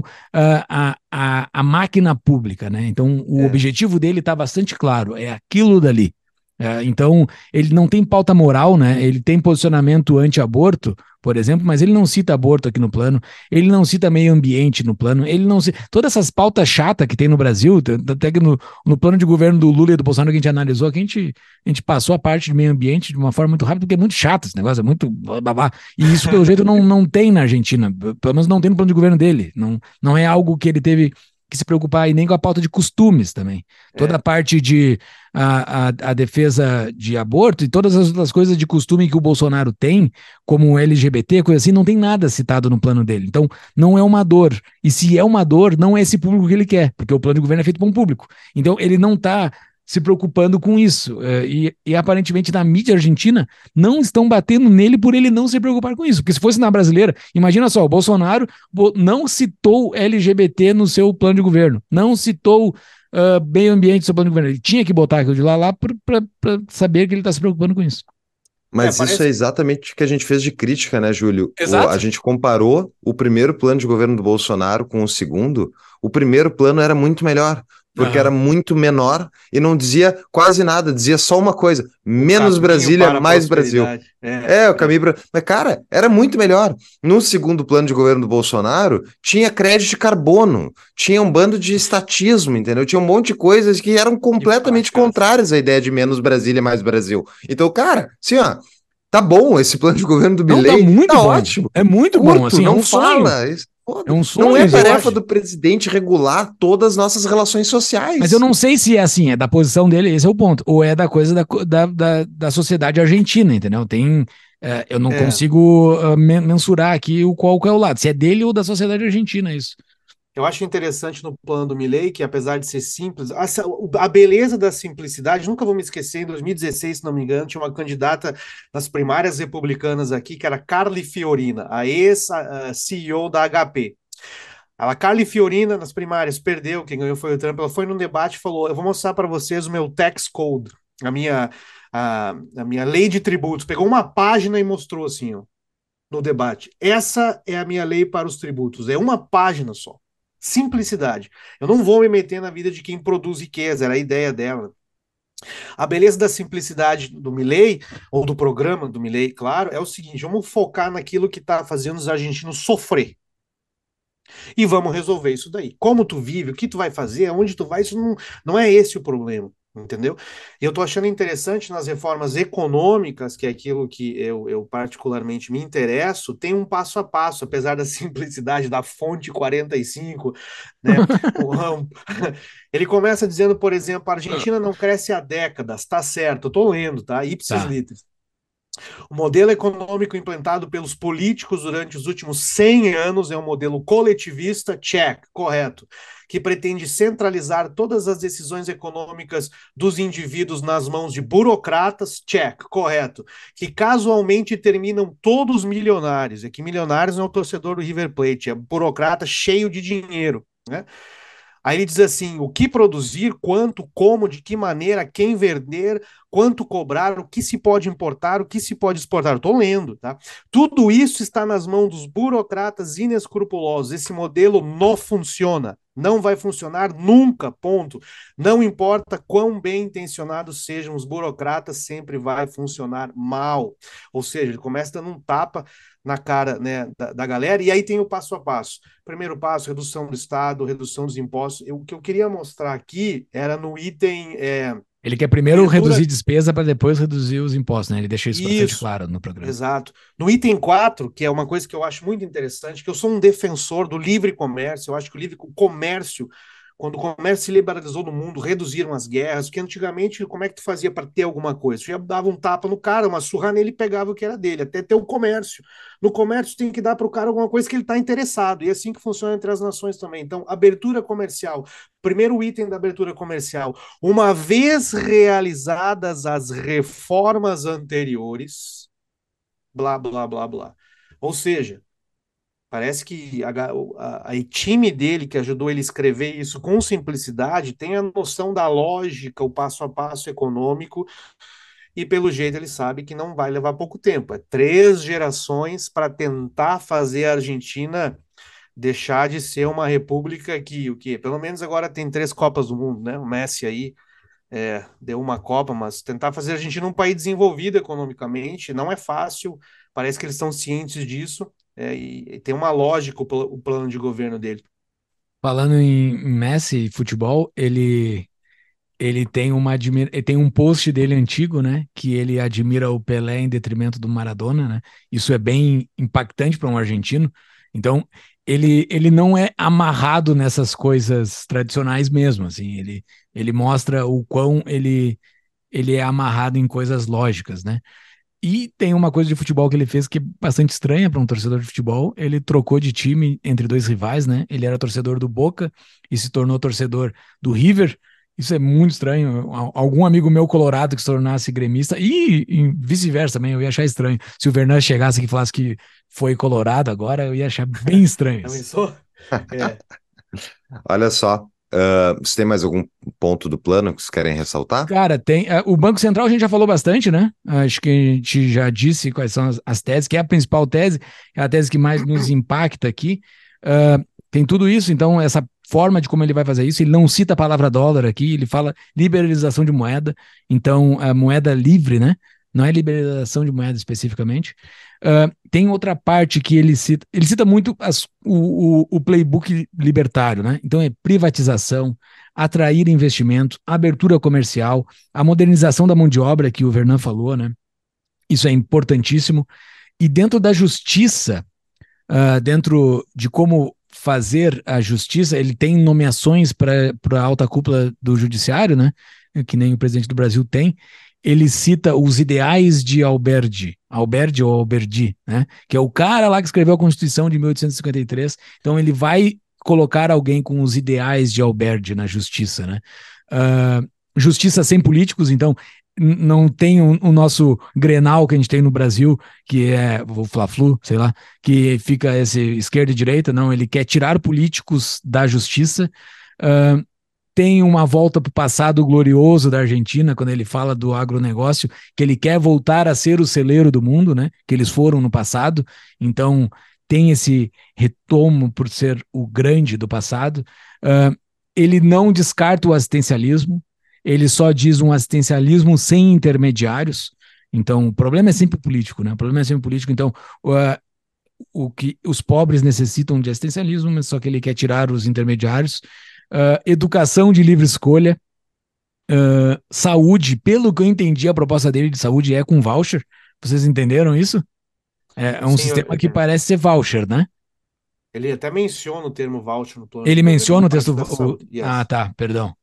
a, a, a máquina pública, né? Então, o É. objetivo dele está bastante claro, é aquilo dali. É, então, ele não tem pauta moral, né? Ele tem posicionamento anti-aborto, por exemplo, mas ele não cita aborto aqui no plano, ele não cita meio ambiente no plano, ele não cita... Todas essas pautas chatas que tem no Brasil, até que no, no plano de governo do Lula e do Bolsonaro que a gente analisou, aqui a gente, a gente passou a parte de meio ambiente de uma forma muito rápida, porque é muito chato esse negócio, é muito babá. E isso, pelo jeito, não, não tem na Argentina, pelo menos não tem no plano de governo dele, não, não é algo que ele teve que se preocupar e nem com a pauta de costumes também. Toda a parte de a, a, a defesa de aborto e todas as outras coisas de costume que o Bolsonaro tem, como o L G B T, coisa assim, não tem nada citado no plano dele. Então, não é uma dor. E se é uma dor, não é esse público que ele quer, porque o plano de governo é feito para um público. Então, ele não está se preocupando com isso. E, e aparentemente na mídia argentina não estão batendo nele por ele não se preocupar com isso. Porque se fosse na brasileira, imagina só, o Bolsonaro não citou L G B T no seu plano de governo, não citou uh, meio ambiente no seu plano de governo. Ele tinha que botar aquilo de lá lá para saber que ele está se preocupando com isso. Mas É, isso parece- é exatamente o que a gente fez de crítica, né, Júlio? O- Exato. a gente comparou o primeiro plano de governo do Bolsonaro com o segundo. O primeiro plano era muito melhor, porque Aham. era muito menor e não dizia quase nada, dizia só uma coisa: menos Caminho Brasília, para a mais Brasil. prosperidade. É, É, o é. caminho pra... Mas, cara, era muito melhor. No segundo plano de governo do Bolsonaro, tinha crédito de carbono, tinha um bando de estatismo, entendeu? Tinha um monte de coisas que eram completamente fracasso. contrárias à ideia de menos Brasília, mais Brasil. Então, cara, assim, ó, tá bom esse plano de governo do Não, tá Milei, muito tá bom. ótimo. É muito bom, Curto, assim, é não um sonho. fala. Isso, foda. É um Não sonho, é mas eu tarefa acho. do presidente regular todas as nossas relações sociais. Mas eu não sei se é assim, é da posição dele, esse é o ponto. Ou é da coisa da, co- da, da, da sociedade argentina, entendeu? Tem. É, eu não É. consigo ah, men- mensurar aqui o qual, qual é o lado, se é dele ou da sociedade argentina, isso. Eu acho interessante no plano do Milei que, apesar de ser simples, a, a beleza da simplicidade, nunca vou me esquecer, em dois mil e dezesseis, se não me engano, tinha uma candidata nas primárias republicanas aqui, que era Carly Fiorina, a ex-C E O da H P. A Carly Fiorina, nas primárias, perdeu, quem ganhou foi o Trump, ela foi num debate e falou, eu vou mostrar para vocês o meu tax code, a minha, a, a minha lei de tributos. Pegou uma página e mostrou assim, ó, no debate. Essa é a minha lei para os tributos, é uma página só. Simplicidade. Eu não vou me meter na vida de quem produz riqueza, era a ideia dela. A beleza da simplicidade do Milei, ou do programa do Milei, claro, é o seguinte: vamos focar naquilo que está fazendo os argentinos sofrer. E vamos resolver isso daí. Como tu vive, o que tu vai fazer, aonde tu vai, isso não, não é esse o problema. Entendeu? E eu estou achando interessante nas reformas econômicas, que é aquilo que eu, eu particularmente me interesso, tem um passo a passo, apesar da simplicidade da fonte quarenta e cinco, né? Ele começa dizendo, por exemplo, a Argentina não cresce há décadas, tá certo, eu estou lendo, tá? Ipsis Tá. litteris. O modelo econômico implantado pelos políticos durante os últimos cem anos é um modelo coletivista, check, correto, que pretende centralizar todas as decisões econômicas dos indivíduos nas mãos de burocratas, check, correto, que casualmente terminam todos milionários. É que milionários não é o torcedor do River Plate, é burocrata cheio de dinheiro, né? Aí ele diz assim: o que produzir, quanto, como, de que maneira, quem vender, quanto cobrar, o que se pode importar, o que se pode exportar. Estou lendo, tá? Tudo isso está nas mãos dos burocratas inescrupulosos. Esse modelo não funciona. Não vai funcionar nunca, ponto. Não importa quão bem intencionados sejam os burocratas, sempre vai funcionar mal. Ou seja, ele começa dando um tapa na cara, né, da, da galera, e aí tem o passo a passo. Primeiro passo, redução do Estado, redução dos impostos. Eu, o que eu queria mostrar aqui era no item... É, Ele quer primeiro abertura... reduzir despesa para depois reduzir os impostos, né? Ele deixa isso, isso bastante claro no programa. Exato. No item quatro, que é uma coisa que eu acho muito interessante, que eu sou um defensor do livre comércio, eu acho que o livre comércio, quando o comércio se liberalizou no mundo, reduziram as guerras, porque antigamente, como é que tu fazia para ter alguma coisa? Tu já dava um tapa no cara, uma surra nele e pegava o que era dele, até ter o comércio. No comércio tem que dar para o cara alguma coisa que ele está interessado, e é assim que funciona entre as nações também. Então, abertura comercial, primeiro item da abertura comercial, uma vez realizadas as reformas anteriores, blá, blá, blá, blá. Ou seja, parece que a, a, a time dele, que ajudou ele a escrever isso com simplicidade, tem a noção da lógica, o passo a passo econômico, e pelo jeito ele sabe que não vai levar pouco tempo. É três gerações para tentar fazer a Argentina deixar de ser uma república que, o quê? Pelo menos agora tem três Copas do Mundo, né? O Messi aí é, deu uma Copa, mas tentar fazer a Argentina um país desenvolvido economicamente não é fácil, parece que eles estão cientes disso, é, e, e tem uma lógica o, pl o plano de governo dele. Falando em Messi e futebol, ele ele tem uma admira... ele tem um post dele antigo, né, que ele admira o Pelé em detrimento do Maradona, né? Isso é bem impactante para um argentino. Então, ele, ele não é amarrado nessas coisas tradicionais mesmo, assim, ele ele mostra o quão ele ele é amarrado em coisas lógicas, né? E tem uma coisa de futebol que ele fez que é bastante estranha para um torcedor de futebol. Ele trocou de time entre dois rivais, né? Ele era torcedor do Boca e se tornou torcedor do River. Isso é muito estranho. Algum amigo meu colorado que se tornasse gremista, e, e vice-versa também, eu ia achar estranho. Se o Vernan chegasse aqui e falasse que foi colorado agora, eu ia achar bem estranho isso. É. Olha só, uh, você tem mais algum ponto do plano que vocês querem ressaltar? Cara, tem. Uh, o Banco Central a gente já falou bastante, né? Acho que a gente já disse quais são as, as teses, que é a principal tese, é a tese que mais nos impacta aqui. Uh, tem tudo isso, então, essa forma de como ele vai fazer isso, ele não cita a palavra dólar aqui, ele fala liberalização de moeda, então a moeda livre, né? Não é liberalização de moeda especificamente. Uh, tem outra parte que ele cita, ele cita muito as, o, o, o playbook libertário, né? Então é privatização, atrair investimento, abertura comercial, a modernização da mão de obra que o Vernan falou, né? Isso é importantíssimo. E dentro da justiça, uh, dentro de como fazer a justiça, ele tem nomeações para a alta cúpula do judiciário, né? Que nem o presidente do Brasil tem. Ele cita os ideais de Alberdi, Alberdi ou Alberdi, né? Que é o cara lá que escreveu a Constituição de mil oitocentos e cinquenta e três. Então ele vai colocar alguém com os ideais de Alberdi na justiça, né? Uh, justiça sem políticos, então não tem o, o nosso Grenal que a gente tem no Brasil, que é o Fla-Flu, sei lá, que fica esse esquerda e direita. Não, ele quer tirar políticos da justiça. Uh, tem uma volta para o passado glorioso da Argentina, quando ele fala do agronegócio, que ele quer voltar a ser o celeiro do mundo, né? Que eles foram no passado. Então tem esse retomo por ser o grande do passado. Uh, ele não descarta o assistencialismo, ele só diz um assistencialismo sem intermediários. Então, o problema é sempre político, né? O problema é sempre político. Então, uh, o que os pobres necessitam de assistencialismo, mas só que ele quer tirar os intermediários. Uh, educação de livre escolha. Uh, saúde, pelo que eu entendi, a proposta dele de saúde é com voucher. Vocês entenderam isso? É, é um Sim, sistema eu- que parece ser voucher, né? ele até menciona o termo voucher no plano de Ele governo, menciona na o texto. parte da O, saúde. ah, Yes. tá, perdão.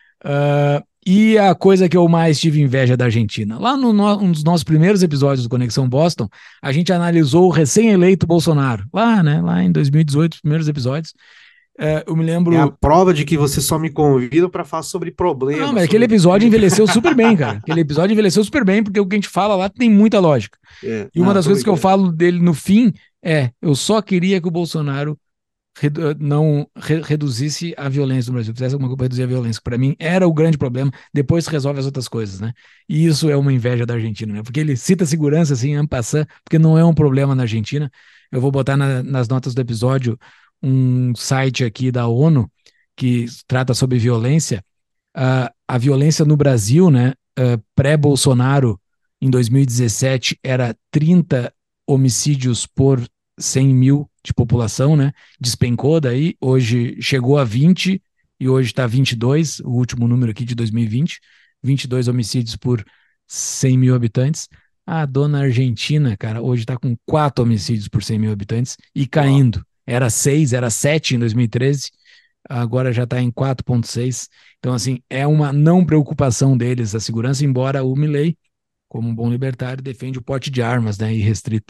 Uh, e a coisa que eu mais tive inveja da Argentina. Lá no, no um dos nossos primeiros episódios do Conexão Boston, a gente analisou o recém-eleito Bolsonaro. Lá, né? Lá em dois mil e dezoito, os primeiros episódios. Uh, eu me lembro. É a prova de que você só me convida para falar sobre problemas. Não, mas aquele sobre- episódio envelheceu super bem, cara. Aquele episódio envelheceu super bem, porque o que a gente fala lá tem muita lógica. É, E uma não, das tô coisas que eu brincando. falo dele no fim é: eu só queria que o Bolsonaro redu- não re- reduzisse a violência no Brasil, fizesse alguma coisa para reduzir a violência. Para mim, era o grande problema. Depois se resolve as outras coisas, né? E isso é uma inveja da Argentina, né? Porque ele cita segurança assim, en passant, porque não é um problema na Argentina. Eu vou botar na- nas notas do episódio um site aqui da ONU que trata sobre violência. Uh, a violência no Brasil, né, uh, pré-Bolsonaro, em dois mil e dezessete, era trinta homicídios por cem mil de população, né? Despencou daí, hoje chegou a vinte e hoje está vinte e dois, o último número aqui de dois mil e vinte, vinte e dois homicídios por cem mil habitantes. A dona Argentina, cara, hoje está com quatro homicídios por cem mil habitantes e caindo. Era seis, era sete em dois mil e treze, agora já está em quatro vírgula seis. Então, assim, é uma não preocupação deles a segurança, embora o Milei, como um bom libertário, defende o porte de armas, né, irrestrito.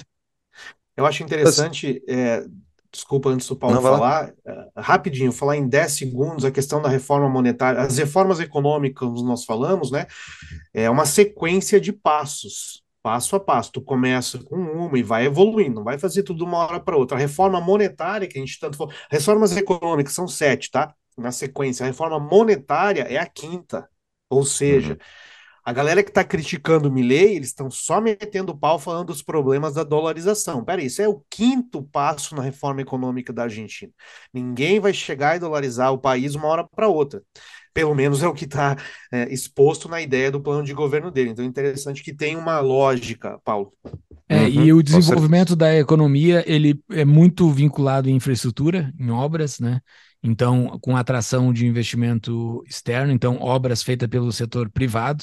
Eu acho interessante, é, desculpa antes do Paulo Não, vai lá. falar, é, rapidinho, falar em dez segundos a questão da reforma monetária. As reformas econômicas, como nós falamos, né? É uma sequência de passos, passo a passo. Tu começa com uma e vai evoluindo, não vai fazer tudo de uma hora para outra. A reforma monetária, que a gente tanto falou, reformas econômicas são sete, tá? Na sequência, a reforma monetária é a quinta. Ou seja, Uhum. a galera que está criticando o Milei, eles estão só metendo o pau falando dos problemas da dolarização. Peraí, isso é o quinto passo na reforma econômica da Argentina. Ninguém vai chegar e dolarizar o país uma hora para outra. Pelo menos é o que está é, exposto na ideia do plano de governo dele. Então é interessante que tem uma lógica, Paulo. É, Uhum, e o com desenvolvimento certeza. da economia, ele é muito vinculado em infraestrutura, em obras, né? Então, com atração de investimento externo, então obras feitas pelo setor privado.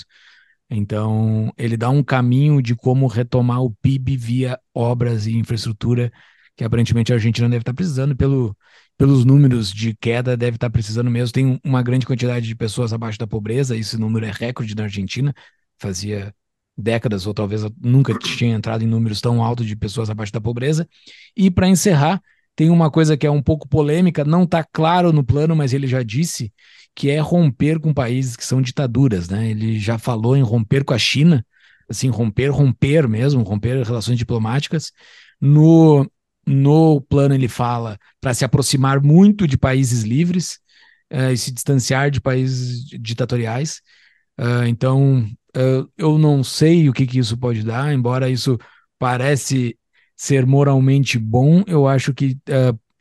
Então, ele dá um caminho de como retomar o P I B via obras e infraestrutura, que aparentemente a Argentina deve estar precisando, pelo, pelos números de queda, deve estar precisando mesmo. Tem uma grande quantidade de pessoas abaixo da pobreza, esse número é recorde na Argentina, fazia décadas, ou talvez nunca tinha entrado em números tão altos de pessoas abaixo da pobreza. E para encerrar, tem uma coisa que é um pouco polêmica, não está claro no plano, mas ele já disse, que é romper com países que são ditaduras, né? Ele já falou em romper com a China, assim, romper, romper mesmo, romper relações diplomáticas. No, no plano ele fala para se aproximar muito de países livres uh, e se distanciar de países ditatoriais. Uh, então, uh, eu não sei o que, que isso pode dar, embora isso parece ser moralmente bom, eu acho que uh,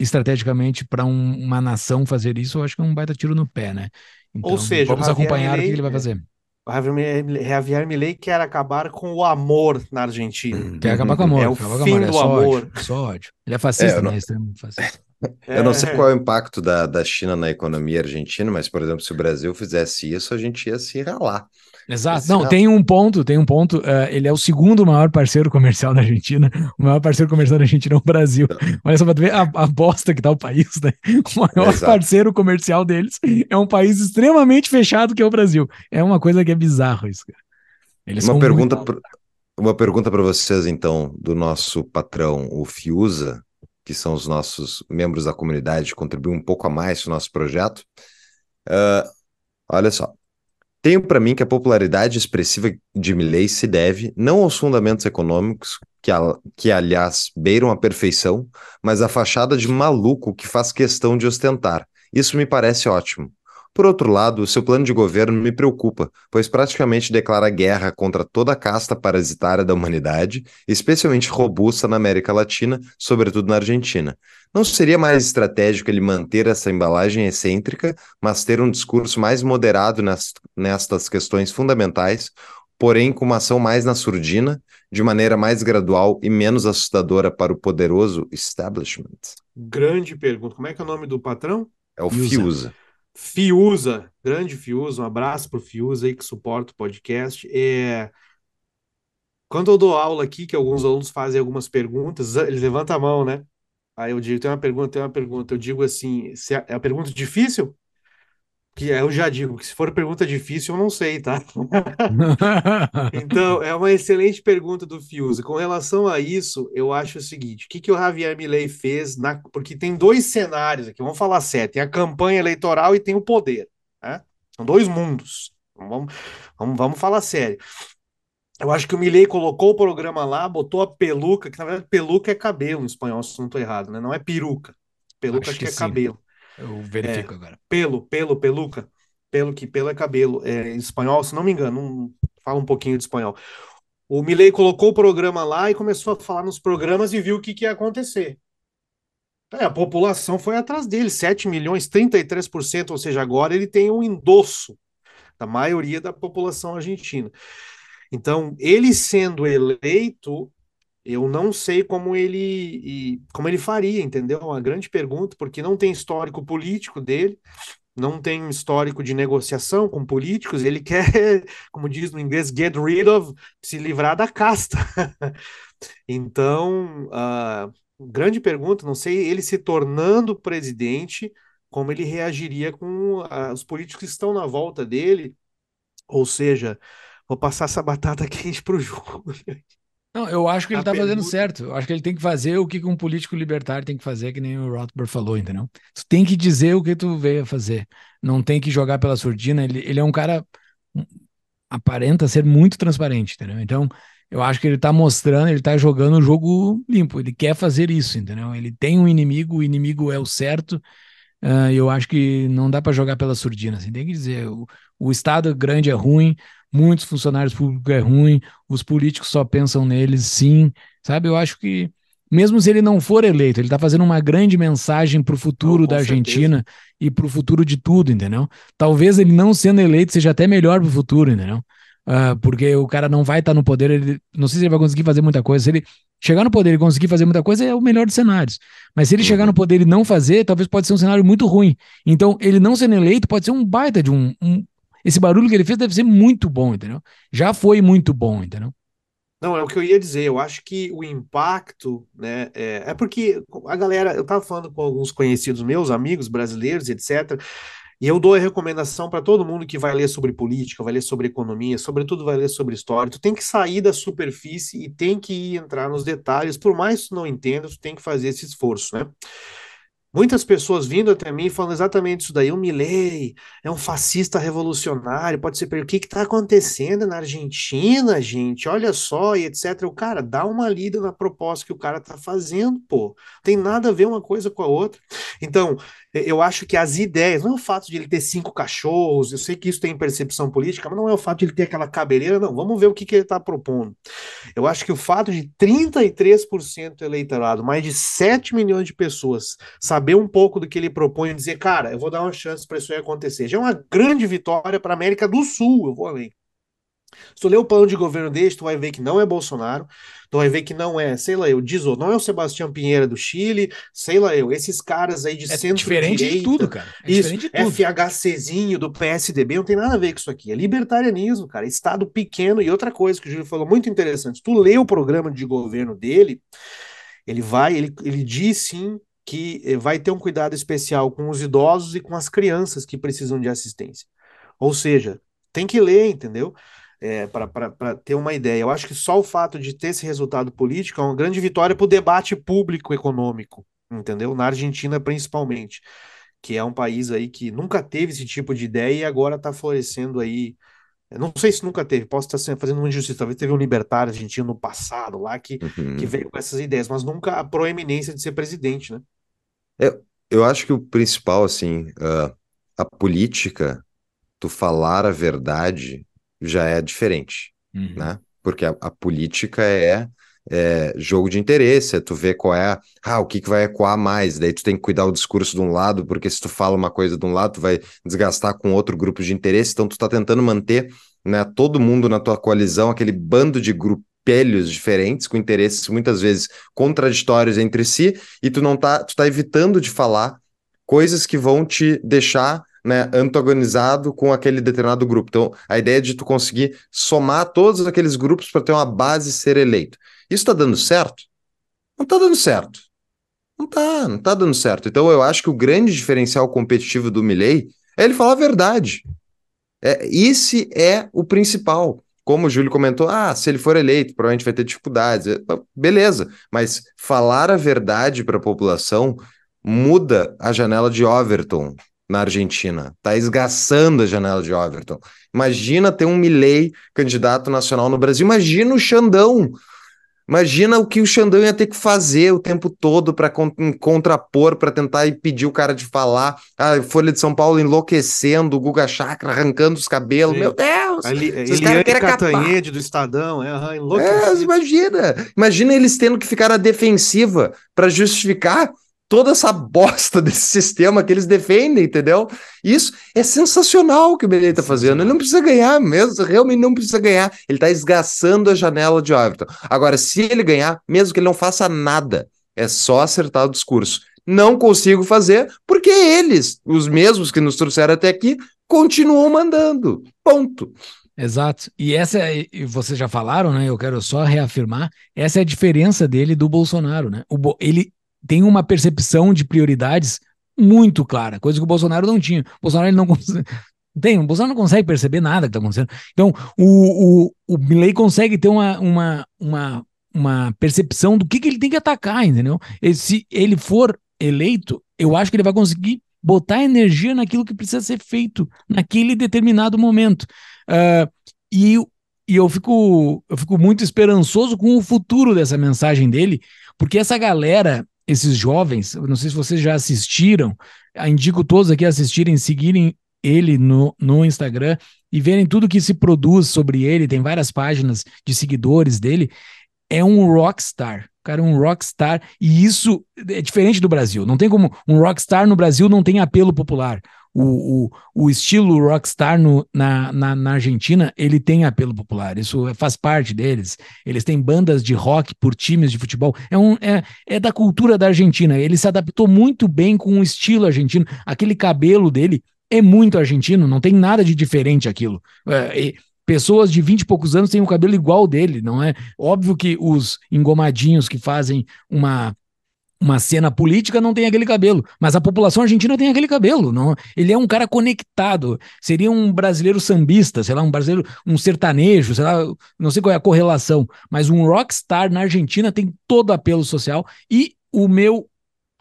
estrategicamente para um, uma nação fazer isso, eu acho que é um baita tiro no pé, né? Ou Então, seja, o vamos Javier acompanhar o que Milei, ele vai é, fazer. o Javier Milei, Javier Milei quer acabar com o amor na Argentina. Quer acabar com o É amor, o acabar com o amor, fim é do só ódio, amor. é só ódio. Ele é É, fascista, eu né? não, Extremo fascista. eu não sei qual é É, o impacto da, da China na economia argentina, mas, por exemplo, se o Brasil fizesse isso, a gente ia se ralar. Ia Exato. se Não, ralar. tem um ponto, tem um ponto. eh, ele é o segundo maior parceiro comercial da Argentina. O maior parceiro comercial da Argentina é o Brasil. Olha só pra tu ver a, a bosta que tá o país, né? O maior Exato. parceiro comercial deles é um país extremamente fechado que é o Brasil. É uma coisa que é bizarro isso, cara. Eles Uma são muito. pergunta, pro- uma pergunta para vocês, então, do nosso patrão, o Fiuza, que são os nossos membros da comunidade, que contribuem um pouco a mais para o nosso projeto. Ah, olha só. Tenho para mim que a popularidade expressiva de Milei se deve não aos fundamentos econômicos, que, a- que aliás beiram a perfeição, mas à fachada de maluco que faz questão de ostentar. Isso me parece ótimo. Por outro lado, o seu plano de governo me preocupa, pois praticamente declara guerra contra toda a casta parasitária da humanidade, especialmente robusta na América Latina, sobretudo na Argentina. Não seria mais estratégico ele manter essa embalagem excêntrica, mas ter um discurso mais moderado nas, nestas questões fundamentais, porém com uma ação mais na surdina, de maneira mais gradual e menos assustadora para o poderoso establishment? grande pergunta. Como é que é o nome do patrão? É o E usa. Fiuza. Fiuza, grande Fiuza, um abraço pro Fiuza aí que suporta o podcast. É, quando eu dou aula aqui, que alguns alunos fazem algumas perguntas, eles levantam a mão, né? Aí eu digo, tem uma pergunta, tem uma pergunta. Eu digo assim, se é é a pergunta difícil? Que eu já digo que se for pergunta difícil, eu não sei, tá? Então, é uma excelente pergunta do Fiuza. Com relação a isso, eu acho o seguinte: o que, que o Javier Milei fez na. Porque tem dois cenários aqui, vamos falar sério: tem a campanha eleitoral e tem o poder, né? São dois mundos. Então, Vamos, vamos, vamos falar sério. Eu acho que o Milei colocou o programa lá, botou a peluca, que na verdade peluca é cabelo em espanhol, se não estou errado, né? Não é peruca. Peluca Acho acho que que é sim. cabelo. Eu É, verifico agora. pelo, pelo, peluca. Pelo que pelo é cabelo. É, em espanhol, se não me engano, não, fala um pouquinho de espanhol. O Milei colocou o programa lá e começou a falar nos programas e viu o que, que ia acontecer. É, a população foi atrás dele, sete milhões, trinta e três por cento, ou seja, agora ele tem um endosso da maioria da população argentina. Então, ele sendo eleito, eu não sei como ele e- como ele faria, entendeu? É uma grande pergunta, porque não tem histórico político dele, não tem um histórico de negociação com políticos, ele quer, como diz no inglês, get rid of, se livrar da casta. Então, ah, grande pergunta, não sei, ele se tornando presidente, como ele reagiria com ah, os políticos que estão na volta dele, ou seja, vou passar essa batata quente para o Júlio. Não, eu acho que ele A tá fazendo pergunta. certo. Eu acho que ele tem que fazer o que que um político libertário tem que fazer, que nem o Rothbard falou, entendeu? Tu tem que dizer o que tu veio a fazer. Não tem que jogar pela surdina. Ele, ele é um cara, um, aparenta ser muito transparente, entendeu? Então, eu acho que ele tá mostrando, ele tá jogando o jogo limpo. Ele quer fazer isso, entendeu? Ele tem um inimigo, o inimigo é o certo. Ah, eu acho que não dá para jogar pela surdina, assim, tem que dizer, o, o Estado grande é ruim, muitos funcionários públicos é ruim, os políticos só pensam neles, sim, sabe? Eu acho que, mesmo se ele não for eleito, ele está fazendo uma grande mensagem para o Não, futuro da com certeza. Argentina e para o futuro de tudo, entendeu? Talvez ele não sendo eleito seja até melhor para o futuro, entendeu? Ah, porque o cara não vai estar no poder, ele, não sei se ele vai conseguir fazer muita coisa. Se ele chegar no poder e conseguir fazer muita coisa, é o melhor dos cenários. Mas se ele chegar no Uhum. poder e não fazer, talvez pode ser um cenário muito ruim. Então, ele não sendo eleito pode ser um baita de um, um- esse barulho que ele fez deve ser muito bom, entendeu? Já foi muito bom, entendeu? Não, é o que eu ia dizer. Eu acho que o impacto, né, é, é porque a galera, eu estava falando com alguns conhecidos meus, amigos brasileiros, etcétera. E eu dou a recomendação para todo mundo que vai ler sobre política, vai ler sobre economia, sobretudo vai ler sobre história. Tu tem que sair da superfície e tem que ir entrar nos detalhes. Por mais que tu não entenda, tu tem que fazer esse esforço, né? Muitas pessoas vindo até mim falando exatamente isso daí. O Milei é um fascista revolucionário, pode ser. O que está acontecendo na Argentina, gente? Olha só, e etcétera. O cara, dá uma lida na proposta que o cara está fazendo, pô. Tem nada a ver uma coisa com a outra. Então, eu acho que as ideias, não é o fato de ele ter cinco cachorros, eu sei que isso tem percepção política, mas não é o fato de ele ter aquela cabeleira, não. Vamos ver o que, que ele está propondo. Eu acho que o fato de trinta e três por cento do eleitorado, mais de sete milhões de pessoas, saber um pouco do que ele propõe e dizer, cara, eu vou dar uma chance para isso aí acontecer, já é uma grande vitória para a América do Sul, eu vou além. Se tu ler o plano de governo dele, tu vai ver que não é Bolsonaro, tu vai ver que não é, sei lá eu, Dizo, não é o Sebastião Pinheira do Chile, sei lá eu, esses caras aí de É diferente de tudo, centro-direita, cara. É isso, diferente de tudo. FHCzinho do P S D B, não tem nada a ver com isso aqui, é libertarianismo, cara, Estado pequeno. E outra coisa que o Júlio falou muito interessante, se tu lê o programa de governo dele, ele vai, ele, ele diz sim que vai ter um cuidado especial com os idosos e com as crianças que precisam de assistência. Ou seja, tem que ler, entendeu? É, para ter uma ideia. Eu acho que só o fato de ter esse resultado político é uma grande vitória para o debate público econômico, entendeu? Na Argentina, principalmente, que é um país aí que nunca teve esse tipo de ideia e agora está florescendo aí. Eu não sei se nunca teve, posso estar fazendo uma injustiça. Talvez teve um libertário argentino no passado lá que, que Uhum. veio com essas ideias, mas nunca a proeminência de ser presidente, né? Eu, eu acho que o principal, assim, ah, a política, tu falar a verdade já é diferente, Uhum. né? Porque a, a política é, é jogo de interesse, é tu ver qual é, ah, o que que vai ecoar mais, daí tu tem que cuidar o discurso de um lado, porque se tu fala uma coisa de um lado, tu vai desgastar com outro grupo de interesse, então tu tá tentando manter, né, todo mundo na tua coalizão, aquele bando de grupelhos diferentes, com interesses muitas vezes contraditórios entre si, e tu não tá, tu tá evitando de falar coisas que vão te deixar, né, antagonizado com aquele determinado grupo. Então, a ideia é de tu conseguir somar todos aqueles grupos para ter uma base e ser eleito. Isso está dando certo? Não está dando certo. Não está, não está dando certo. Então, eu acho que o grande diferencial competitivo do Milei é ele falar a verdade. É, esse é o principal. Como o Júlio comentou, ah, se ele for eleito, provavelmente vai ter dificuldades. É, beleza, mas falar a verdade para a população muda a janela de Overton na Argentina. Está esgaçando a janela de Overton. Imagina ter um Milei candidato nacional no Brasil. Imagina o Xandão. Imagina o que o Xandão ia ter que fazer o tempo todo para contrapor, para tentar impedir o cara de falar. A Folha de São Paulo enlouquecendo, o Guga Chakra arrancando os cabelos. Meu Sim. Deus! A Eli- Esses caras Eliane querem acabar. Cantanhede do Estadão, é, aham, É, enlouquecido. imagina. Imagina eles tendo que ficar na defensiva para justificar toda essa bosta desse sistema que eles defendem, entendeu? Isso é sensacional o que o Belém está fazendo. Ele não Sensacional. precisa ganhar mesmo, realmente não precisa ganhar. Ele está esgaçando a janela de Everton. Agora, se ele ganhar, mesmo que ele não faça nada, é só acertar o discurso. Não consigo fazer porque eles, os mesmos que nos trouxeram até aqui, continuam mandando. Ponto. Exato. E essa, é- e vocês já falaram, né? Eu quero só reafirmar, essa é a diferença dele do Bolsonaro, né? O Bo- ele tem uma percepção de prioridades muito clara, coisa que o Bolsonaro não tinha. O Bolsonaro ele não consegue, tem, o Bolsonaro não consegue perceber nada que está acontecendo. Então, o, o, o Milei consegue ter uma, uma, uma, uma percepção do que, que ele tem que atacar, entendeu? E se ele for eleito, eu acho que ele vai conseguir botar energia naquilo que precisa ser feito naquele determinado momento. Uh, e, e eu, fico, eu fico muito esperançoso com o futuro dessa mensagem dele, porque essa galera, esses jovens, eu não sei se vocês já assistiram, indico todos aqui a assistirem, seguirem ele no, no Instagram e verem tudo que se produz sobre ele, tem várias páginas de seguidores dele. É um rockstar, cara, um rockstar, e isso é diferente do Brasil. Não tem como um rockstar no Brasil não tem apelo popular. O, o, o estilo rockstar no, na, na, na Argentina, ele tem apelo popular, isso faz parte deles. Eles têm bandas de rock por times de futebol, é, um, é, é da cultura da Argentina. Ele se adaptou muito bem com o estilo argentino. Aquele cabelo dele é muito argentino, não tem nada de diferente aquilo. É, e, pessoas de vinte e poucos anos têm o cabelo igual dele, não é? Óbvio que os engomadinhos que fazem uma, uma cena política não tem aquele cabelo, mas a população argentina tem aquele cabelo, não? Ele é um cara conectado, seria um brasileiro sambista, sei lá, um brasileiro, um sertanejo, sei lá, não sei qual é a correlação, mas um rockstar na Argentina tem todo apelo social e o meu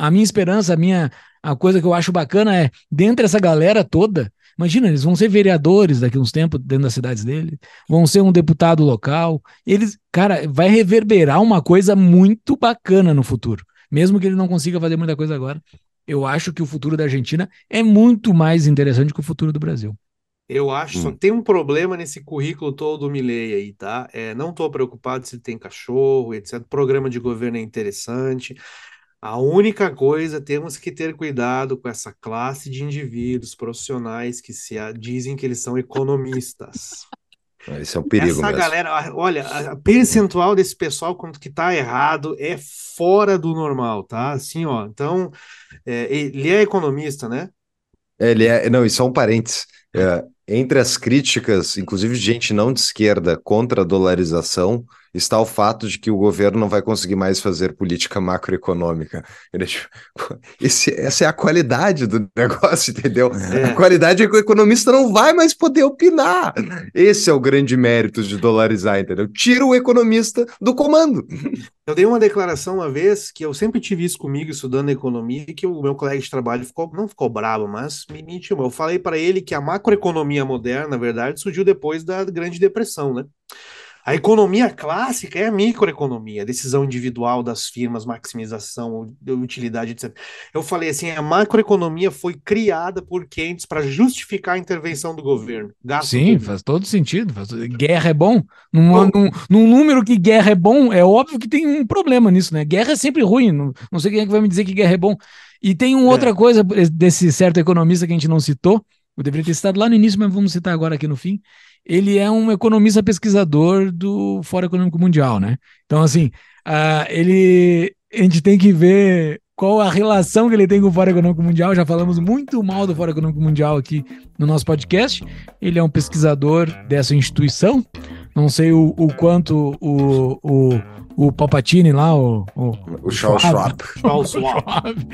A minha esperança, a minha a coisa que eu acho bacana é, dentre essa galera toda, imagina, eles vão ser vereadores daqui a uns tempos dentro das cidades dele, vão ser um deputado local, eles, cara, vai reverberar uma coisa muito bacana no futuro, mesmo que ele não consiga fazer muita coisa agora. Eu acho que o futuro da Argentina é muito mais interessante que o futuro do Brasil. Eu acho, só Hum. tem um problema nesse currículo todo do Milei aí, tá? É, não estou preocupado se tem cachorro, etcétera. O programa de governo é interessante. A única coisa, temos que ter cuidado com essa classe de indivíduos profissionais que se a- dizem que eles são economistas. Esse é um perigo Essa mesmo. galera, ah, olha, a percentual desse pessoal quanto que tá errado é fora do normal, tá? Assim, ó. Então, é, ele é economista, né? Ele é, não, e só um parênteses. É, entre as críticas, inclusive de gente não de esquerda, contra a dolarização, está o fato de que o governo não vai conseguir mais fazer política macroeconômica. Ele é tipo, esse- essa é a qualidade do negócio, entendeu? A É. qualidade é que o economista não vai mais poder opinar. Esse é o grande mérito de dolarizar, entendeu? Tira o economista do comando. Eu dei uma declaração uma vez que eu sempre tive isso comigo, estudando economia, e que o meu colega de trabalho ficou, não ficou bravo, mas me me intimou. Eu falei para ele que a macroeconomia moderna, na verdade, surgiu depois da Grande Depressão, né? A economia clássica é a microeconomia, a decisão individual das firmas, maximização, utilidade, etcétera. Eu falei assim, a macroeconomia foi criada por Keynes para justificar a intervenção do governo, gasto Sim, público. faz todo sentido. Faz... Guerra é bom. Num, Bom. num, num número que guerra é bom, é óbvio que tem um problema nisso, né? Guerra é sempre ruim. Não, não sei quem é que vai me dizer que guerra é bom. E tem uma É. outra coisa desse certo economista que a gente não citou. Eu deveria ter citado lá no início, mas vamos citar agora aqui no fim. Ele é um economista pesquisador do Fórum Econômico Mundial, né? Então, assim, uh, ele, a gente tem que ver qual a relação que ele tem com o Fórum Econômico Mundial. Já falamos muito mal do Fórum Econômico Mundial aqui no nosso podcast. Ele é um pesquisador dessa instituição. Não sei o, o quanto o, o, o Palpatine lá, o, o, O Charles Schwab. Charles Schwab.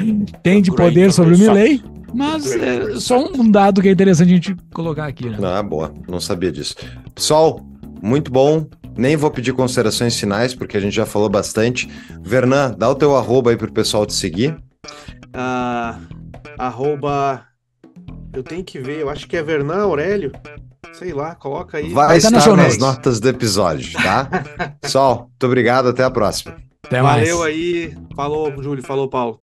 tem de poder sobre o Milei. Mas é só um dado que é interessante a gente colocar aqui, né? Ah, boa. Não sabia disso. Pessoal, muito bom. Nem vou pedir considerações finais, porque a gente já falou bastante. Vernan, dá o teu arroba aí pro pessoal te seguir. Ah, arroba. Eu tenho que ver, eu acho que é Vernan Aurélio. Sei lá, coloca aí. Vai Vai tá na estar show nas notes. notas do episódio, tá? Pessoal, muito obrigado. Até a próxima. Até mais. Valeu aí. Falou, Júlio. Falou, Paulo.